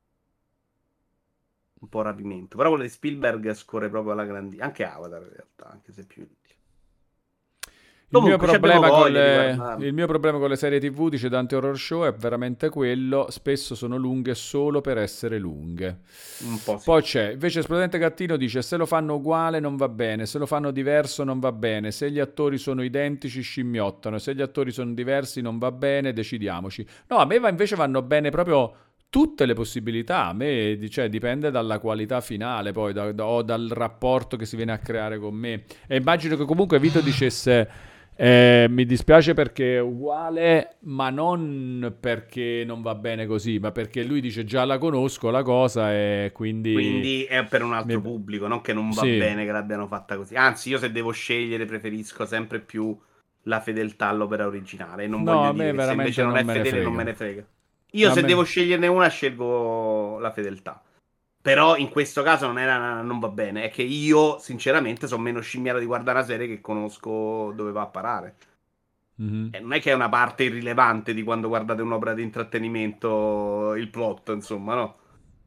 Un po' a rapimento. Però quello di Spielberg scorre proprio alla grandina. Anche Avatar in realtà, anche se più inutile. Comunque, ci abbiamo voglia di guardarlo. Il mio problema con le serie TV, dice Dante Horror Show, è veramente quello. Spesso sono lunghe solo per essere lunghe. Un po' sì. Poi c'è, invece Esplodente Gattino dice, se lo fanno uguale non va bene, se lo fanno diverso non va bene, se gli attori sono identici scimmiottano, se gli attori sono diversi non va bene, decidiamoci. No, a me invece vanno bene proprio tutte le possibilità, a me cioè, dipende dalla qualità finale poi, o dal rapporto che si viene a creare con me. E immagino che comunque Vito dicesse... mi dispiace perché è uguale, ma non perché non va bene così, ma perché lui dice già la conosco la cosa e quindi... Quindi è per un altro mi- pubblico, non che non va Sì, bene che l'abbiano fatta così. Anzi, io se devo scegliere preferisco sempre più la fedeltà all'opera originale. E non no, voglio a me dire che se invece veramente non non è me ne fedele non me frega. ne frega. Io A se me... devo sceglierne una scelgo la fedeltà. Però in questo caso non va bene. È che io, sinceramente, sono meno scimmiato di guardare una serie che conosco dove va a parare. Mhm. E non è che è una parte irrilevante di quando guardate un'opera di intrattenimento, il plot, insomma, no?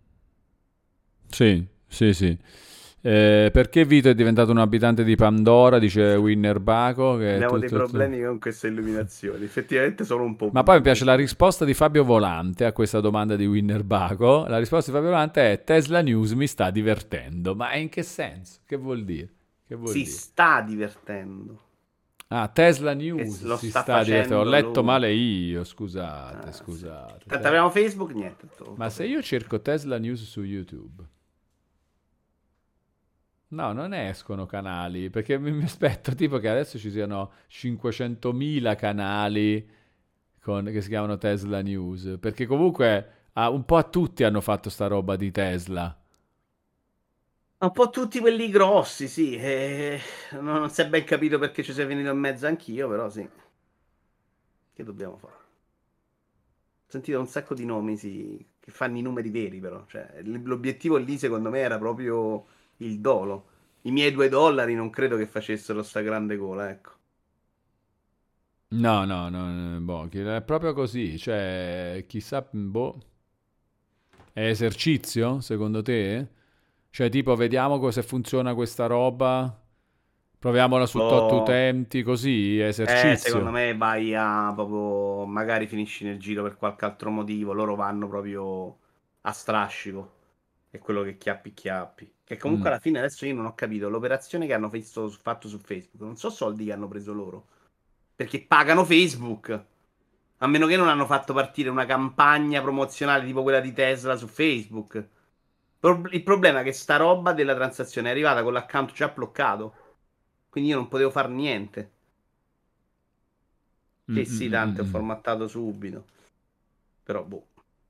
Sì, sì, sì. Perché Vito è diventato un abitante di Pandora, dice Winner Baco, che è Abbiamo dei tutto... problemi con queste illuminazioni. Effettivamente sono un po' Ma poi mi blu piace la questi. risposta di Fabio Volante a questa domanda di Winner Baco. La risposta di Fabio Volante è Tesla News mi sta divertendo. Ma in che senso? Che vuol dire? Che vuol Si dire? sta divertendo. Ah, Tesla Che News lo si sta sta divertendo. Ho facendo letto lui. male io, scusate, Ah, sì. scusate. Tanto abbiamo Facebook? Niente, Ma tolto se io Facebook. cerco Tesla News su YouTube, no, non escono canali, perché mi aspetto tipo che adesso ci siano 500.000 canali che si chiamano Tesla News, perché comunque un po' a tutti hanno fatto sta roba di Tesla. Un po' tutti quelli grossi, sì. Non si è ben capito perché ci sei venuto in mezzo anch'io, però sì. Che dobbiamo fare? Ho sentito un sacco di nomi, sì, che fanno i numeri veri, però. Cioè, l'obiettivo lì, secondo me, era proprio il dolo. I miei $2 non credo che facessero sta grande gola, ecco. No, no, no, boh, è proprio così, cioè, chissà, boh, è esercizio, secondo te? Cioè, tipo, vediamo se funziona questa roba, proviamola su tot Oh, utenti, così, è secondo esercizio. me vai a proprio. Magari finisci nel giro per qualche altro motivo. Loro vanno proprio a strascico. È quello che chiappi chiappi. Che comunque Mm. alla fine adesso io non ho capito. L'operazione che hanno fatto su Facebook. Non so soldi che hanno preso loro. Perché pagano Facebook. A meno che non hanno fatto partire una campagna promozionale tipo quella di Tesla su Facebook. Il problema è che sta roba della transazione è arrivata con l'account già bloccato. Quindi io non potevo fare niente. Mm, Sì, mm, sì, mm, Dante, ho mm, mm. formattato subito. Però, boh,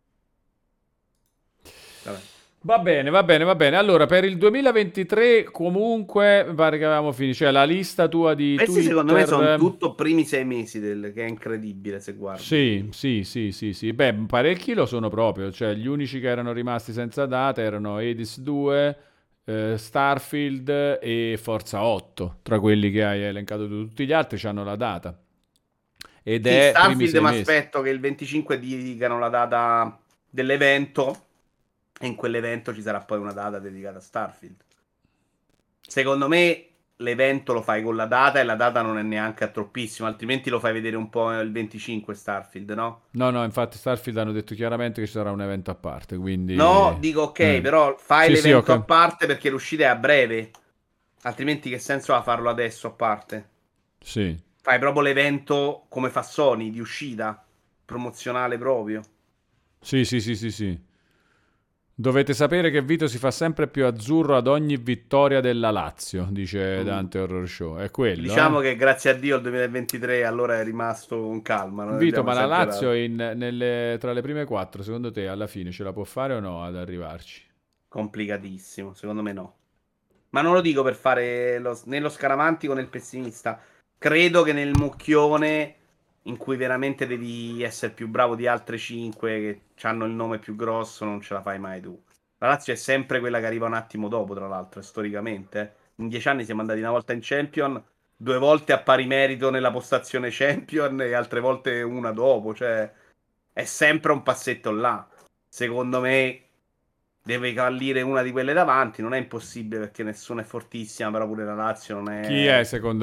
vabbè. Va bene, va bene, va bene. Allora, per il 2023 comunque mi pare che avevamo finito, cioè la lista tua di Questi secondo me Twitter. sono tutto primi 6 mesi che è incredibile se Sì, guardi. sì, sì, sì, sì. Beh, parecchi lo sono proprio, cioè gli unici che erano rimasti senza data erano Hades 2, Starfield e Forza 8, tra quelli che hai elencato tu. Tutti gli altri hanno la data. Ed Sì, è primi Starfield sei mi mesi. aspetto che il 25 dicano la data dell'evento e in quell'evento ci sarà poi una data dedicata a Starfield. Secondo me l'evento lo fai con la data e la data non è neanche a troppissimo, altrimenti lo fai vedere un po' il 25 Starfield, no? No, no, infatti Starfield hanno detto chiaramente che ci sarà un evento a parte, quindi. No, dico ok, però fai Sì, sì, l'evento a ok. parte perché l'uscita è a breve, altrimenti che senso ha farlo adesso a parte? Sì. Fai proprio l'evento come fa Sony di uscita, promozionale proprio. Sì, sì, sì, sì, sì. Dovete sapere che Vito si fa sempre più azzurro ad ogni vittoria della Lazio, dice Mm. Dante Horror Show. È quello, eh? Diciamo che grazie a Dio il 2023 allora è rimasto con calma, non Vito, abbiamo ma la Lazio esagerato. tra le prime quattro, secondo te, alla fine ce la può fare o no ad arrivarci? Complicatissimo, secondo me no. Ma non lo dico per fare né lo scaramantico né il pessimista. Credo che nel mucchione in cui veramente devi essere più bravo di altre 5 che hanno il nome più grosso, non ce la fai mai tu. La Lazio è sempre quella che arriva un attimo dopo, tra l'altro, storicamente. In 10 anni siamo andati una volta in Champion, 2 volte a pari merito nella postazione Champion e altre volte una dopo. Cioè, è sempre un passetto là. Secondo me deve fallire una di quelle davanti. Non è impossibile perché nessuno è fortissima, però pure la Lazio non Chi è è. secondo